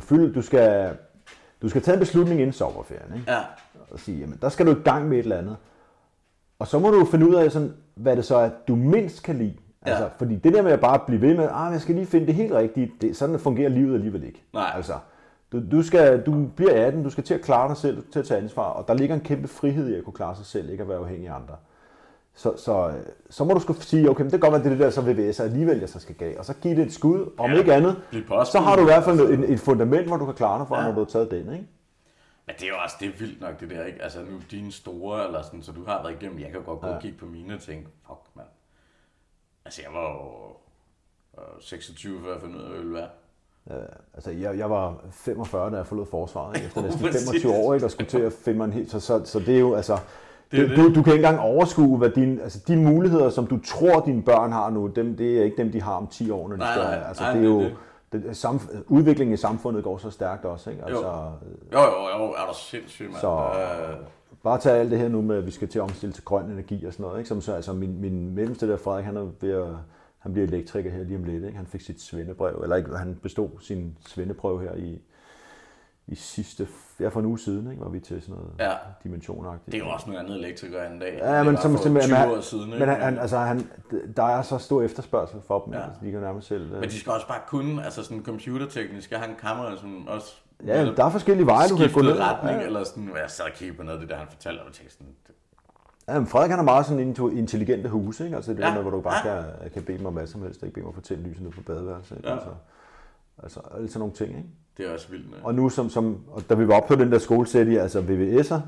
du skal tage en beslutning inden sommerferien, ikke? Ja. Og sige, jamen, der skal du i gang med et eller andet. Og så må du finde ud af, sådan, hvad det så er, du mindst kan lide. Altså, fordi det der med at bare blive ved med, jeg skal lige finde det helt rigtige, sådan fungerer livet alligevel ikke. Nej. Altså, du bliver 18, du skal til at klare dig selv, til at tage ansvar, og der ligger en kæmpe frihed i at kunne klare sig selv, ikke at være afhængig af andre. Så må du sgu sige, okay, men det kan godt være det der, så VVS alligevel, jeg så skal gav, og så give det et skud, om ikke andet, så har du i hvert fald et fundament, hvor du kan klare dig for, når du har taget den, ikke? Men det er jo også, det er vildt nok det der, ikke? Altså nu dine store, eller sådan, så du har været igennem, jeg kan godt gå og kigge på mine ting, fuck mand. Altså, jeg var jo 26, før jeg fandt ud af, hvad jeg ville være. Altså, jeg var 45, da jeg forlod forsvaret, ikke? Efter næsten 25 år, ikke? Og skulle til at finde mig en helt... Så det er jo, altså... Du kan ikke engang overskue, hvad de muligheder, som du tror, dine børn har nu, det er ikke dem, de har om 10 år, når de skal... Altså, det er jo... udviklingen i samfundet går så stærkt også, ikke? Altså, jo, er der sindssygt, mand. Så bare tage alt det her nu med, at vi skal til at omstille til grøn energi og sådan noget, ikke? Som så, altså min mellemste der, Frederik, han bliver elektriker her lige om lidt, ikke? Han fik sit svendebrev, eller ikke, han bestod sin svendeprøve her i sidste, for en uge siden, ikke? Var vi til sådan noget dimensionagtigt. Det er jo også noget andet elektriker end dag. Ja, men som simpelthen, 20 år siden, ikke? Men der er så stor efterspørgsel for dem, altså, de kan nærmest selv... Men de skal også bare kunne, altså sådan computerteknisk, jeg har en kamera, som også... Ja, der er forskellige veje, du kan gå ned. Retning, eller sådan, jeg sad og kiggede på noget af det der, han fortalte, og tænkte sådan... Ja, men Frederik han er meget sådan intelligente huse, ikke? Altså det der med, hvor du bare kan bede mig om hvad som helst, ikke bede mig at fortælle lyset ned på badeværelset, ikke? Altså alle sådan nogle ting, ikke? Det er også vildt. Og nu og da vi var oppe på den der skolesæt, altså VVS'er,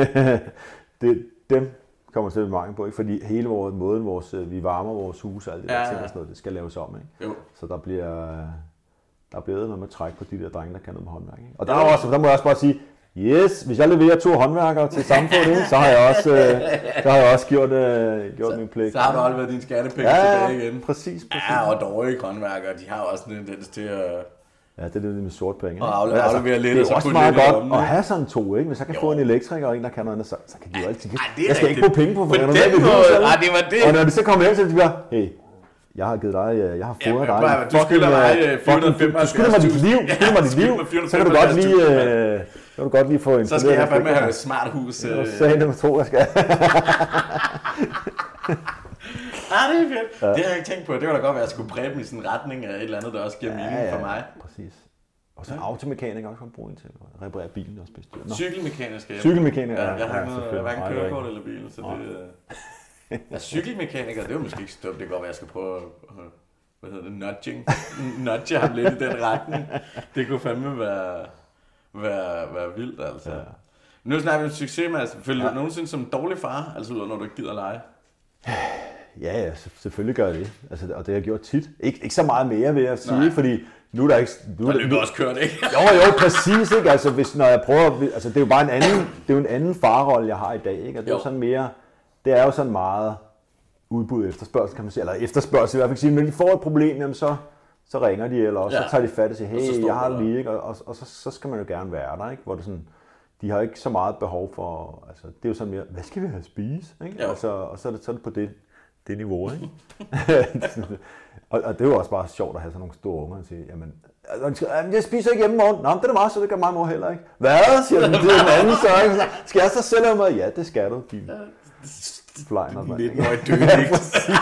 dem kommer til at mange på, ikke? Fordi hele måden, vi varmer vores huse og alt det der ting og sådan noget, det skal laves om, ikke? Jo. Så der bliver noget med træk på de der drenge, der kan noget med håndværk, ikke? Og der må jeg også bare sige, yes, hvis jeg leverer 2 håndværkere til samfundet, så har jeg også gjort min pligt. Så har du aldrig været din skattepenge tilbage igen. Præcis. Ja, og dårlige håndværkere, de har også en tendens til at... Ja, det er det med sort penge. Og aflevere lidt, det er også meget godt at have sådan 2, ikke? Hvis jeg kan få en elektriker og en, der kan noget andet, så kan de jo altid... Jeg skal ikke bruge penge på den måde. Det var det. Og når de så kommer hjem, så siger hey, jeg har givet dig, jeg har fået dig. Du skylder mig 475. Du skylder mig dit liv. Så kan du godt lige få en... Så skal jeg fandme have et smart hus. Så sagde det med 2, jeg skal. Det er fedt. Det har jeg ikke tænkt på. Det var da godt være, at jeg skulle præge dem i sådan en retning af et eller andet, der også giver mening for mig. Præcis. Og så automekaniker også kan bruge en til at reparere bilen også bedst. Cykelmekaniker. Jeg har hverken kørekort eller bil, så det... Cykelmekaniker, det er jo måske ikke så dumt. Det kan godt være, at jeg skal prøve nudge ham lidt i den retning. Det kunne fandme være vildt, altså. Ja. Nu snakker vi om succes, men føler du nogensinde som en dårlig far, altså når du ikke gider lege? Ja, selvfølgelig gør jeg det. Altså, og det har jeg gjort tit. Ikke så meget mere, vil jeg sige, fordi nu er der ikke... Nu er også kørt, ikke? jo, præcis, ikke? Altså, når jeg prøver... Altså, det er jo bare en anden farrolle, jeg har i dag, ikke? Og det er jo sådan mere... Det er jo sådan meget udbud og efterspørgsel, kan man sige. Eller efterspørgsel i hvert fald sige. Når de får et problem, jamen så ringer de, eller også så tager de fat og siger, hey, jeg har det lige, ikke? Og så skal man jo gerne være der, ikke? Hvor det sådan... De har ikke så meget behov for... Altså, det er jo sådan mere, hvad skal vi have at spise? Ikke? Altså, og så er det på det niveau, ikke? og det er jo også bare sjovt at have sådan nogle store unger og sige, jamen, jeg spiser ikke hjemme i morgen. Nå, det er meget, så det gør mig mor heller ikke. Hvad? Siger den til den anden så, ikke? Skal jeg så selv have mad? Ja, det skal du. Flejner, mand. 19-årig død, ikke?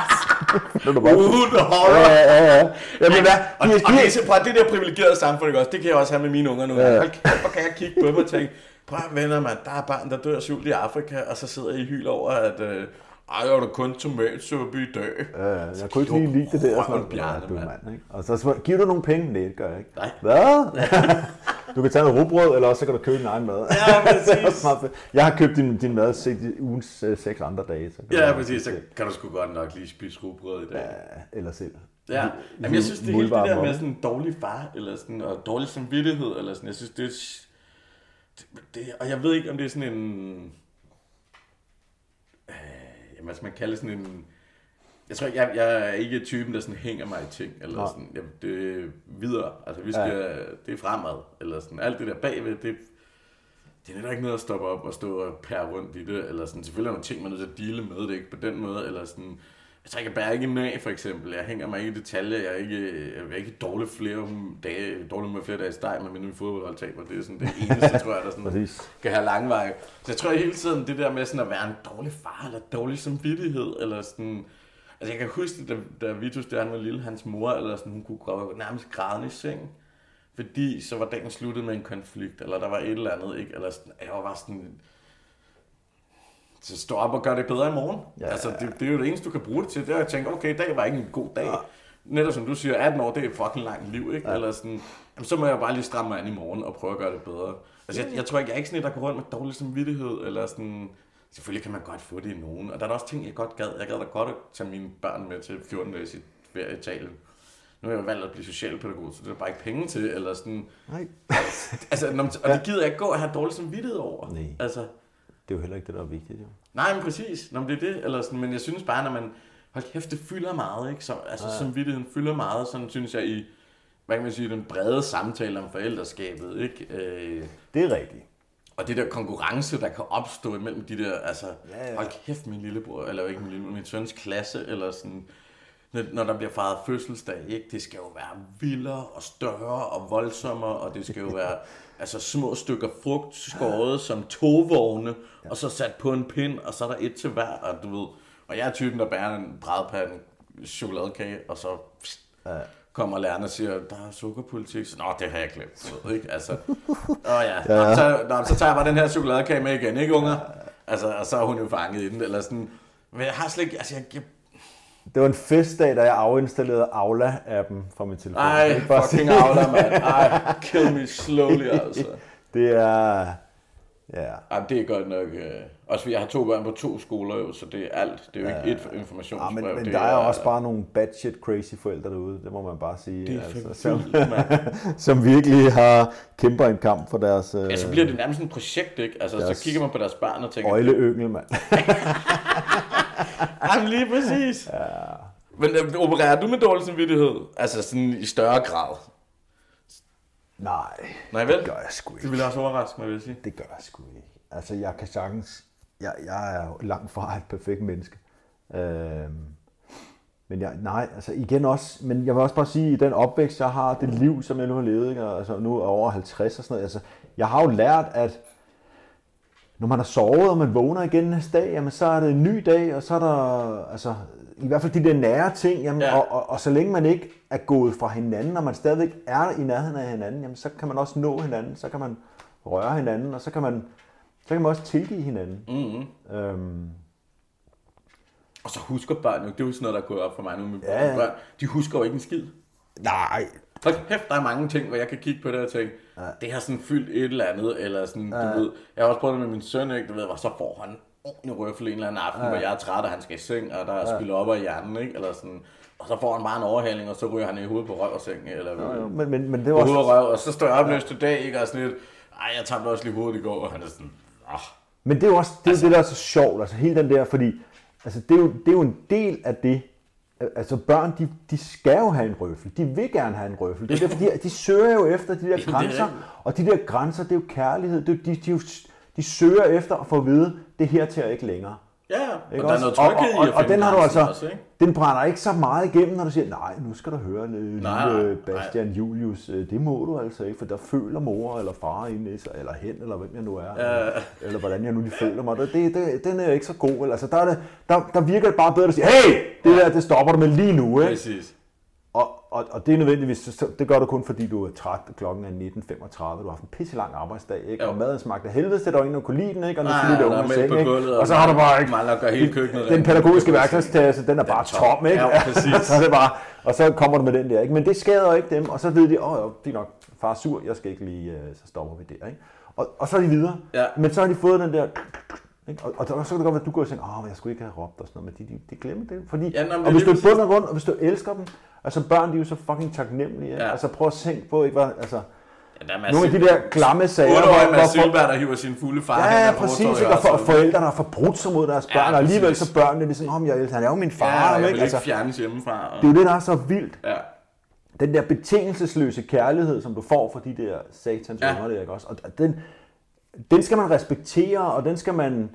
Jamen, og det der privilegerede samfund, ikke også? Det kan jeg også have med mine unger nu. Hvor kan jeg kigge på dem og tænke, prøv venner, man, der er barn, der dør sult i Afrika, og så sidder I og hyler over, at jeg var da kun tomatsuppe i dag. Jeg kunne ikke lige lide det der. Og så giver du nogle penge? Nej, det gør jeg ikke. Nej. Hvad? Du kan tage noget rugbrød, eller også så kan du købe din egen mad. Ja, præcis. Jeg har købt din mad ugens 6 andre dage. Ja, præcis. Så kan du sgu godt nok lige spise rugbrød i dag. Ja, eller selv. Ja, jamen, jeg synes, det er helt det der med sådan en dårlig far, eller sådan, og dårlig samvittighed, eller sådan, jeg synes, det og jeg ved ikke, om det er sådan en... hvad skal man kalde sådan en... Jeg tror, jeg er ikke typen, der sådan hænger mig i ting, eller sådan, det er videre, altså vi skal, det er fremad, eller sådan, alt det der bagved, det er netop ikke noget at stoppe op og stå og pære rundt i det, eller sådan, selvfølgelig er nogle ting, man er nødt til at deale med det, ikke på den måde, eller sådan, jeg trækker bare ikke ned, for eksempel, jeg hænger mig ikke i detaljer, jeg er ikke dårlig med flere dage i steg, men min fodboldhold taber, det er sådan det eneste, tror jeg, der sådan kan have langveje. Så jeg tror hele tiden, det der med sådan at være en dårlig far, eller dårlig samvittighed, eller sådan, altså jeg kan huske det, da Vitus, der han var lille, hans mor, eller sådan, hun kunne nærmest græde i seng, fordi så var dagen sluttet med en konflikt, eller der var et eller andet, ikke, eller sådan, jeg var bare sådan, så stå op og gør det bedre i morgen. Ja. Altså, det er jo det eneste, du kan bruge det til. Det er at tænke, okay, i dag var ikke en god dag. Ja. Netop som du siger, 18 år, det er et fucking langt liv, ikke? Ja. Eller sådan, så må jeg bare lige stramme mig an i morgen og prøve at gøre det bedre. Altså, jeg tror ikke, jeg er ikke sådan et, der går rundt med dårlig samvittighed, eller sådan, selvfølgelig kan man godt få det i nogen. Og der er også ting, jeg godt gad. Jeg gad da godt at tage mine børn med til 14 dages i ferie i Italien. Nu har jeg jo valgt at blive socialpædagog, så det er bare ikke penge til, eller sådan. Nej. Altså, og det gider jeg ikke gå og have dårlig samvittighed over. Nej. Altså, det er jo heller ikke det, der er vigtigt, jo. Nej, men præcis. Nå, men det er det. Eller sådan, men jeg synes bare, når man... Hold kæft, det fylder meget, ikke? Så, altså, samvittigheden fylder meget, sådan synes jeg, i... Hvad kan man sige? Den brede samtale om forældreskabet, ikke? Det er rigtigt. Og det der konkurrence, der kan opstå imellem de der... Altså, hold kæft, min lillebror, eller ikke min søns klasse, eller sådan... Når der bliver fejret fødselsdag, ikke? Det skal jo være vildere og større og voldsommere, og det skal jo være altså, små stykker frugt skåret som tovogne, og så sat på en pind, og så er der et til hver, og du ved. Og jeg er typen, der bærer en brædpande chokoladekage, og så kommer lærerne og siger, der er sukkerpolitik. Så, nå, det har jeg glemt, ikke? Altså, så tager jeg bare den her chokoladekage med igen, ikke unger? Altså, og så er hun jo fanget i den, eller sådan. Men jeg har slet ikke, altså det var en festdag, da jeg afinstallerede Aula-appen fra min telefon. Ej, fucking Aula, mand. Ej, kill me slowly, altså. Det er... Ja. Ej, det er godt nok... Også fordi jeg har 2 børn på 2 skoler, jo, så det er alt. Det er jo ikke et informationsbrev. Men det der er også bare nogle bad shit crazy forældre derude, det må man bare sige. Det er altså, som virkelig har kæmper en kamp for deres... Ja, så bliver det nærmest et projekt, ikke? Altså, så kigger man på deres børn og tænker... Øjleyngel, mand. Jamen lige præcis. Ja. Men opererer du med dårlig samvittighed? Altså sådan i større grad? Nej, vel? Det gør jeg sgu ikke. Det vil også overraske mig, vil jeg sige. Det gør jeg sgu ikke. Altså jeg kan sagtens... Jeg er jo langt fra et perfekt menneske. Men altså igen også... Men jeg vil også bare sige, i den opvækst, jeg har, det liv, som jeg nu har levet, ikke? Altså nu er jeg over 50 og sådan noget. Altså, jeg har jo lært, at når man har sovet, og man vågner igen næste dag, jamen så er det en ny dag, og så er der... Altså, i hvert fald de der nære ting, jamen, og så længe man ikke er gået fra hinanden, og man stadigvæk er i nærheden af hinanden, jamen, så kan man også nå hinanden, så kan man røre hinanden, og så kan man også tilgive hinanden. Mm-hmm. Og så husker børn jo, det er jo sådan noget, der er gået op for mig nu med børn, de husker jo ikke en skid. Nej. Hold kæft, der er mange ting, hvor jeg kan kigge på det og tænke, det har sådan fyldt et eller andet, eller sådan, du ved, jeg har også prøvet det med min søn, ikke, du ved, så får han ordentlig røffel en eller anden aften, hvor jeg er træt, og han skal i seng, og der er spillet op af hjernen, ikke? Eller sådan. Og så får han bare en overhaling, og så ryger han i hovedet på røv og seng, eller men det var også... og røv, og så står jeg op næste dag, ikke? Og sådan lidt, jeg tabte også lige hovedet i går, og han er sådan, Men det er jo også det, det der er så sjovt, altså hele den der, fordi altså, det er jo en del af det, altså børn, de skal jo have en røffel, de vil gerne have en røffel, det er derfor, de søger jo efter de der grænser, og de der grænser, det er jo kærlighed, de søger efter at få at vide, det her til ikke længere. Ja, og der er noget tryghed i at finde den har du altså, også, ikke? Den brænder ikke så meget igennem, når du siger, nej, nu skal du høre lille Bastian Julius, det må du altså ikke, for der føler mor eller far inde i sig, eller hen, eller hvem jeg nu er, eller hvordan jeg nu lige føler mig. Den er ikke så god. Altså, der virker det bare bedre at sige, hey, det der, det stopper du med lige nu, ikke? Præcis. Og det er nødvendigvis, det gør du kun fordi du er træt, klokken er 19.35, du har haft en pisse lang arbejdsdag, ikke? Og maden smagte helvede til, der var ingen, der kunne lide den, ikke? Og nu skal du i seng, ikke? Og så har du bare ikke, den pædagogiske værktøjskasse, den er bare tom, ikke? Ja, præcis. Så er det bare, og så kommer du med den der, ikke? Men det skader ikke dem, og så ved de, det er nok, far er sur, jeg skal ikke lige, så stopper vi der, ikke? Og så er de videre, men så har de fået den der... Og så kan det godt være, at du går og tænker, men jeg skulle ikke have råbt og sådan noget, men de glemmer det. Fordi, og hvis du er bund og grund, og hvis du elsker dem, altså børn, de er jo så fucking taknemmelige. Ja. Altså prøv at tænke på, ikke hvad, altså... nogle af de der klamme sager... 8-årige Mads Silberg, der hiver sin fulde far. Ja, præcis, og forældre, der har forbrudt sig mod deres børn, og alligevel så børnene, det er sådan, jeg elsker, han er jo min far. Ja, jeg vil ikke fjernes hjemmefra. Det er jo det, der er så vildt. Ja. Den der betingelsesløse kærlighed, som du får for de der satans unger, der, ikke også? Og den skal man respektere, og den skal man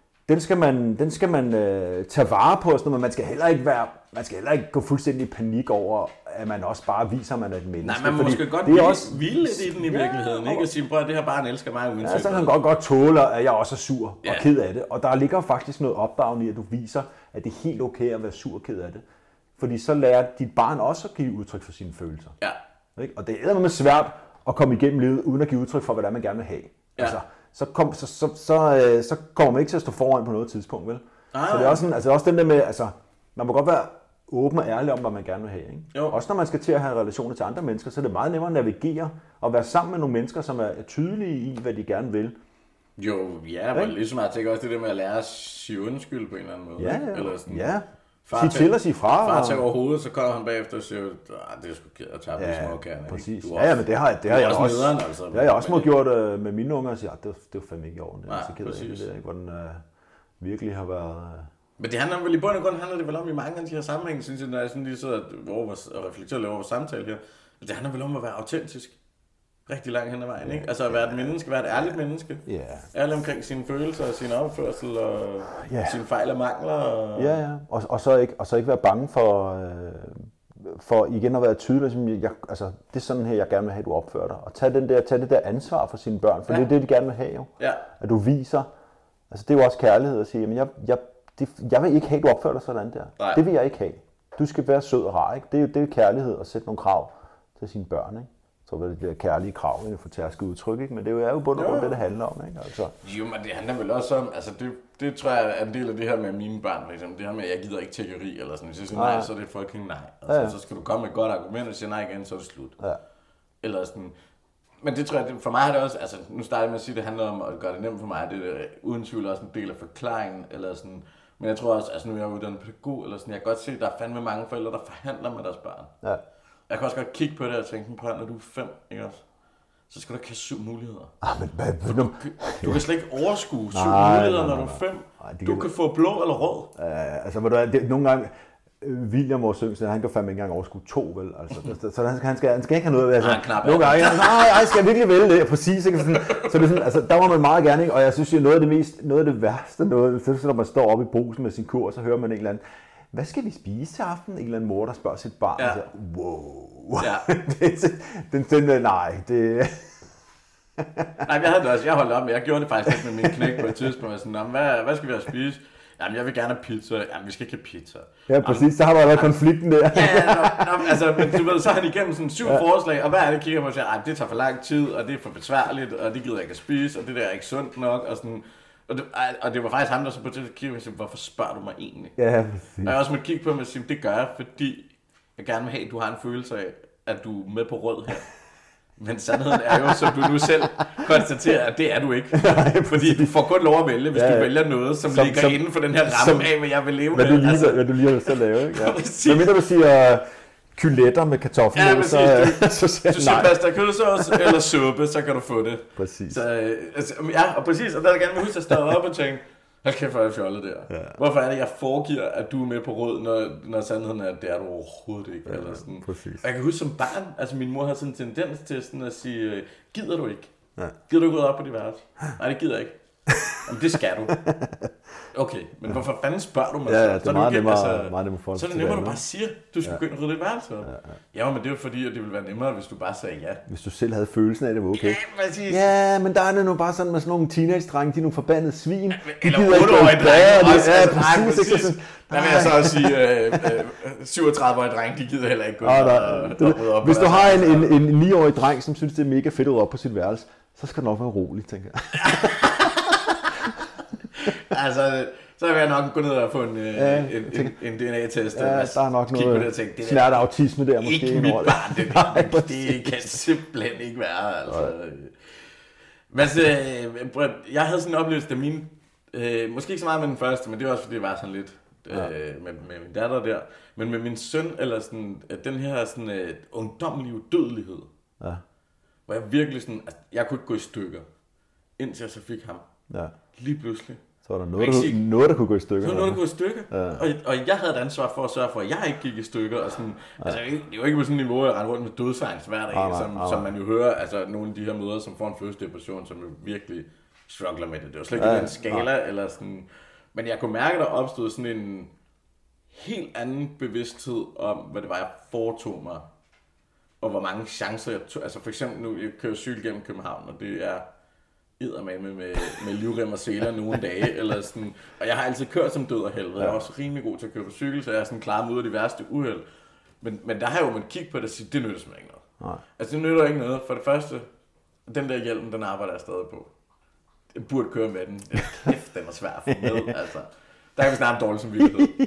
tage vare på, sådan, men man skal heller ikke gå fuldstændig i panik over, at man også bare viser, at man er et menneske. Nej, man måske godt hvile lidt i den i virkeligheden, ikke? Og sige, prøv, det her barn elsker mig uanset. Ja, så kan han godt tåle, at jeg også er sur og ked af det. Og der ligger faktisk noget opdragende i, at du viser, at det er helt okay at være sur og ked af det. Fordi så lærer dit barn også at give udtryk for sine følelser. Ja. Ikke? Og det er med svært at komme igennem livet, uden at give udtryk for, hvad man gerne vil have. Ja. Altså, så kommer man ikke til at stå foran på noget tidspunkt, vel? Så det er også, sådan, altså også den der med, altså, man må godt være åben og ærlig om, hvad man gerne vil have, ikke? Også når man skal til at have relationer til andre mennesker, så er det meget nemmere at navigere og være sammen med nogle mennesker, som er tydelige i, hvad de gerne vil. Jo, ja, men ligesom jeg tænker også det der med at lære at sige undskyld på en eller anden måde. Ja, eller sådan, ja. Far Sig til og sig fra. Far tager over hovedet, så kommer han bagefter og siger, det er sgu ked at tage på småkærne. Præcis. Ja, men det har jeg også. Nederen, altså. Det har jeg også gjort med mine unger og sige, det var fandme ikke i orden. Nej, så ked af præcis. det, ikke, hvor den virkelig har været... Men det handler vel i bund og grund handler det vel om i mange af de her sammenhænge, synes jeg, når jeg sådan lige sidder og reflekterer lidt over vores samtale her. Det handler vel om at være autentisk. Rigtig langt hen ad vejen, ikke? Altså at være et menneske, være et ærligt menneske. Ja. Ærligt omkring sine følelser og sin opførsel og sine fejl og mangler. Og... Ja. Og så ikke være bange for igen at være tydelig. Altså, det er sådan her, jeg gerne vil have, at du opfører dig. Og tag det der ansvar for sine børn, for det er det, de gerne vil have jo. Ja. At du viser. Altså det er jo også kærlighed at sige, jamen jeg vil ikke have, at du opfører dig sådan der. Nej. Det vil jeg ikke have. Du skal være sød og rar, ikke? Det er kærlighed at sætte nogle krav til sine børn, ikke? Så vil det bliver kærlige krav, ikke? For tærsket udtryk, ikke? Men det er jo bund og grund det handler om, ikke? Altså. Jo, men det handler vel også om, altså det tror jeg er en del af det her med mine børn, for eksempel. Det her med, at jeg gider ikke tiggeri eller sådan. Hvis jeg siger nej, så er det fucking nej. Altså, så skal du komme med et godt argument og sige nej igen, så er det slut. Ja. Eller sådan. Men det tror jeg, for mig er det også, altså nu starter jeg med at sige, at det handler om at gøre det nemt for mig. Det er uden tvivl også en del af forklaringen, eller sådan. Men jeg tror også, altså nu er jeg uddannet pædagog, eller sådan, jeg kan godt se, at der er fandme mange forældre, der forhandler med deres børn. Ja. Jeg kan også godt kigge på det og tænke, prøv når du er 5, ikke også? Så skal du ikke have 7 muligheder. Men hvad du kan slet ikke overskue 7 muligheder, når du er 5. Du kan få blå eller rød. Altså, nogle gange... William, vores yngste, han kan fandme ikke engang overskue 2, vel? Altså, så han skal ikke have noget af det. Altså, nogle gange, skal jeg virkelig vælge det? Præcis, ikke? Så det er sådan, altså, der var man meget gerne, ikke? Og jeg synes, noget af det værste, når man står oppe i brusen med sin kur, så hører man en eller anden, hvad skal vi spise til aften? En eller anden mor, der spørger sit barn, og siger, wow. Ja. Nej, det... Nej, jeg havde det også. Jeg holdt op med. Jeg gjorde det faktisk med min knæk på et tidspunkt. Sådan, hvad skal vi have at spise? Jamen, jeg vil gerne have pizza. Jamen, vi skal ikke have pizza. Ja, præcis. Så har der været konflikten der. Altså, men du ved, så har han igennem sådan 7 forslag, og hvad er det, kigger på og siger, det tager for lang tid, og det er for besværligt, og det gider jeg ikke at spise, og det der er ikke sundt nok, og sådan. Og det var faktisk ham, der så på det kigge og sagde, hvorfor spørger du mig egentlig? Ja, præcis. Og jeg også måtte kigge på mig og sige, det gør jeg, fordi jeg gerne vil have, at du har en følelse af, at du er med på rød her. Men sandheden er jo, som du nu selv konstaterer, at det er du ikke. Fordi du får kun lov at vælge, hvis du vælger noget, som ligger inden for den her ramme af, hvad jeg vil leve med. Hvad du lige har selv lavet, ikke? Ja. Hvad mindre du siger kyletter med kartofler, ja, så siger pasta kødsovs eller suppe, så kan du få det. Præcis. Så, og præcis, og der er gerne med huske at stå op og tænke, hold kæft, hvor er jeg fjollet der. Ja. Hvorfor er det, jeg foregiver, at du er med på rød, når sandheden er, at det er du overhovedet ikke? Eller sådan. Præcis. Og jeg kan huske som barn, altså min mor havde sådan en tendens til sådan at sige, gider du ikke? Ja. Gider du ikke gå op på dit værelse? Nej, det gider jeg ikke. Jamen, det skal du. Okay, men hvorfor fanden spørger du mig så? Ja, det er meget nemmere for så er det nemmere, du bare siger, du skal gå ind og rydde dit værelse op. Ja, men det er jo fordi, at det ville være nemmere, hvis du bare sagde ja. Hvis du selv havde følelsen af, at det var okay. Ja, præcis. Ja, men der er det nu bare sådan med sådan nogle teenage-drenge, de er nogle forbandede svin. Eller 8-årige drenge. Ja, præcis. Der vil jeg så også sige, 37-årige drenge, de gider heller ikke gå op. Hvis du har en 9-årig dreng, som synes, det er mega fedt at op på sit værelse, så skal det nok være roligt, tænker jeg. Altså, så vil jeg nok gå ned og få en DNA-test. Ja, der er nok noget snært autisme der måske. Ikke mit barn, det kan simpelthen ikke være. Altså. Jeg havde sådan en oplevelse, da mine, måske ikke så meget med den første, men det var også fordi, det var sådan lidt med min datter der, men med min søn, eller sådan, den her sådan, ungdommelige udødelighed, hvor jeg virkelig sådan, altså, jeg kunne ikke gå i stykker, indtil jeg så fik ham. Ja. Lige pludselig. Så var der noget, der kunne gå i stykker. Så noget, der kunne gå i stykker. Ja. Og jeg havde et ansvar for at sørge for, at jeg ikke gik i stykker. Og sådan, altså, det er jo ikke på sådan et niveau, at jeg render rundt med dødsangst hver dag, som man jo hører, altså nogle af de her mødre, som får en fødselsdepression, som jo virkelig struggler med det. Det var slet ikke den skala, eller sådan. Men jeg kunne mærke, at der opstod sådan en helt anden bevidsthed om, hvad det var, jeg foretog mig. Og hvor mange chancer jeg tog. Altså for eksempel nu, jeg kører cykel gennem København, og det er med livrem og seler nogle dage, eller sådan. Og jeg har altid kørt som død og helvede. Jeg er også rimelig god til at køre på cykel, så jeg er sådan klar mod de værste uheld. Men der har jeg jo man kigge på det og sige, det nytter simpelthen ikke noget. Nej. Altså det nytter ikke noget. For det første, den der hjelm, den arbejder jeg stadig på. Jeg burde køre med den. Kæft, den er svær at få med, altså. Der kan vi snakke om dårlig samvittighed.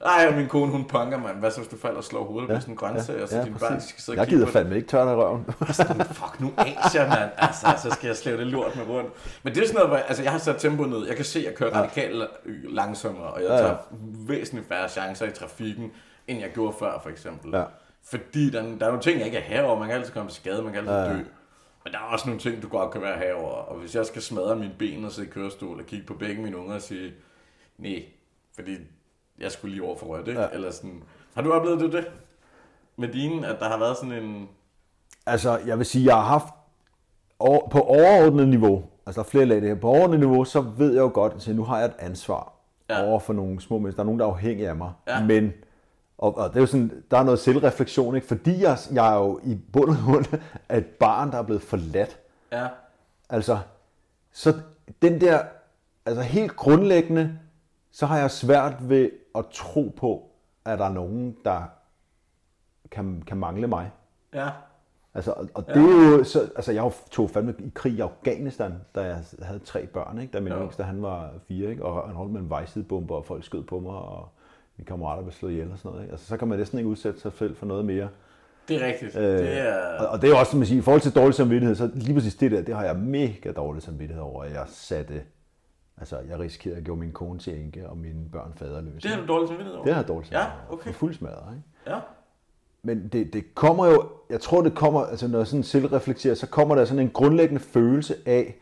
Ej, og min kone, hun punker mig. Hvad så, hvis du falder og slår hovedet på sådan en grøntsag, og så dine børn skal sidde og kigge på det? Jeg gider fandme ikke tørre af røven. Fuck, nu Asia, mand. Altså, så skal jeg slæve det lort med rundt. Men det er sådan noget, hvor altså, jeg har sat tempoet ned. Jeg kan se, at jeg kører radikalt langsommere, og jeg tager væsentligt færre chancer i trafikken, end jeg gjorde før, for eksempel. Ja. Fordi der er nogle ting, jeg ikke er herover. Man kan altid komme til skade, man kan altid dø. Men der er også nogle ting, du godt kan være herover. Og hvis jeg skal smadre mine ben og sidde i kørestol og kigge på begge mine unger og sige, nej, fordi jeg skulle lige over for rødt, ikke? Ja. Eller sådan. Har du oplevet det med dine, at der har været sådan en... Altså, jeg vil sige, jeg har haft på overordnet niveau, altså der er flere lag det her, på overordnet niveau, så ved jeg jo godt, at nu har jeg et ansvar over for nogle små mennesker. Der er nogen, der er afhængige af mig. Ja. Men, og det er jo sådan, der er noget selvreflektion, ikke? Fordi jeg er jo i bund og grund af et barn, der er blevet forladt. Ja. Altså, så den der, altså helt grundlæggende, så har jeg svært ved at tro på, at der er nogen, der kan mangle mig. Ja. Altså, og det er jo, så, altså jeg tog fandme i krig i Afghanistan, da jeg havde 3 børn, ikke? Da min yngste, han var 4, ikke? Og han holdt med en vejsidebomber, og folk skød på mig, og mine kammerater blev slået ihjel og sådan noget, ikke? Altså, så kan man næsten ikke udsætte sig selv for noget mere. Det er rigtigt. Det er... Og det er jo også, som man siger, i forhold til dårlig samvittighed, så lige præcis det har jeg mega dårlig samvittighed over, at jeg satte... Altså, jeg risikerer at gøre min kone til enke, og mine børn faderløse. Det har du dårlig samvittighed over? Det har jeg dårlig samvittighed over. Ja, okay. Fuld smadret, ikke? Ja. Men det kommer jo, jeg tror det kommer, altså når jeg sådan selvreflekterer, så kommer der sådan en grundlæggende følelse af,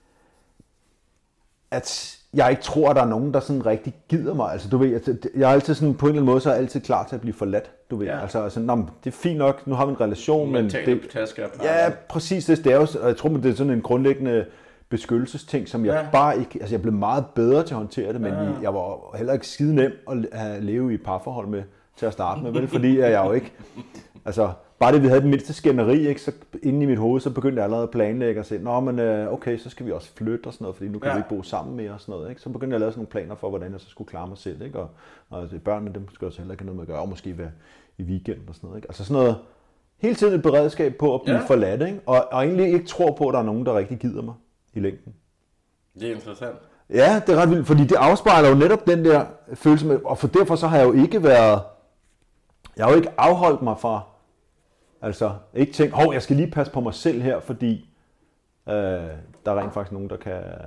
at jeg ikke tror, at der er nogen, der sådan rigtig gider mig. Altså du ved, jeg er altid sådan, på en eller anden måde, så er jeg altid klar til at blive forladt, du ved. Ja. Altså det er fint nok, nu har vi en relation, men ja, præcis det er jo, og jeg tror, det er sådan en grundlæggende beskyttelsesting, som jeg bare ikke, altså jeg blev meget bedre til at håndtere det, men jeg var heller ikke skide nem at leve i parforhold med til at starte med, vel? Fordi jeg jo ikke, altså bare det vi havde den mindste skænderi, ikke, så inde i mit hoved, så begyndte jeg allerede at planlægge og sige, nå, men okay, så skal vi også flytte og sådan noget, fordi nu kan vi ikke bo sammen mere og sådan noget, ikke? Så begyndte jeg at lave sådan nogle planer for, hvordan jeg så skulle klare mig selv, ikke? Og børnene, dem skal også heller ikke have noget med at gøre, og måske være i weekenden og sådan noget, ikke? Altså sådan noget, hele tiden et beredskab på at blive forladt, ikke? Og egentlig ikke tror på, at der er nogen, der rigtig gider mig i længden. Det er interessant. Ja, det er ret vildt, fordi det afspejler jo netop den der følelse med, og for derfor så har jeg jo ikke været, jeg har jo ikke afholdt mig fra, altså ikke tænkt, jeg skal lige passe på mig selv her, fordi der er rent faktisk nogen,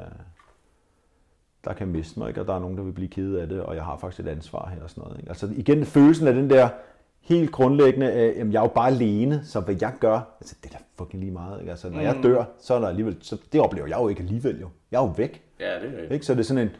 der kan miste mig, ikke? Og der er nogen, der vil blive kede af det, og jeg har faktisk et ansvar her og sådan noget, ikke? Altså igen følelsen af den der helt grundlæggende af, jamen jeg er jo bare alene, så hvad jeg gør, altså det er da fucking lige meget, ikke? Altså når jeg dør, så er der alligevel, så det oplever jeg jo ikke alligevel jo. Jeg er jo væk. Ja, det er rigtigt. Ikke? Så det er sådan en,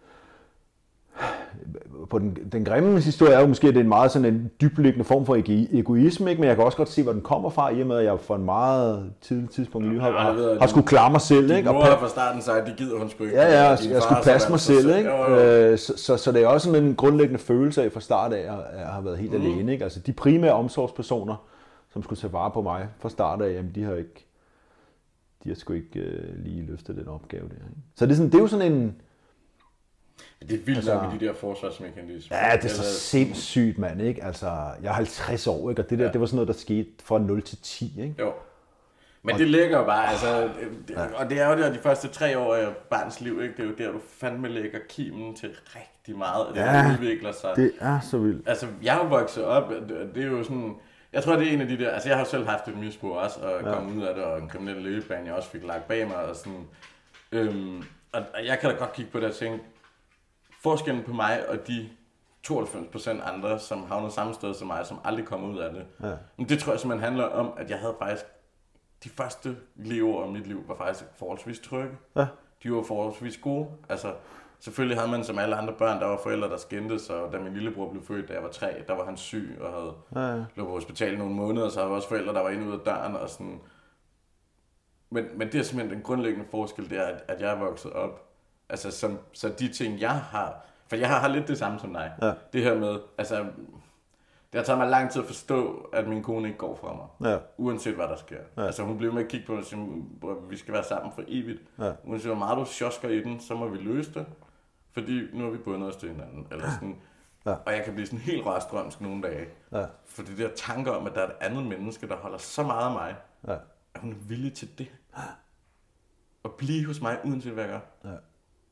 på den grimme historie er jo måske, at det er en meget sådan en dybliggende form for egoisme, ikke? Men jeg kan også godt se, hvor den kommer fra, i og med, at jeg for en meget tidlig tidspunkt i livet har skulle klare mig selv, ikke? Din mor har fra starten sagt, de gider hun sgu ikke. Ja, jeg skulle passe mig selv, ikke? Så det er også sådan en grundlæggende følelse af fra start af, at jeg har været helt alene, ikke? Altså de primære omsorgspersoner, som skulle tage vare på mig fra start af, jamen de har sgu ikke lige løftet den opgave der, ikke? Så det er jo sådan en... Det er vildt nok med de der forsvarsmekanismer. Ja, det er så sindssygt, mand, ikke? Altså, jeg er 50 år, ikke? Og det der, det var sådan noget, der skete fra 0 til 10, ikke? Jo. Men det ligger jo bare, altså, og det er jo der de første 3 år af barns liv, ikke? Det er jo der, du fandme lægger kimen til rigtig meget, at det udvikler sig. Det er så vildt. Altså, jeg har vokset op, det er jo sådan, jeg tror, det er en af de der, altså jeg har selv haft et misbrug også, og kommet ud af det, og en kriminel løbebane, jeg også fik lagt bag mig, og sådan, og jeg kan da godt kigge på det og tænke, forskellen på mig og de 92% andre, som havner samme sted som mig, som aldrig kommer ud af det. Ja. Men det tror jeg simpelthen handler om, at jeg havde faktisk, de første leveår af mit liv var faktisk forholdsvis trygge. Ja. De var forholdsvis gode. Altså, selvfølgelig havde man som alle andre børn, der var forældre, der skændtes, og da min lillebror blev født, da jeg var 3, der var han syg og havde lå på hospitalet nogle måneder, så havde jeg også forældre, der var inde ud af døren og sådan. Men det er simpelthen den grundlæggende forskel, det er, at jeg er vokset op. Altså, så de ting, jeg har... For jeg har lidt det samme som dig. Ja. Det her med... Altså, det har taget mig lang tid at forstå, at min kone ikke går fra mig. Ja. Uanset hvad der sker. Ja. Altså, hun blev med at kigge på mig og sige, vi skal være sammen for evigt. Ja. Uanset hvor meget du sjosker i den, så må vi løse det. Fordi nu er vi bundet os til hinanden. Eller sådan. Ja. Og jeg kan blive sådan helt rørstrømsk nogle dage. Ja. For det der tanker om, at der er et andet menneske, der holder så meget af mig, at hun er villig til det. At blive hos mig, uanset hvad jeg gør. Ja.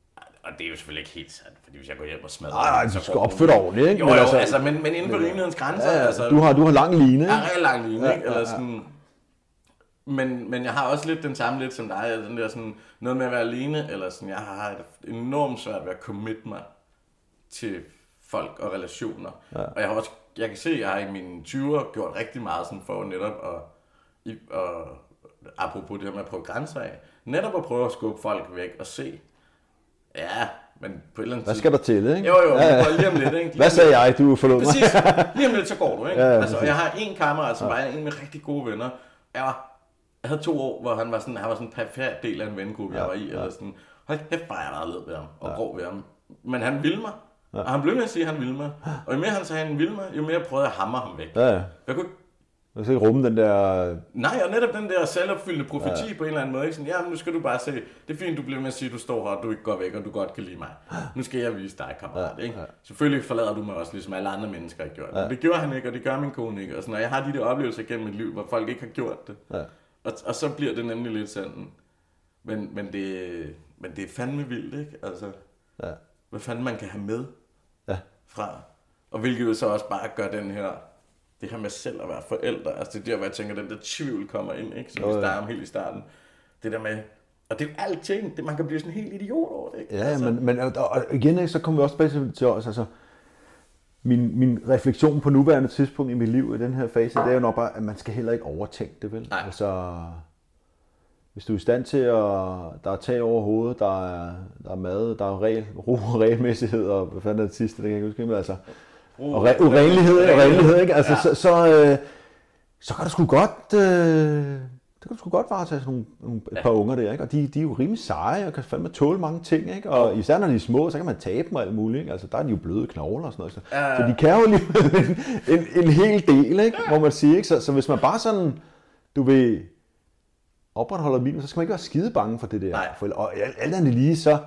Og det er jo selvfølgelig ikke helt sandt, fordi hvis jeg går hjem og smadrer... Nej, du skal opføre dig ordentligt, ikke? Jo, altså, men inden for rimelighedens grænser... Ja, altså, du har lang line, ikke? Ja, rigtig lang line, ikke? Eller sådan... Men jeg har også lidt den samme lidt som dig, den der sådan, noget med at være alene, eller sådan, jeg har enormt svært ved at commit mig til folk og relationer. Ja. Og jeg kan se, at jeg har i mine 20'er gjort rigtig meget sådan for netop at apropos det her med at prøve grænser af, netop at prøve at skubbe folk væk og se, ja, men på et eller andet Hvad skal der til, ikke? Jo, lige om lidt, ikke? Hvad sagde jeg, du forlod mig? Præcis, lige om lidt, så går du, ikke? Ja, altså, jeg har en kammerat, som var en med rigtig gode venner. Jeg havde 2 år, hvor han var sådan en perfekt del af en vennegruppe, jeg var i, eller sådan, hold kæft, bare jeg meget led ved ham, og grov ved ham. Men han ville mig, og han blev med at sige, at han ville mig. Og jo mere han sagde, at han ville mig, jo mere prøvede jeg at hamre ham væk. Ja. Jeg kunne du kan ikke rumme den der... Nej, og netop den der selvopfyldende profeti på en eller anden måde. Ikke? Sådan, ja, nu skal du bare se, det er fint, du bliver med at sige, at du står her, og du ikke går væk, og du godt kan lide mig. Nu skal jeg vise dig, kammerat. Ikke? Selvfølgelig forlader du mig også, ligesom alle andre mennesker har gjort. Men det gjorde han ikke, og det gør min kone ikke. Og, sådan, og jeg har de der oplevelser gennem mit liv, hvor folk ikke har gjort det. Og så bliver det nemlig lidt sådan. Men det er fandme vildt, ikke? Altså, hvad fanden man kan have med fra. Og hvilket jo så også bare gør den her... Det her med selv at være forældre, altså det er der, hvor jeg tænker, den der tvivl kommer ind, ikke? Som vi starter om helt i starten. Det der med, og det er jo alting, man kan blive sådan helt idiot over det, ikke? Ja, altså. men og igen, så kommer vi også tilbage til os, altså min refleksion på nuværende tidspunkt i mit liv i den her fase, det er jo nok bare, at man skal heller ikke overtænke det, vel? Nej. Altså, hvis du er i stand til at, der er tag over hovedet, der er mad, der er ro og regelmæssighed, og hvad fanden er det sidste, det kan jeg ikke huske, men altså, og urenlighed, ikke? Altså, så kan du sgu godt varetage sådan et par unger der, ikke? Og de er jo rimelig seje og kan fandme tåle mange ting, ikke? Og især når de er små, så kan man tabe dem og alt muligt, ikke? Altså, der er de jo bløde knogler og sådan noget. Så de kan jo lige en hel del, ikke? Må man sige, ikke? Så hvis man bare sådan, du vil opretholde minus, så skal man ikke være skide bange for det der. Og alt andet lige, så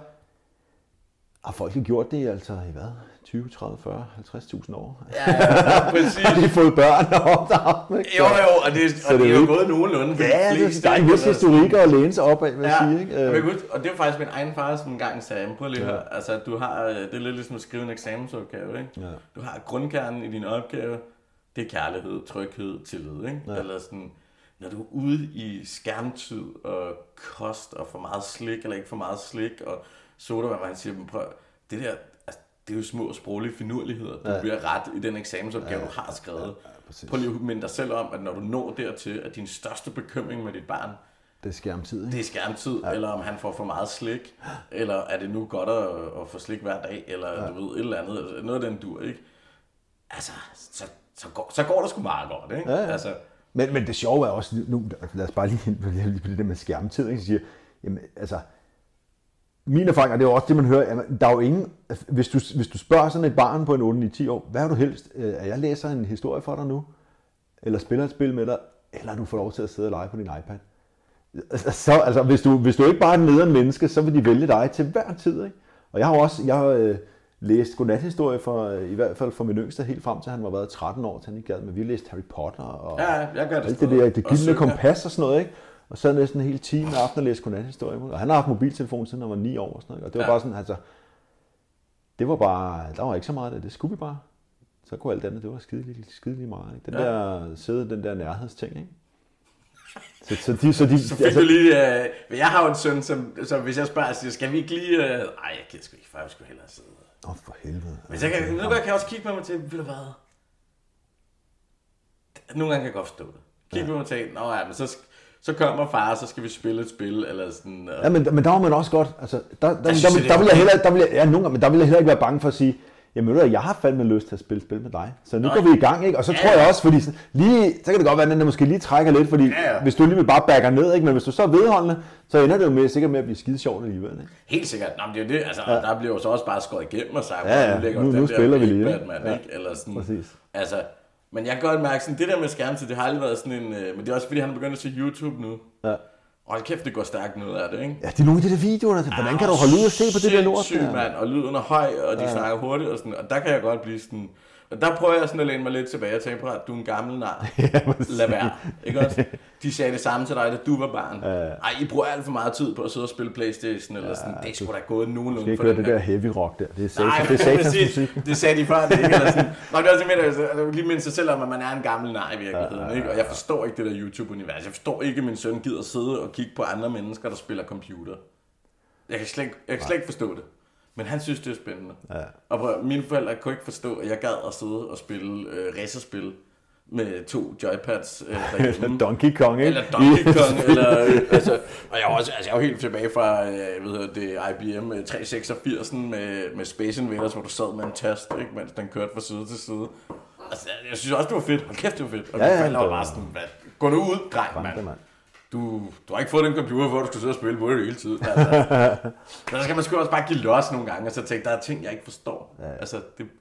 har folk gjort det altså i hvad? 20, 30, 40, 50.000 år. Ja, præcis. Har de fået børn og opdraget, ikke? Jo, og det er jo gået nogenlunde for de fleste. Der er en vis historik at læne sig op af, vil jeg sige, ikke? Og det er faktisk min egen far, som engang sagde, prøv lige at høre, altså du har, det er lidt ligesom at skrive en eksamensopgave, ikke? Ja. Du har grundkernen i din opgave, det er kærlighed, tryghed, tillid, ikke? Ja. Eller sådan, når du er ude i skærmtid og kost og for meget slik, eller ikke for meget slik, og sodavand, hvor han siger, prøv, det der, det er jo små sproglige finurligheder. Du bliver ret i den eksamensopgave, du har skrevet. Prøv lige at minde dig selv om, at når du når dertil, at din største bekymring med dit barn, det er skærmtid. Det er skærmtid, eller om han får for meget slik, eller er det nu godt at få slik hver dag, eller du ved, et eller andet, noget af den dur, ikke? Altså, så går det sgu meget godt, ikke? Ja. Altså, men det sjove er også, nu, lad os bare lige på det der med skærmtid, ikke? Så siger, jamen, altså, min erfaring, og det er jo også det, man hører, jamen, der er jo ingen, hvis du spørger sådan et barn på en 8-10 år, hvad har du helst? At jeg læser en historie for dig nu? Eller spiller et spil med dig? Eller du får lov til at sidde og lege på din iPad? Så, altså, hvis du ikke bare er en nederen menneske, så vil de vælge dig til hver tid, ikke? Og jeg har læst godnathistorie for, i hvert fald for min yngste, helt frem til han var været 13 år, til han ikke gad, men vi læste Harry Potter og jeg gør alt det der, det gyldne kompas og sådan noget, ikke? Og så næsten en hel time aften og læste godnathistorie. Og han har haft mobiltelefon siden han var 9 år og sådan noget. Og det var bare sådan, altså, det var bare, der var ikke så meget af det skulle vi bare. Så kunne alt andet, det var skide meget, ikke? Den der nærhedsting, ikke? Så fik altså, du lige, jeg har jo en søn, som hvis jeg spørger, siger, skal vi ikke lige, nej, jeg gider sgu ikke, for jeg skulle hellere sidde. For helvede. Men så kan jeg også kigge på mig til, ved du hvad? Nogle gange kan jeg godt forstå det. Kigge på mig til, men så kommer far, så skal vi spille et spil, eller sådan. Ja, men der var man også godt, altså, der vil jeg heller ikke være bange for at sige, jamen jeg har fandme lyst til at spil med dig, så nu går vi i gang, ikke? Og så tror jeg også, fordi så kan det godt være, at den måske lige trækker lidt, fordi hvis du lige bare backer ned, ikke? Men hvis du så er vedholdende, så ender det jo sikkert med at blive skide sjovt alligevel, ikke? Helt sikkert, det er jo det, altså, der bliver jo så også bare skåret igennem og sagt, nu spiller vi lige, Batman, ikke? Eller sådan, præcis. Altså, men jeg kan godt mærke, sådan, det der med skærmtid, det har aldrig været sådan en, men det er også fordi, han er begyndt at se YouTube nu. Ja. Hold kæft, det går stærkt noget af det, ikke? Ja, det er nogle af de der videoer, hvordan kan du holde ud og se på det der lort? Sindssygt, mand, og lyden er høj, og de snakker hurtigt og sådan, og der kan jeg godt blive sådan, Og der prøver jeg sådan at læne mig lidt tilbage og tænke på, at du er en gammel nar. Lad være. Ikke også? De sagde det samme til dig, da du var barn. Ej, I bruger alt for meget tid på at sidde og spille PlayStation, eller sådan. Det er sgu da gået nogenlunde for det. Det der heavy rock der. Det er Nej, satans musik. Det sagde de før, det ikke? Eller sådan. Nå, det er også mere, lige mindst sig selv om, at man er en gammel nar i virkeligheden. Ikke? Og jeg forstår ikke det der YouTube-univers. Jeg forstår ikke, at min søn gider sidde og kigge på andre mennesker, der spiller computer. Jeg kan slet ikke forstå det. Men han synes, det er spændende. Ja. Og mine forældre kunne ikke forstå, at jeg gad at sidde og spille racerspil med 2 joypads derhjemme. Donkey Kong, ikke? Eller Donkey Kong. Og jeg er jo helt tilbage fra IBM 386 med Space Invaders, hvor du sad med en tast, ikke, mens den kørte fra side til side. Altså, jeg synes også, det var fedt. Hold kæft, det var fedt. Og mine forældre var bare sådan, gå nu ud, dreng, mand. Du har ikke fået den computer, hvor du skal sidde og spille på det hele tiden. Altså. Så skal man sgu også bare give los nogle gange, og så tænke, der er ting, jeg ikke forstår. Ja. Altså,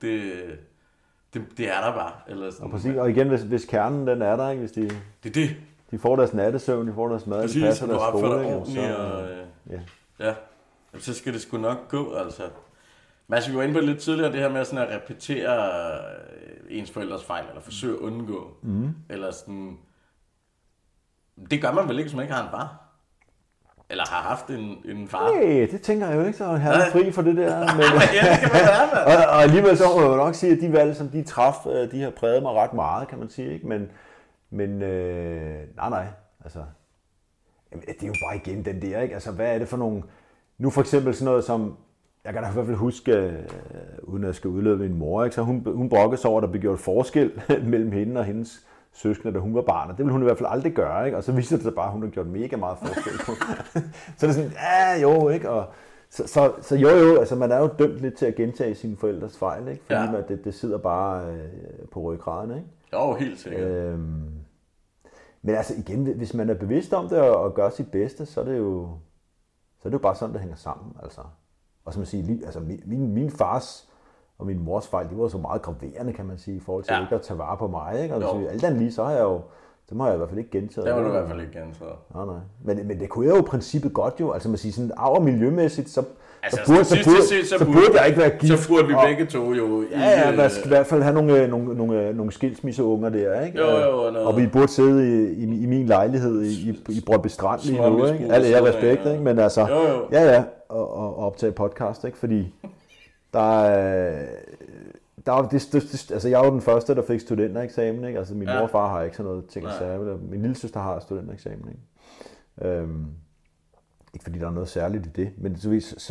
det er der bare. Eller sådan. Og præcis, og igen, hvis kernen den er der, ikke? Hvis de får deres nattesøvn, de får deres mad, de passer deres skole, så skal det sgu nok gå, altså. Men altså, vi var inde på det lidt tidligere, det her med sådan at repetere ens forældres fejl, eller forsøge at undgå. Eller sådan. Det gør man vel ikke, hvis man ikke har en far? Eller har haft en far? Nej, det tænker jeg jo ikke, så han er fri for det der. Men, ja, det kan man være, og alligevel så må jeg nok sige, at de valg, som de traf, de har præget mig ret meget, kan man sige. Ikke? Men nej, altså, det er jo bare igen den der, ikke? Altså, hvad er det for nogle. Nu for eksempel sådan noget som. Jeg kan da i hvert fald huske, uden at jeg skal udlede min mor, ikke? Så hun brokkede sig over, at der blev gjort forskel mellem hende og hendes søskende, da hun var barn, og det ville hun i hvert fald aldrig gøre, ikke? Og så viste det sig bare, at hun har gjort mega meget forskel på. Så det er sådan, jo, ikke? Og så jo, altså man er jo dømt lidt til at gentage sine forældres fejl, ikke? Fordi det sidder bare på ryggraden, ikke? Jo, helt sikkert. Men altså igen, hvis man er bevidst om det og gør sit bedste, så er det jo bare sådan, det hænger sammen, altså. Og som man siger, altså min fars og min mors fejl, de var så meget graverende, kan man sige, i forhold til ikke at tage vare på mig, ikke? Og så alt andet lige, så har jeg jo, det må jeg i hvert fald ikke gentaget. Det må du i hvert fald ikke gentaget. Nej. Men det kunne jeg jo i princippet godt jo, altså man siger sådan, og miljømæssigt, så burde jeg ikke være gift. Så burde vi begge to jo. Man skal i hvert fald have nogle skilsmisseunger der, ikke? Og vi burde sidde i min lejlighed i Brøndby Strand lige nu, ikke? Alt er respekt, ikke? Men altså, og optage podcast, ikke? Fordi altså jeg er jo den første, der fik studentereksamen, ikke? Altså min mor og far har ikke sådan noget ting at sige. Min lille søster har studentereksamen, ikke? Ikke fordi der er noget særligt i det, men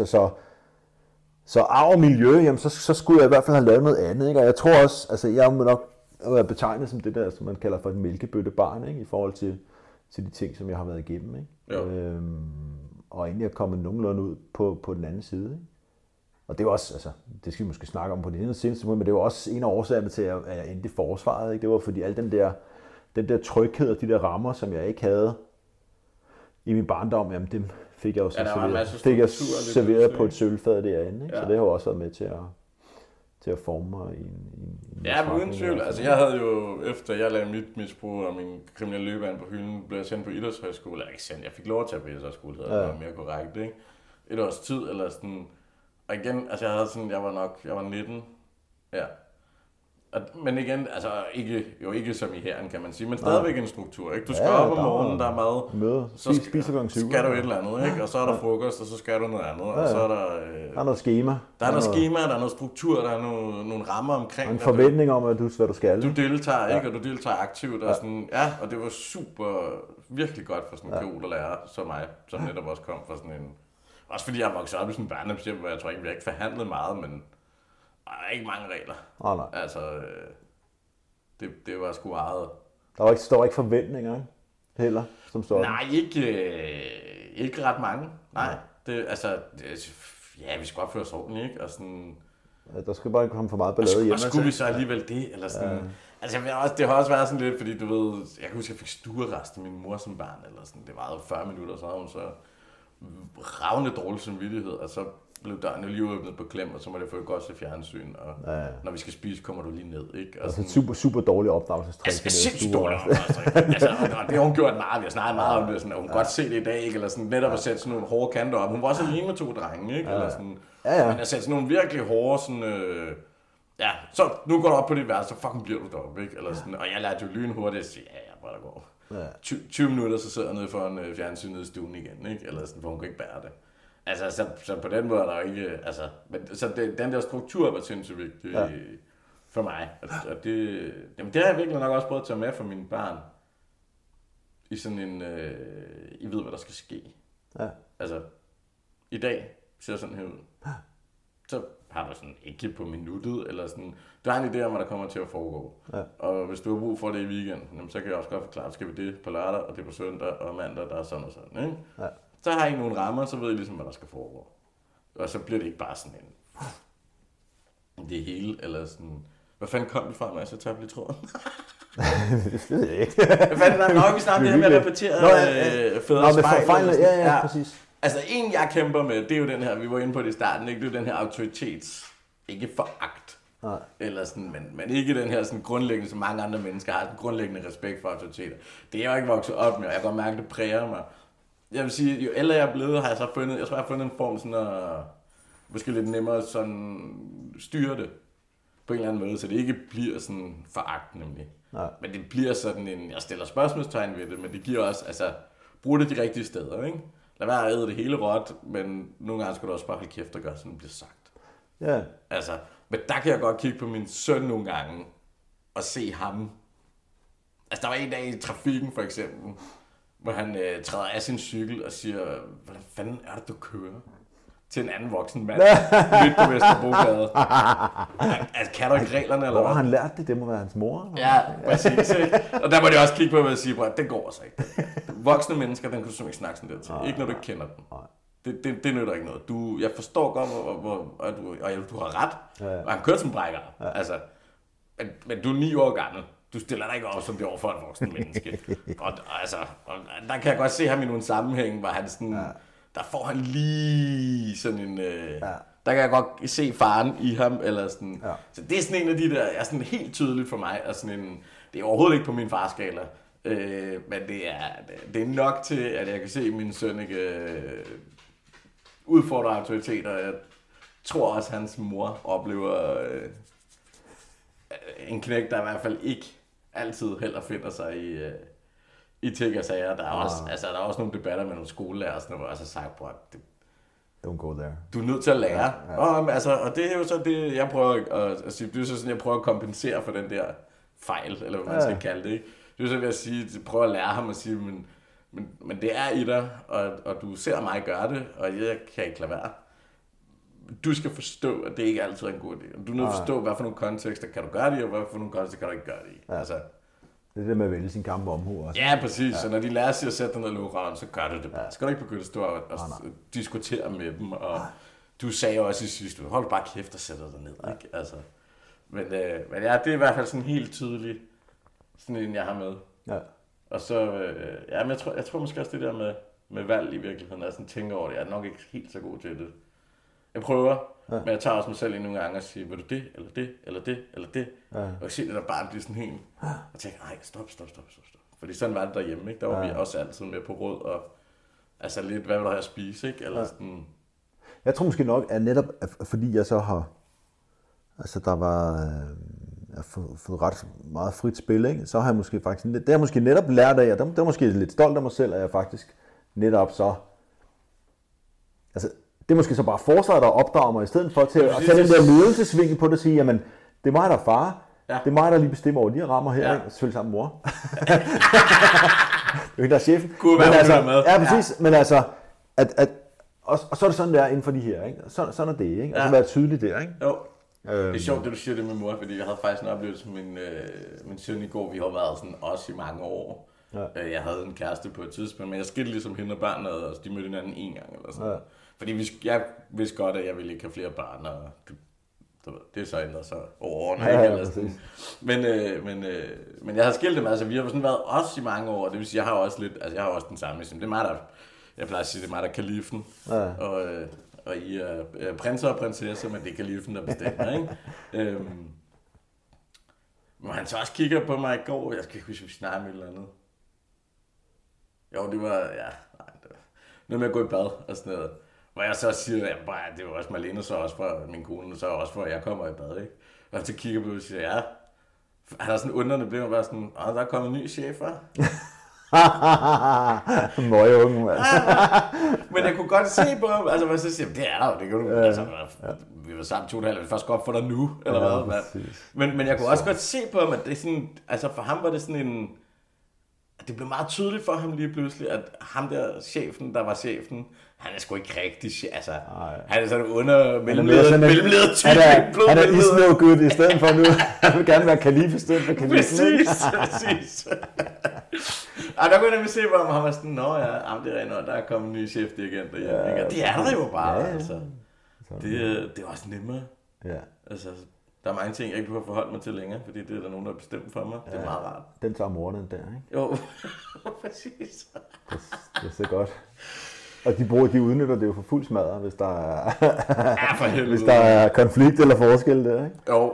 så arv og miljø, jamen så skulle jeg i hvert fald have lavet noget andet, ikke? Og jeg tror også, altså jeg må nok være betegnet som det der, som man kalder for et mælkebøttebarn, ikke? I forhold til de ting, som jeg har været igennem, ikke? Og egentlig er kommet nogenlunde ud på den anden side, ikke? Og det er også, altså, det skal vi måske snakke om på den ene seneste måde, men det var også en af årsagerne til, at jeg endte i forsvaret, ikke? Det var fordi al den der tryghed og de der rammer, som jeg ikke havde i min barndom, jamen dem fik jeg jo serveret på et sølvfad derinde, ikke? Så det har jo også været med til at forme mig i en ja, uden tvivl. Altså jeg havde jo, efter jeg lavede mit misbrug og min kriminelle løbebane på hylden, blev jeg sendt på idrætshøjskole, eller ikke sendt, jeg fik lov at tage på idrætshøjskole, det var mere korrekt, ikke? Et års tid, eller sådan. Og igen, altså jeg var 19, ja. Men igen, altså ikke som i herren, kan man sige, men stadigvæk en struktur, ikke? Du skal op om morgenen, der er mad, så skal du et eller andet, ikke? Og så er der frokost, og så skal du noget andet, og så er der er noget schema. Der er noget schema, der er noget struktur, der er nogle rammer omkring. En forventning om, at hvad du skal. Du deltager, ikke? Og du deltager aktivt, og sådan, og det var virkelig godt for sådan en god lærer som mig, som netop også kom fra sådan en. Også fordi jeg voksede op i sådan en barndomshjem, hvor jeg tror ikke, vi har ikke forhandlet meget, men der er ikke mange regler. Nej. Altså, det var sgu eget. Der står ikke forventninger, ikke? Heller, som står. Nej, ikke ret mange. Nej. Vi skal opføre os ordentligt, ikke? Og sådan. Ja, der skal bare ikke komme for meget ballade hjemme. Og skulle vi så alligevel det, eller sådan. Ja. Altså, det har også været sådan lidt, fordi du ved, jeg kan huske, at jeg fik stuerrest af min mor som barn, eller sådan. Det varede 40 minutter, så havde hun så ravne dårlig samvittighed, og så blev døren jo lige åbnet på klem, og så må det få et godt til fjernsyn, og når vi skal spise, kommer du lige ned, ikke? Og sådan, super dårlig opdragelsestrik. Altså, sindssygt dårlig opdragelsestrik. Altså, og det har hun gjort meget, vi har snakket meget om det, sådan, og hun kan godt se det i dag, ikke? Eller sådan, netop at sætte sådan nogle hårde kanter op. Hun var også alene med 2 drenge, ikke? Eller sådan, men at sætte sådan nogle virkelig hårde, sådan, Ja, så nu går du op på dit værelse, så fucking bliver du deroppe, ikke? Eller sådan, og jeg lærte jo lynhurtigt at sige, ja, der går. 20 minutter, så sidder jeg nede foran fjernsynet i stuen igen, ikke? Eller sådan, for hun kan ikke bære det. Altså, så på den måde er der jo ikke, altså, men, så den der struktur var sindssygt vigtig for mig. Og det har jeg virkelig nok også prøvet at tage med for mine børn. I sådan en, I ved, hvad der skal ske. Ja. Altså, i dag ser sådan her ud. Så har du sådan ikke på minuttet, eller sådan, du har en idé om, hvad der kommer til at foregå. Ja. Og hvis du har brug for det i weekenden, så kan jeg også godt forklare, skal vi det på lørdag, og det på søndag, og mandag, der er sådan og sådan, ikke? Ja. Så har jeg ikke nogen rammer, så ved jeg ligesom, hvad der skal foregå. Og så bliver det ikke bare sådan en det hele, eller sådan, hvad fanden kom det fra, når jeg så tabte lidt tråden? Det ved jeg ikke. Hvad fanden er nok, vi snakker det her med at repetere fædre spejl. Ja, præcis. Altså en, jeg kæmper med, det er jo den her, vi var inde på det i starten, ikke? Det er jo den her autoritets, ikke foragt. Nej. Eller sådan, men ikke den her sådan grundlæggende, som mange andre mennesker har, den grundlæggende respekt for autoriteter. Det er jeg jo ikke vokset op med, og jeg kan godt mærke, det præger mig. Jeg vil sige, jo ældre jeg er blevet, har jeg så fundet, jeg tror, jeg har fundet en form sådan at, måske lidt nemmere sådan styre det på en eller anden måde, så det ikke bliver sådan foragt nemlig. Nej. Men det bliver sådan en, jeg stiller spørgsmålstegn ved det, men det giver også, altså, brug det de rigtige steder, ikke? Lad være at æde det hele råt, men nogle gange skal du også bare holde kæft og gøre, sådan det bliver sagt. Ja. Altså, men der kan jeg godt kigge på min søn nogle gange, og se ham. Altså, der var en dag i trafikken, for eksempel, hvor han træder af sin cykel og siger, hvordan fanden er det, du kører? Til en anden voksen mand, midt på Vesterbrogade. Altså, kan du ikke reglerne, eller hvad? Hvor har han lært det? Det må være hans mor? Ja, præcis. Og der må de også kigge på, hvad jeg siger, det går altså ikke. Voksne mennesker, den kan du simpelthen ikke snakke sådan der til. Ikke når du ikke kender dem. Det nytter ikke noget. Jeg forstår godt, og du har ret. Og han kører som brækker. Altså, men du er 9 år gammel. Du stiller dig ikke op som det over for et voksen menneske. Og der kan jeg godt se ham i nogle sammenhæng, hvor han sådan... Der får han lige sådan en... Der kan jeg godt se faren i ham, eller sådan... Ja. Så det er sådan en af de der... er sådan helt tydeligt for mig, og sådan en... Det er overhovedet ikke på min farskala, men det er nok til, at jeg kan se min søn ikke udfordre autoriteter. Jeg tror også, at hans mor oplever en knæk, der i hvert fald ikke altid heller finder sig i ting og sager. Der er også nogle debatter med nogle skolelærer, hvor jeg har sagt, bro, don't go there. Du er nødt til at lære. Og det er jo så det, jeg prøver at sige. Det er så sådan, jeg prøver at kompensere for den der fejl, eller hvad man skal kalde det. Ikke? Det er så ved at sige, at prøve at lære ham at sige, men det er i dig, og du ser mig gøre det, og jeg kan ikke lade være. Du skal forstå, at det ikke altid er en god idé. Du er nødt til at forstå, hvad for nogle kontekster kan du gøre det i, og hvad for nogle kontekster kan du ikke gøre det i. Ja. Altså, det er det med at vælge sin kamp omhu også. Ja, præcis. Ja. Så når de lærer sig at sætte dig ned og lukke røven, så gør du det bare. Så skal du ikke begynde at stå og diskutere med dem. Og du sagde også i sidste uge, hold bare kæft og sætter dig ned. Ja. Ikke? Altså, men ja, det er i hvert fald sådan helt tydeligt, sådan en jeg har med. Ja. Og så, men jeg tror måske også det der med valg i virkeligheden, jeg sådan tænker over det. Jeg er nok ikke helt så god til det. Jeg prøver, men jeg tager også mig selv ind nogle gange og siger, vil du det, eller det, eller det, eller det? Ja. Og jeg ser det der barn bliver sådan helt, og tænker, nej, stop. Fordi sådan var det derhjemme, ikke? Der var vi også altid med på råd, og altså lidt, hvad vil du have at spise, ikke? Eller sådan. Jeg tror måske nok, at netop, fordi jeg så har, altså der var, jeg har fået ret meget frit spil, ikke? Så har jeg måske faktisk, det har jeg måske netop lært af, og der er måske lidt stolt af mig selv, at jeg faktisk netop så, altså, det er måske så bare forsvaret, der opdrager mig, i stedet for til at tage den der ledelsesvinkel på det og sige, jamen, det er mig, der er far. Ja. Det er mig, der lige bestemmer over de her rammer her, ikke? Selvfølgelig sammen med mor. Det er jo ikke, der er chefen. Men altså, ja, præcis. Men altså, og så er det sådan, der inden for de her, ikke? Sådan er det, ikke? Og så være tydelig der, ikke? Jo. Det er sjovt, det du siger det med mor, fordi jeg havde faktisk en oplevelse med min søn i går. Vi har været sådan også i mange år. Ja. Jeg havde en kæreste på et tidspunkt, men jeg skilte ligesom hende og barnet, og de mødte hinanden en gang eller sådan. Ja. Fordi jeg vidste godt, at jeg ville ikke have flere børn, og det er så ændret sig over årene. Men jeg har skilt dem, altså vi har sådan været også i mange år, det vil sige, jeg har også lidt, altså jeg har også den samme, det er mig, der, jeg plejer at sige, det er mig, der er kalifen, og I er prinser og prinsesser, men det er kalifen, der bestemmer, ikke? Men han så også kigger på mig i går, jeg skal ikke huske, vi snakker med et eller andet. Jo, det var, noget med at gå i bad og sådan noget. Hvor jeg så siger, at det var også Marlene, så også for min kone, så også for, at jeg kommer i bad, ikke? Og så kigger på og siger, ja. Han er sådan undrende blik, og bare sådan, der er kommet en ny chef, hva'? Møgeunge, mand. Men jeg kunne godt se på ham, altså man så siger, det er der jo, det kan du, altså, vi var sammen 2,5, vi først godt få dig nu, eller hvad, men jeg kunne også godt se på ham, at det er sådan, altså for ham var det sådan en, det blev meget tydeligt for ham lige pludselig, at ham der chefen, der var chefen, han er sgu ikke rigtig chef, altså, han er sådan under mellemleder type. Han er is no good i stedet for nu, han vil gerne være kalif i stedet for kalif. Præcis. Der kunne jeg nemlig se på ham, han var sådan, nå ja, det er rent, der er kommet en ny chefdirigent derhjemme, ikke? Og det er der jo bare, altså. Det er også nemmere. Ja. Altså, der er mange ting, jeg ikke kan forholde mig til længere, fordi det er der nogen, der har bestemt for mig. Det er meget rart. Den tager morgenen der, ikke? Jo, præcis. Det er godt. Og de udnytter det jo for fuld smadre, hvis der er, hvis der er konflikt eller forskel der, ikke? Jo.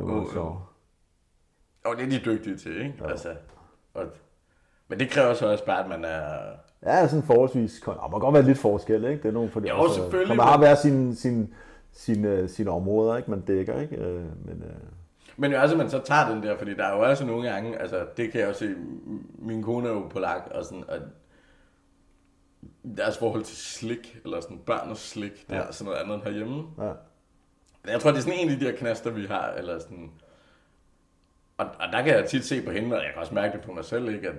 Og det er de dygtige til, ikke? Jo. Altså, men det kræver så også bare, at man er... Ja, sådan forholdsvis... Der må godt være lidt forskel, ikke? Det er nogen for det. Jo, selvfølgelig. Man har været sine områder, ikke? Man dækker, ikke? Men jo altså, man så tager den der, fordi der er jo også nogle gange, altså det kan jeg jo se, min kone er jo polak, og sådan, og deres forhold til slik, eller sådan børnens slik, det er sådan noget andet end herhjemme. Ja. Jeg tror, det er sådan en af de der knaster, vi har, eller sådan... Og der kan jeg tit se på hende, og jeg kan også mærke det på mig selv, ikke?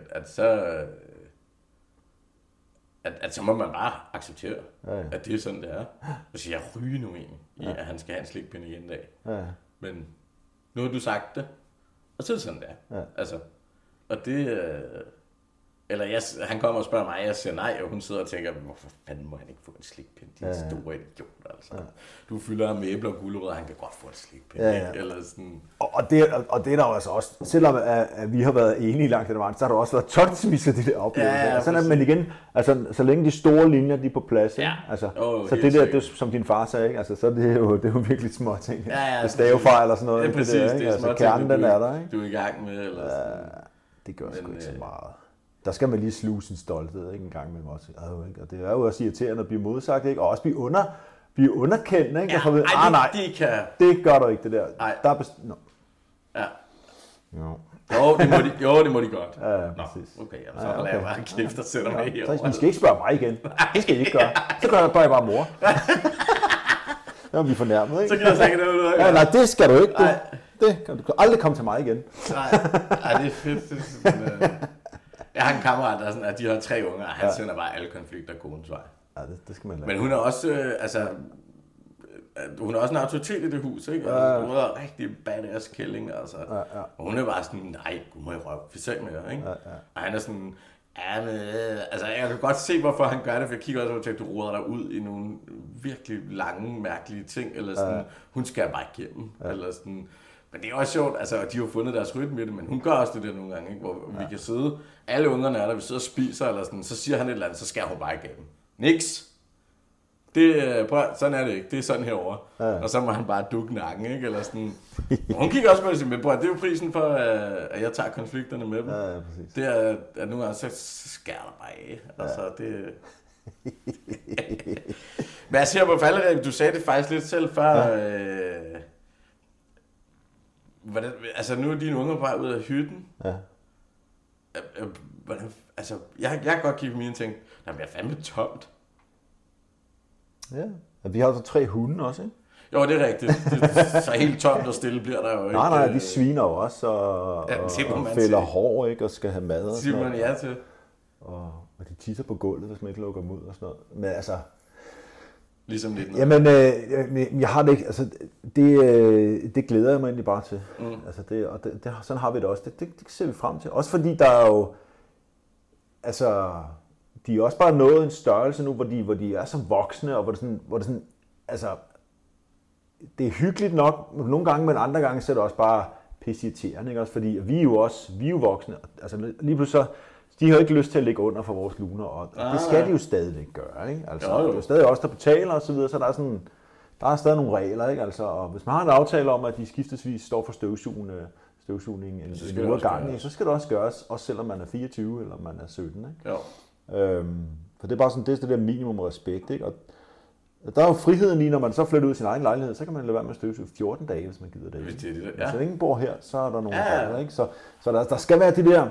At så må man bare acceptere, at det er sådan, det er. Og så jeg ryge nu egentlig, i at han skal have en slikpinde igen en dag. Ja. Men nu har du sagt det, og så er det sådan, det er. Ja. Altså, og det... Eller han kommer og spørger mig, og jeg siger nej, og hun sidder og tænker, hvorfor fanden må han ikke få en slikpind? De er store idiot, altså. Ja. Du fylder ham med æbler og gulerødder, han kan godt få en slikpind. Ja. Eller sådan. Og det er der jo altså også, selvom at vi har været enige langt i det vejen, så har der også været tonsvis af de der oplevelser. Ja, sådan, men igen, altså, så længe de store linjer de er på plads, altså, så det der, det, som din far sagde, ikke? Altså, så det er jo virkelig små ting. Ja, stavefejl eller sådan noget. Ja, præcis, det er altså, kernen, den er der, ikke? Du er i gang med, eller sådan. Det gør sgu ikke så meget. Der skal man lige sluge sin stolthed, ikke, en gang med også. Og det er jo også irriterende at blive modsagt, ikke? Og også blive underkendt, ikke? Ja, nej, det gør du ikke, det der. Der er Ja. Jo. Det må de godt. Ja, præcis. Okay, så lader jeg bare kæft og sætter mig herovre. Så I skal ikke spørge mig igen. Det skal I ikke gøre. Så gør jeg bare mor. Det må blive fornærmet, ikke? Så kan jeg sige det. Ja, nej, det skal du ikke. Det kan du aldrig komme til mig igen. Nej, det er fedt. Jeg har en kammerat, der er sådan, at de har 3 unger, og han sender bare alle konflikter konens vej. Ja, det skal man lade. Men hun er også, hun er også en autoritet i det hus, ikke? Og hun er rigtig badass killing, altså. Ja. Og hun er bare sådan, nej, du må i røv, for selv med jer, ikke? Ja. Og han er sådan, altså jeg kan godt se, hvorfor han gør det, for jeg kigger også over til, at du roder dig ud i nogle virkelig lange, mærkelige ting, eller sådan, hun skal bare igennem, eller sådan. Men det er også sjovt, altså, de har fundet deres rytme i det, men hun gør også det der nogle gange, ikke? Hvor vi kan sidde, alle ungerne er der, vi sidder og spiser, eller sådan, så siger han et eller andet, så skærer hun bare igennem. Niks! Sådan er det ikke, det er sådan herovre. Ja. Og så må han bare dukke nakken, ikke? Eller sådan. Hun kigger også på det og siger, men det er jo prisen for, at jeg tager konflikterne med dem. Ja, præcis. Det er, at nogle gange, så skærer der bare af. Altså, det... Men jeg siger på falderæb, du sagde det faktisk lidt selv før... Hvordan, altså nu er dine unger bare ud af hytten. Ja. Hvordan, altså, jeg kan godt kigge på mine ting. Jamen, jeg er fandme tomt. Ja, vi har så 3 hunde også, ikke? Jo, det er rigtigt. Så helt tomt og stille bliver der jo ikke. Nej, de sviner jo også, og fælder hår, ikke? Og skal have mad og sådan noget. Ja til. Og de tisser på gulvet, hvis man ikke lukker dem ud og sådan noget. Men altså... Ligesom lidt noget. Jamen, jeg har det ikke, altså, det glæder jeg mig egentlig bare til. Altså, sådan har vi det også. Det ser vi frem til. Også fordi der er jo, altså, de er også bare nået en størrelse nu, hvor de er så voksne, og hvor det sådan, altså, det er hyggeligt nok nogle gange, men andre gange så er det også bare pisseirriterende, ikke? Også fordi vi er jo voksne. Altså, lige pludselig så, de har jo ikke lyst til at ligge under for vores luner, og det skal de jo stadigvæk gøre, ikke? Altså, det er jo stadig os, der betaler og så videre, så der er stadig nogle regler, ikke? Altså, og hvis man har en aftale om, at de skiftesvis står for støvsugning en uge ad gangen, så skal det også gøres, også selvom man er 24 eller man er 17, ikke? Jo. For det er bare sådan, det er det der minimum respekt, ikke? Der er jo friheden lige, når man så flytter ud i sin egen lejlighed, så kan man lade være med at støvsuge 14 dage, hvis man gider det. Hvis det er det, Hvis ingen bor her, så er der nogen der, ikke? Så der skal være det der...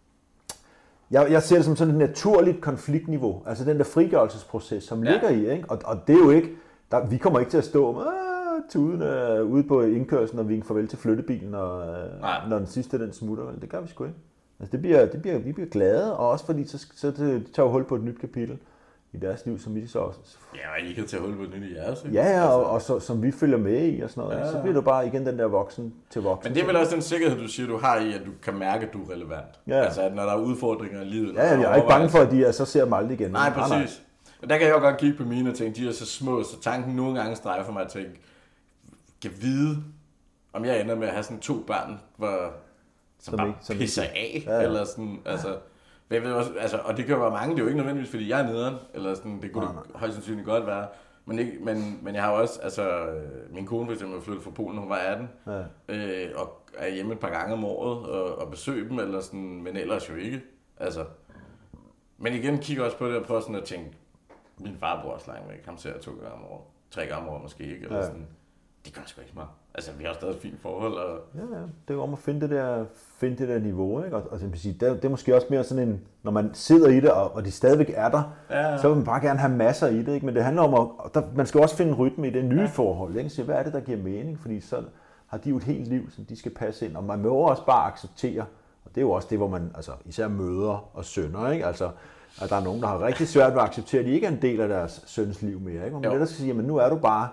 Jeg ser det som sådan et naturligt konfliktniveau, altså den der frigørelsesproces, som ligger i, ikke? Og det er jo ikke... vi kommer ikke til at stå med tuden ude på indkørslen og vinke farvel til flyttebilen, når den sidste den smutter. Det gør vi sgu ikke. Altså vi bliver glade, og også fordi så det tager hul på et nyt kapitel i deres liv, som vi så også... Ja, og I kan tage hul på et nyt i jeres, ikke? Ja, og så, som vi følger med i og sådan noget. Ja. Så bliver du bare igen den der voksen til voksen. Men det er vel også den sikkerhed, du siger, du har i, at du kan mærke, at du er relevant. Ja. Altså, at når der er udfordringer i livet... Ja, jeg er ikke bange for, at de så ser mig aldrig igen. Nej, præcis. Og der kan jeg jo godt kigge på mine og tænke, de er så små, så tanken nogle gange streger for mig at tænke, kan vide, om jeg ender med at have sådan 2 børn, som bare pisser af, eller sådan, altså... Jeg ved også, altså, og det kan jo være mange, det er jo ikke nødvendigvis, fordi jeg er nederen, eller sådan, det kunne højst sandsynligt godt være. Men jeg har jo også, altså, min kone for eksempel er flyttet fra Polen, hun var 18, og er hjemme et par gange om året og besøger dem, eller sådan, men ellers jo ikke. Altså. Men igen kigger også på det og prøver sådan at tænke, min far bor også langt væk, ham ser jeg 2 gange om året, 3 gange om året måske ikke, eller sådan. Det gør sgu ikke meget. Altså, vi har stadig et fint forhold. Og... Ja, det er jo om at finde det der niveau, ikke? Og det er måske også mere sådan en, når man sidder i det, og de stadigvæk er der, så vil man bare gerne have masser i det, ikke? Men det handler om, man skal også finde en rytme i det nye forhold, ikke? Så hvad er det, der giver mening? Fordi så har de jo et helt liv, som de skal passe ind, og man må også bare acceptere, og det er jo også det, hvor man, altså især mødre og sønner, ikke? Altså, at der er nogen, der har rigtig svært ved at acceptere, at de ikke er en del af deres søns liv mere, ikke? Hvor man ellers skal sige, men nu er du bare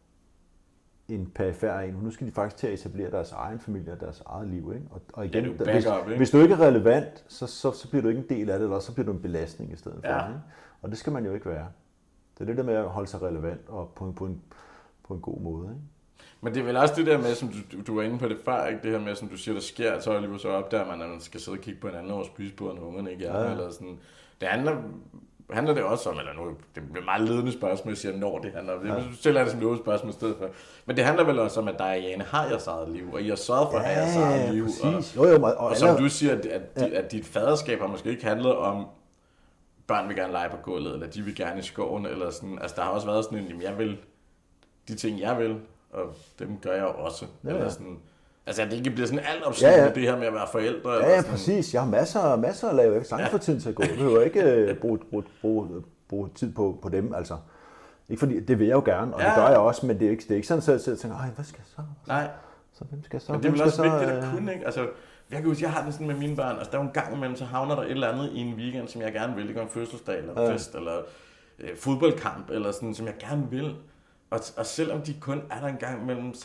en perifær en. Nu skal de faktisk til at etablere deres egen familie og deres eget liv, ikke? Og igen, hvis du ikke er relevant, så bliver du ikke en del af det, eller så bliver du en belastning i stedet for. Ikke? Og det skal man jo ikke være. Det er det der med at holde sig relevant og på en god måde, ikke? Men det er vel også det der med, som du var inde på det før, ikke? Det her med, som du siger, der sker, så alligevel så opdager man, at man skal sidde og kigge på en anden over spisebord, når ungerne ikke er eller sådan. Det handler det også om, eller nu, det bliver meget ledende spørgsmål, jeg siger, når det handler om. Du stiller det som et spørgsmål i stedet for. Men det handler vel også om, at dig og Jane har jeres eget liv, og I har sørget for at have jeres eget liv. Og som du siger, at dit faderskab har måske ikke handlet om, børn vil gerne lege på gulvet, eller de vil gerne i skoven, eller sådan. Altså, der har også været sådan en, jeg vil de ting, jeg vil, og dem gør jeg også. Eller sådan. Altså, at det ikke bliver sådan alt opslugende, det her med at være forældre. Ja, præcis. Jeg har masser at lave. Jeg har ikke for tiden til at gå. Jeg behøver ikke bruge tid på dem, altså. Ikke fordi, det vil jeg jo gerne, og det gør jeg også, men det er ikke sådan, at jeg tænker, hvad skal jeg så? Nej. Så hvem skal så? Men det er vel også vigtigt at kunne, ikke? Altså, jeg kan huske, jeg har det sådan med mine børn. Altså, der er jo en gang imellem, så havner der et eller andet i en weekend, som jeg gerne vil. Det går en fødselsdag, eller fest, eller fodboldkamp, eller sådan, som jeg gerne vil. Og selvom de kun er der en gang imellem,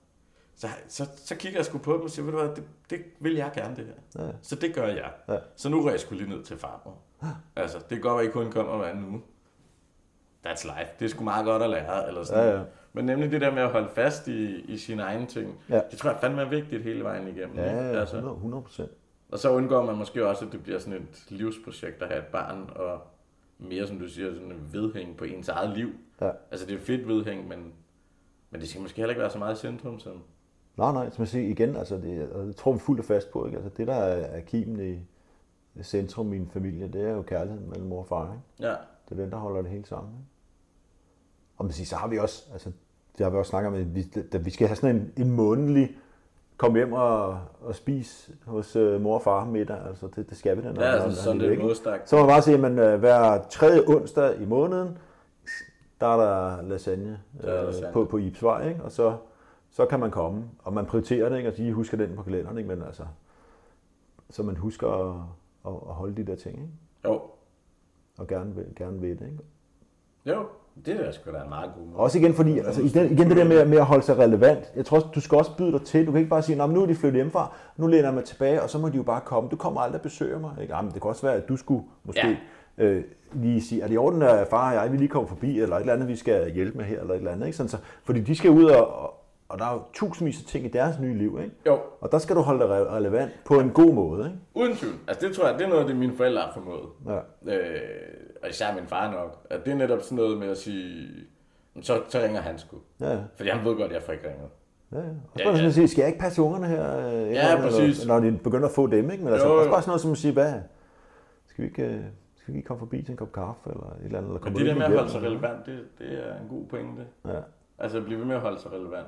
så kigger jeg sgu på dem og siger, ved du hvad, det vil jeg gerne det her. Ja. Så det gør jeg. Ja. Så nu rører jeg sgu lige ned til farmor. Altså, det går ikke kun kommer hver anden uge. That's life. Det er sgu meget godt at lære. Eller sådan. Ja. Men nemlig det der med at holde fast i sine egne ting, det tror jeg fandme er vigtigt hele vejen igennem. Ja, altså. 100%. Og så undgår man måske også, at det bliver sådan et livsprojekt at have et barn, og mere, som du siger, sådan en vedhæng på ens eget liv. Ja. Altså, det er fedt vedhæng, men det skal måske heller ikke være så meget i centrum, som... Nej, som jeg siger igen, altså det tror vi fuldt og fast på, ikke? Altså det der er kimen i centrum i en familie, det er jo kærligheden mellem mor og far, ikke? Ja. Det er den, der holder det hele sammen, ikke? Og man siger, så har vi også, altså det har vi også snakket om, at vi skal have sådan en månedlig komme hjem og spise hos mor og far middag, altså det skal vi den. Ja, altså sådan det er modstak. Så må man bare sige, at hver 3. onsdag i måneden, der er der lasagne, på Ibsvej, ikke? Og så kan man komme, og man prioriterer det, ikke? Og de husker den på kalenderen, ikke? Men altså, så man husker at holde de der ting, ikke? Jo. Og gerne vil det, ikke? Jo, det er sgu da en meget god måde. Også igen, fordi altså, igen det der med at holde sig relevant. Jeg tror, du skal også byde dig til. Du kan ikke bare sige, nu er de flyttet hjemmefra, nu læner jeg mig tilbage, og så må de jo bare komme. Du kommer aldrig at besøge mig, ikke? Jamen, det kan også være, at du skulle måske lige sige, er det i orden, at far og jeg vil lige komme forbi, eller et eller andet, vi skal hjælpe med her, eller et eller andet, ikke? Sådan, så, fordi de skal ud og der er jo tusindvis af ting i deres nye liv, ikke? Jo. Og der skal du holde dig relevant på en god måde, ikke? Uden tvivl. Altså det tror jeg, det er noget af det, mine forældre har formået. Ja. Og især min far nok. At det er netop sådan noget med at sige, så ringer han sgu. Ja. Fordi han ved godt, at jeg får ikke ringet. Ja. Og så sådan at sige, skal jeg ikke passe ungerne her? Ja, præcis. Når de begynder at få dem, ikke? Men altså, også bare sådan noget som at sige, skal vi Skal vi komme forbi til en kop kaffe eller et eller andet? Eller men det der med at holde sig relevant, det er en god pointe. Ja. Altså at blive ved med at holde sig relevant.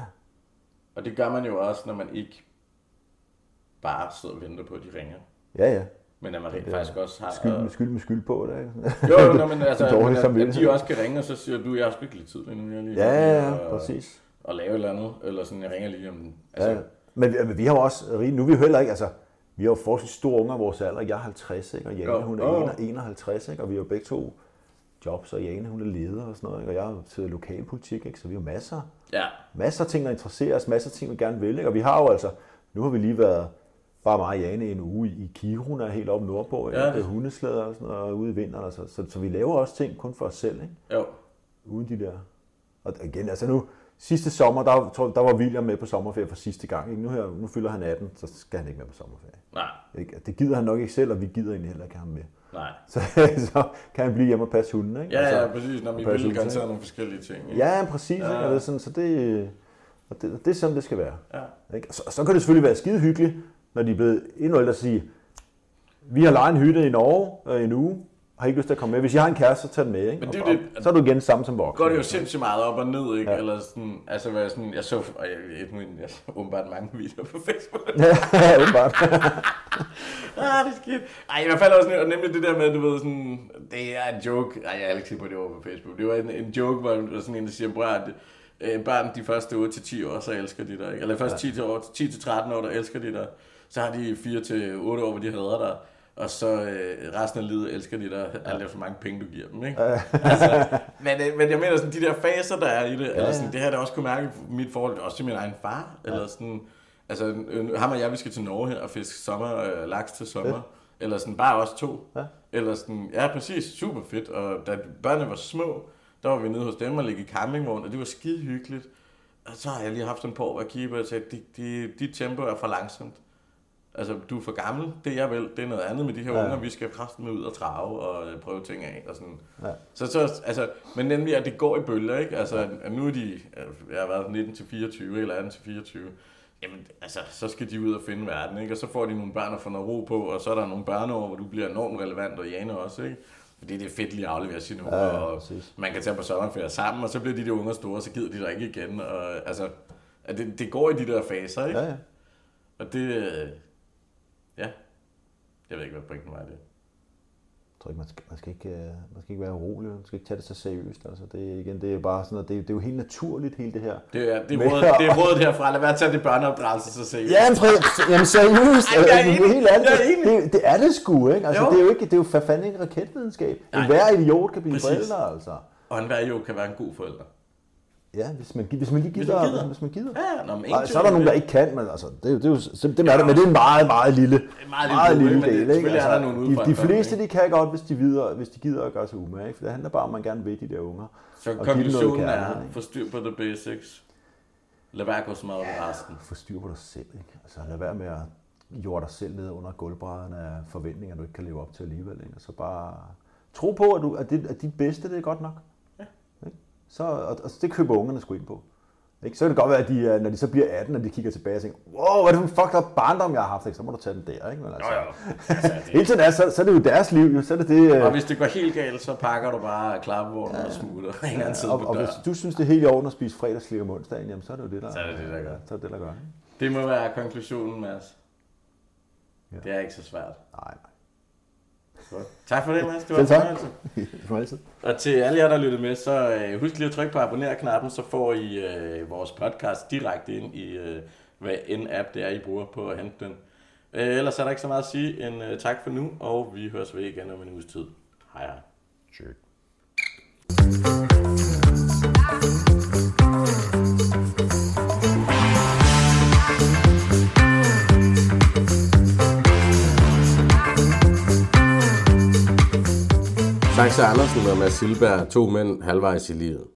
Og det gør man jo også, når man ikke bare sidder og venter på, at de ringer. Ja. Men at man rent faktisk også har... Skyld på det, ikke? Jo, men altså, at de også kan ringe, og så siger du, jeg har sgu ikke lidt tid lige nu. Præcis. Og lave et eller andet, eller sådan, jeg ringer lige om... Altså. Ja, men vi har jo også... Nu er vi jo heller ikke... Altså, vi har jo forholdsvis store unger af vores alder. Jeg er 50, ikke? Og Jane, hun er 51, ikke? Og vi har jo begge to jobs, og Jane, hun er leder og sådan noget, ikke? Og jeg har siddet i lokalpolitik, ikke? Så vi har masser af ting, der interesserer os, masser af ting, vi gerne vil, ikke? Og vi har jo altså... Nu har vi lige været... Bare mig og Jane en uge i Kiruna er helt oppe nordpå, ikke? Det er hundeslæder og sådan noget, ude i vinteren, altså. Så vi laver også ting kun for os selv, ikke? Jo. Uden de der... Og igen, altså nu... Sidste sommer, der var William med på sommerferie for sidste gang, ikke? Nu fylder han 18, så skal han ikke med på sommerferie. Nej. Ikke? Det gider han nok ikke selv, og vi gider egentlig heller ikke have ham med. Nej. Så kan han blive hjemme og passe hunden, ikke? Ja, præcis, når vi vil garantere nogle forskellige ting. Ikke? Ja, præcis, ikke? Og det er sådan, så det er sådan, det skal være. Ja. Ikke? Så kan det selvfølgelig være skide hyggeligt, når de er blevet endnu ældre at sige, vi har lejet en hytte i Norge en uge, har ikke lyst til at komme med. Hvis jeg har en kæreste, så tag den med, ikke? Men så er du igen samme som voksen. Går det jo sindssygt meget op og ned, ikke? Ja. Eller sådan, altså hvad sådan, jeg så åbenbart mange videoer på Facebook. Ja, åbenbart. Det er skidt. Ej, i hvert fald også nemlig det der med, du ved sådan, det er en joke. Ej, jeg har ikke set på det over på Facebook. Det var en joke, hvor der sådan en, der siger, bror, børn de første 8-10 år, så elsker de dig, ikke? Eller først 10-13 år, der elsker de dig. Så har de 4-8 år, hvor de hader dig. Og så resten af livet elsker de dig, alt efter mange penge, du giver dem, ikke? Altså, men jeg mener sådan, de der faser, der er i det, eller sådan, det her, der også kunne mærke mit forhold, også til min egen far, eller sådan, altså, ham og jeg, vi skal til Norge her og fiske laks til sommer, eller sådan, bare os to, eller sådan, ja, præcis, super fedt, og da børnene var små, der var vi nede hos dem og ligge i campingvogn, og det var skide hyggeligt, og så har jeg lige haft en par år at kigge og sagt, dit tempo er for langsomt. Altså, du er for gammel. Det jeg vil, det er noget andet med de her unger. Vi skal kraften med ud og trave og prøve ting af. Og sådan. Ja. Så, altså, men nemlig, at det går i bølger, ikke? Altså, at nu er de, jeg har været 19-24 eller 18-24. Jamen, altså, så skal de ud og finde verden, ikke? Og så får de nogle børn at få noget ro på, og så er der nogle børneår, hvor du bliver enormt relevant, og Jane også, ikke? Fordi det er fedt lige at aflevere sine unger, og man kan tage på sommerferie sammen, og så bliver de unger store, så gider de der ikke igen. Og, altså, at det går i de der faser, ikke? Ja. Og det... Ja, jeg ved ikke, hvad pointen var i det. Jeg tror ikke, man skal ikke være urolig, man skal ikke tage det så seriøst. Altså, det er bare sådan noget, det er jo helt naturligt, hele det her. Det er rådet herfra, lad være at tage det børneopdragelse så seriøst. Jamen seriøst, helt ærligt, det er det sgu, ikke? Altså, det er jo for fanden ikke raketvidenskab. Hver idiot kan blive forældre, altså. Og enhver idiot kan være en god forælder. Ja, hvis man lige gider. Ja, så er der nogen, der ikke kan, men altså, det er jo simpelthen det, men det er en meget lille del, ikke? Altså, er der nogle de fleste, de kan godt, hvis de gider at gøre sig umage, for det handler bare om, man gerne vil de der unger. Så konklusionen er, få styr på the basics. Lad være at gå så meget om resten. Få styr på dig selv, ikke? Altså, lad være med at jorde dig selv ned under gulvbrædderen af forventninger, du ikke kan leve op til alligevel, ikke? Så bare tro på, at dit bedste, det er godt nok. Og det køber ungerne sgu ind på. Ikke? Så kan det godt være, at de, når de så bliver 18, og de kigger tilbage og tænker, wow, hvad er det for en fucked up barndom, jeg har haft, ikke? Så må du tage den der, ikke? Men altså, hele tiden så er det jo deres liv, så er det. Og hvis det går helt galt, så pakker du bare klappevognen og smutter. Og hvis du synes, det er helt i orden at spise fredagslik om onsdagen, jamen, så er det jo det, der gør. Så er det, der gør. Det må være konklusionen, Mads. Ja. Det er ikke så svært. Nej. Tak for det, Mads. Det var en fornøjelse. Og til alle jer, der lyttede med, så husk lige at trykke på abonner-knappen, så får I vores podcast direkte ind i hvad en app det er, I bruger på at hente den. Ellers er der ikke så meget at sige end tak for nu, og vi høres ved igen om en uges tid. Hej hej. Check. Saxe Andersen og Mads Silberg, 2 mænd halvvejs i livet.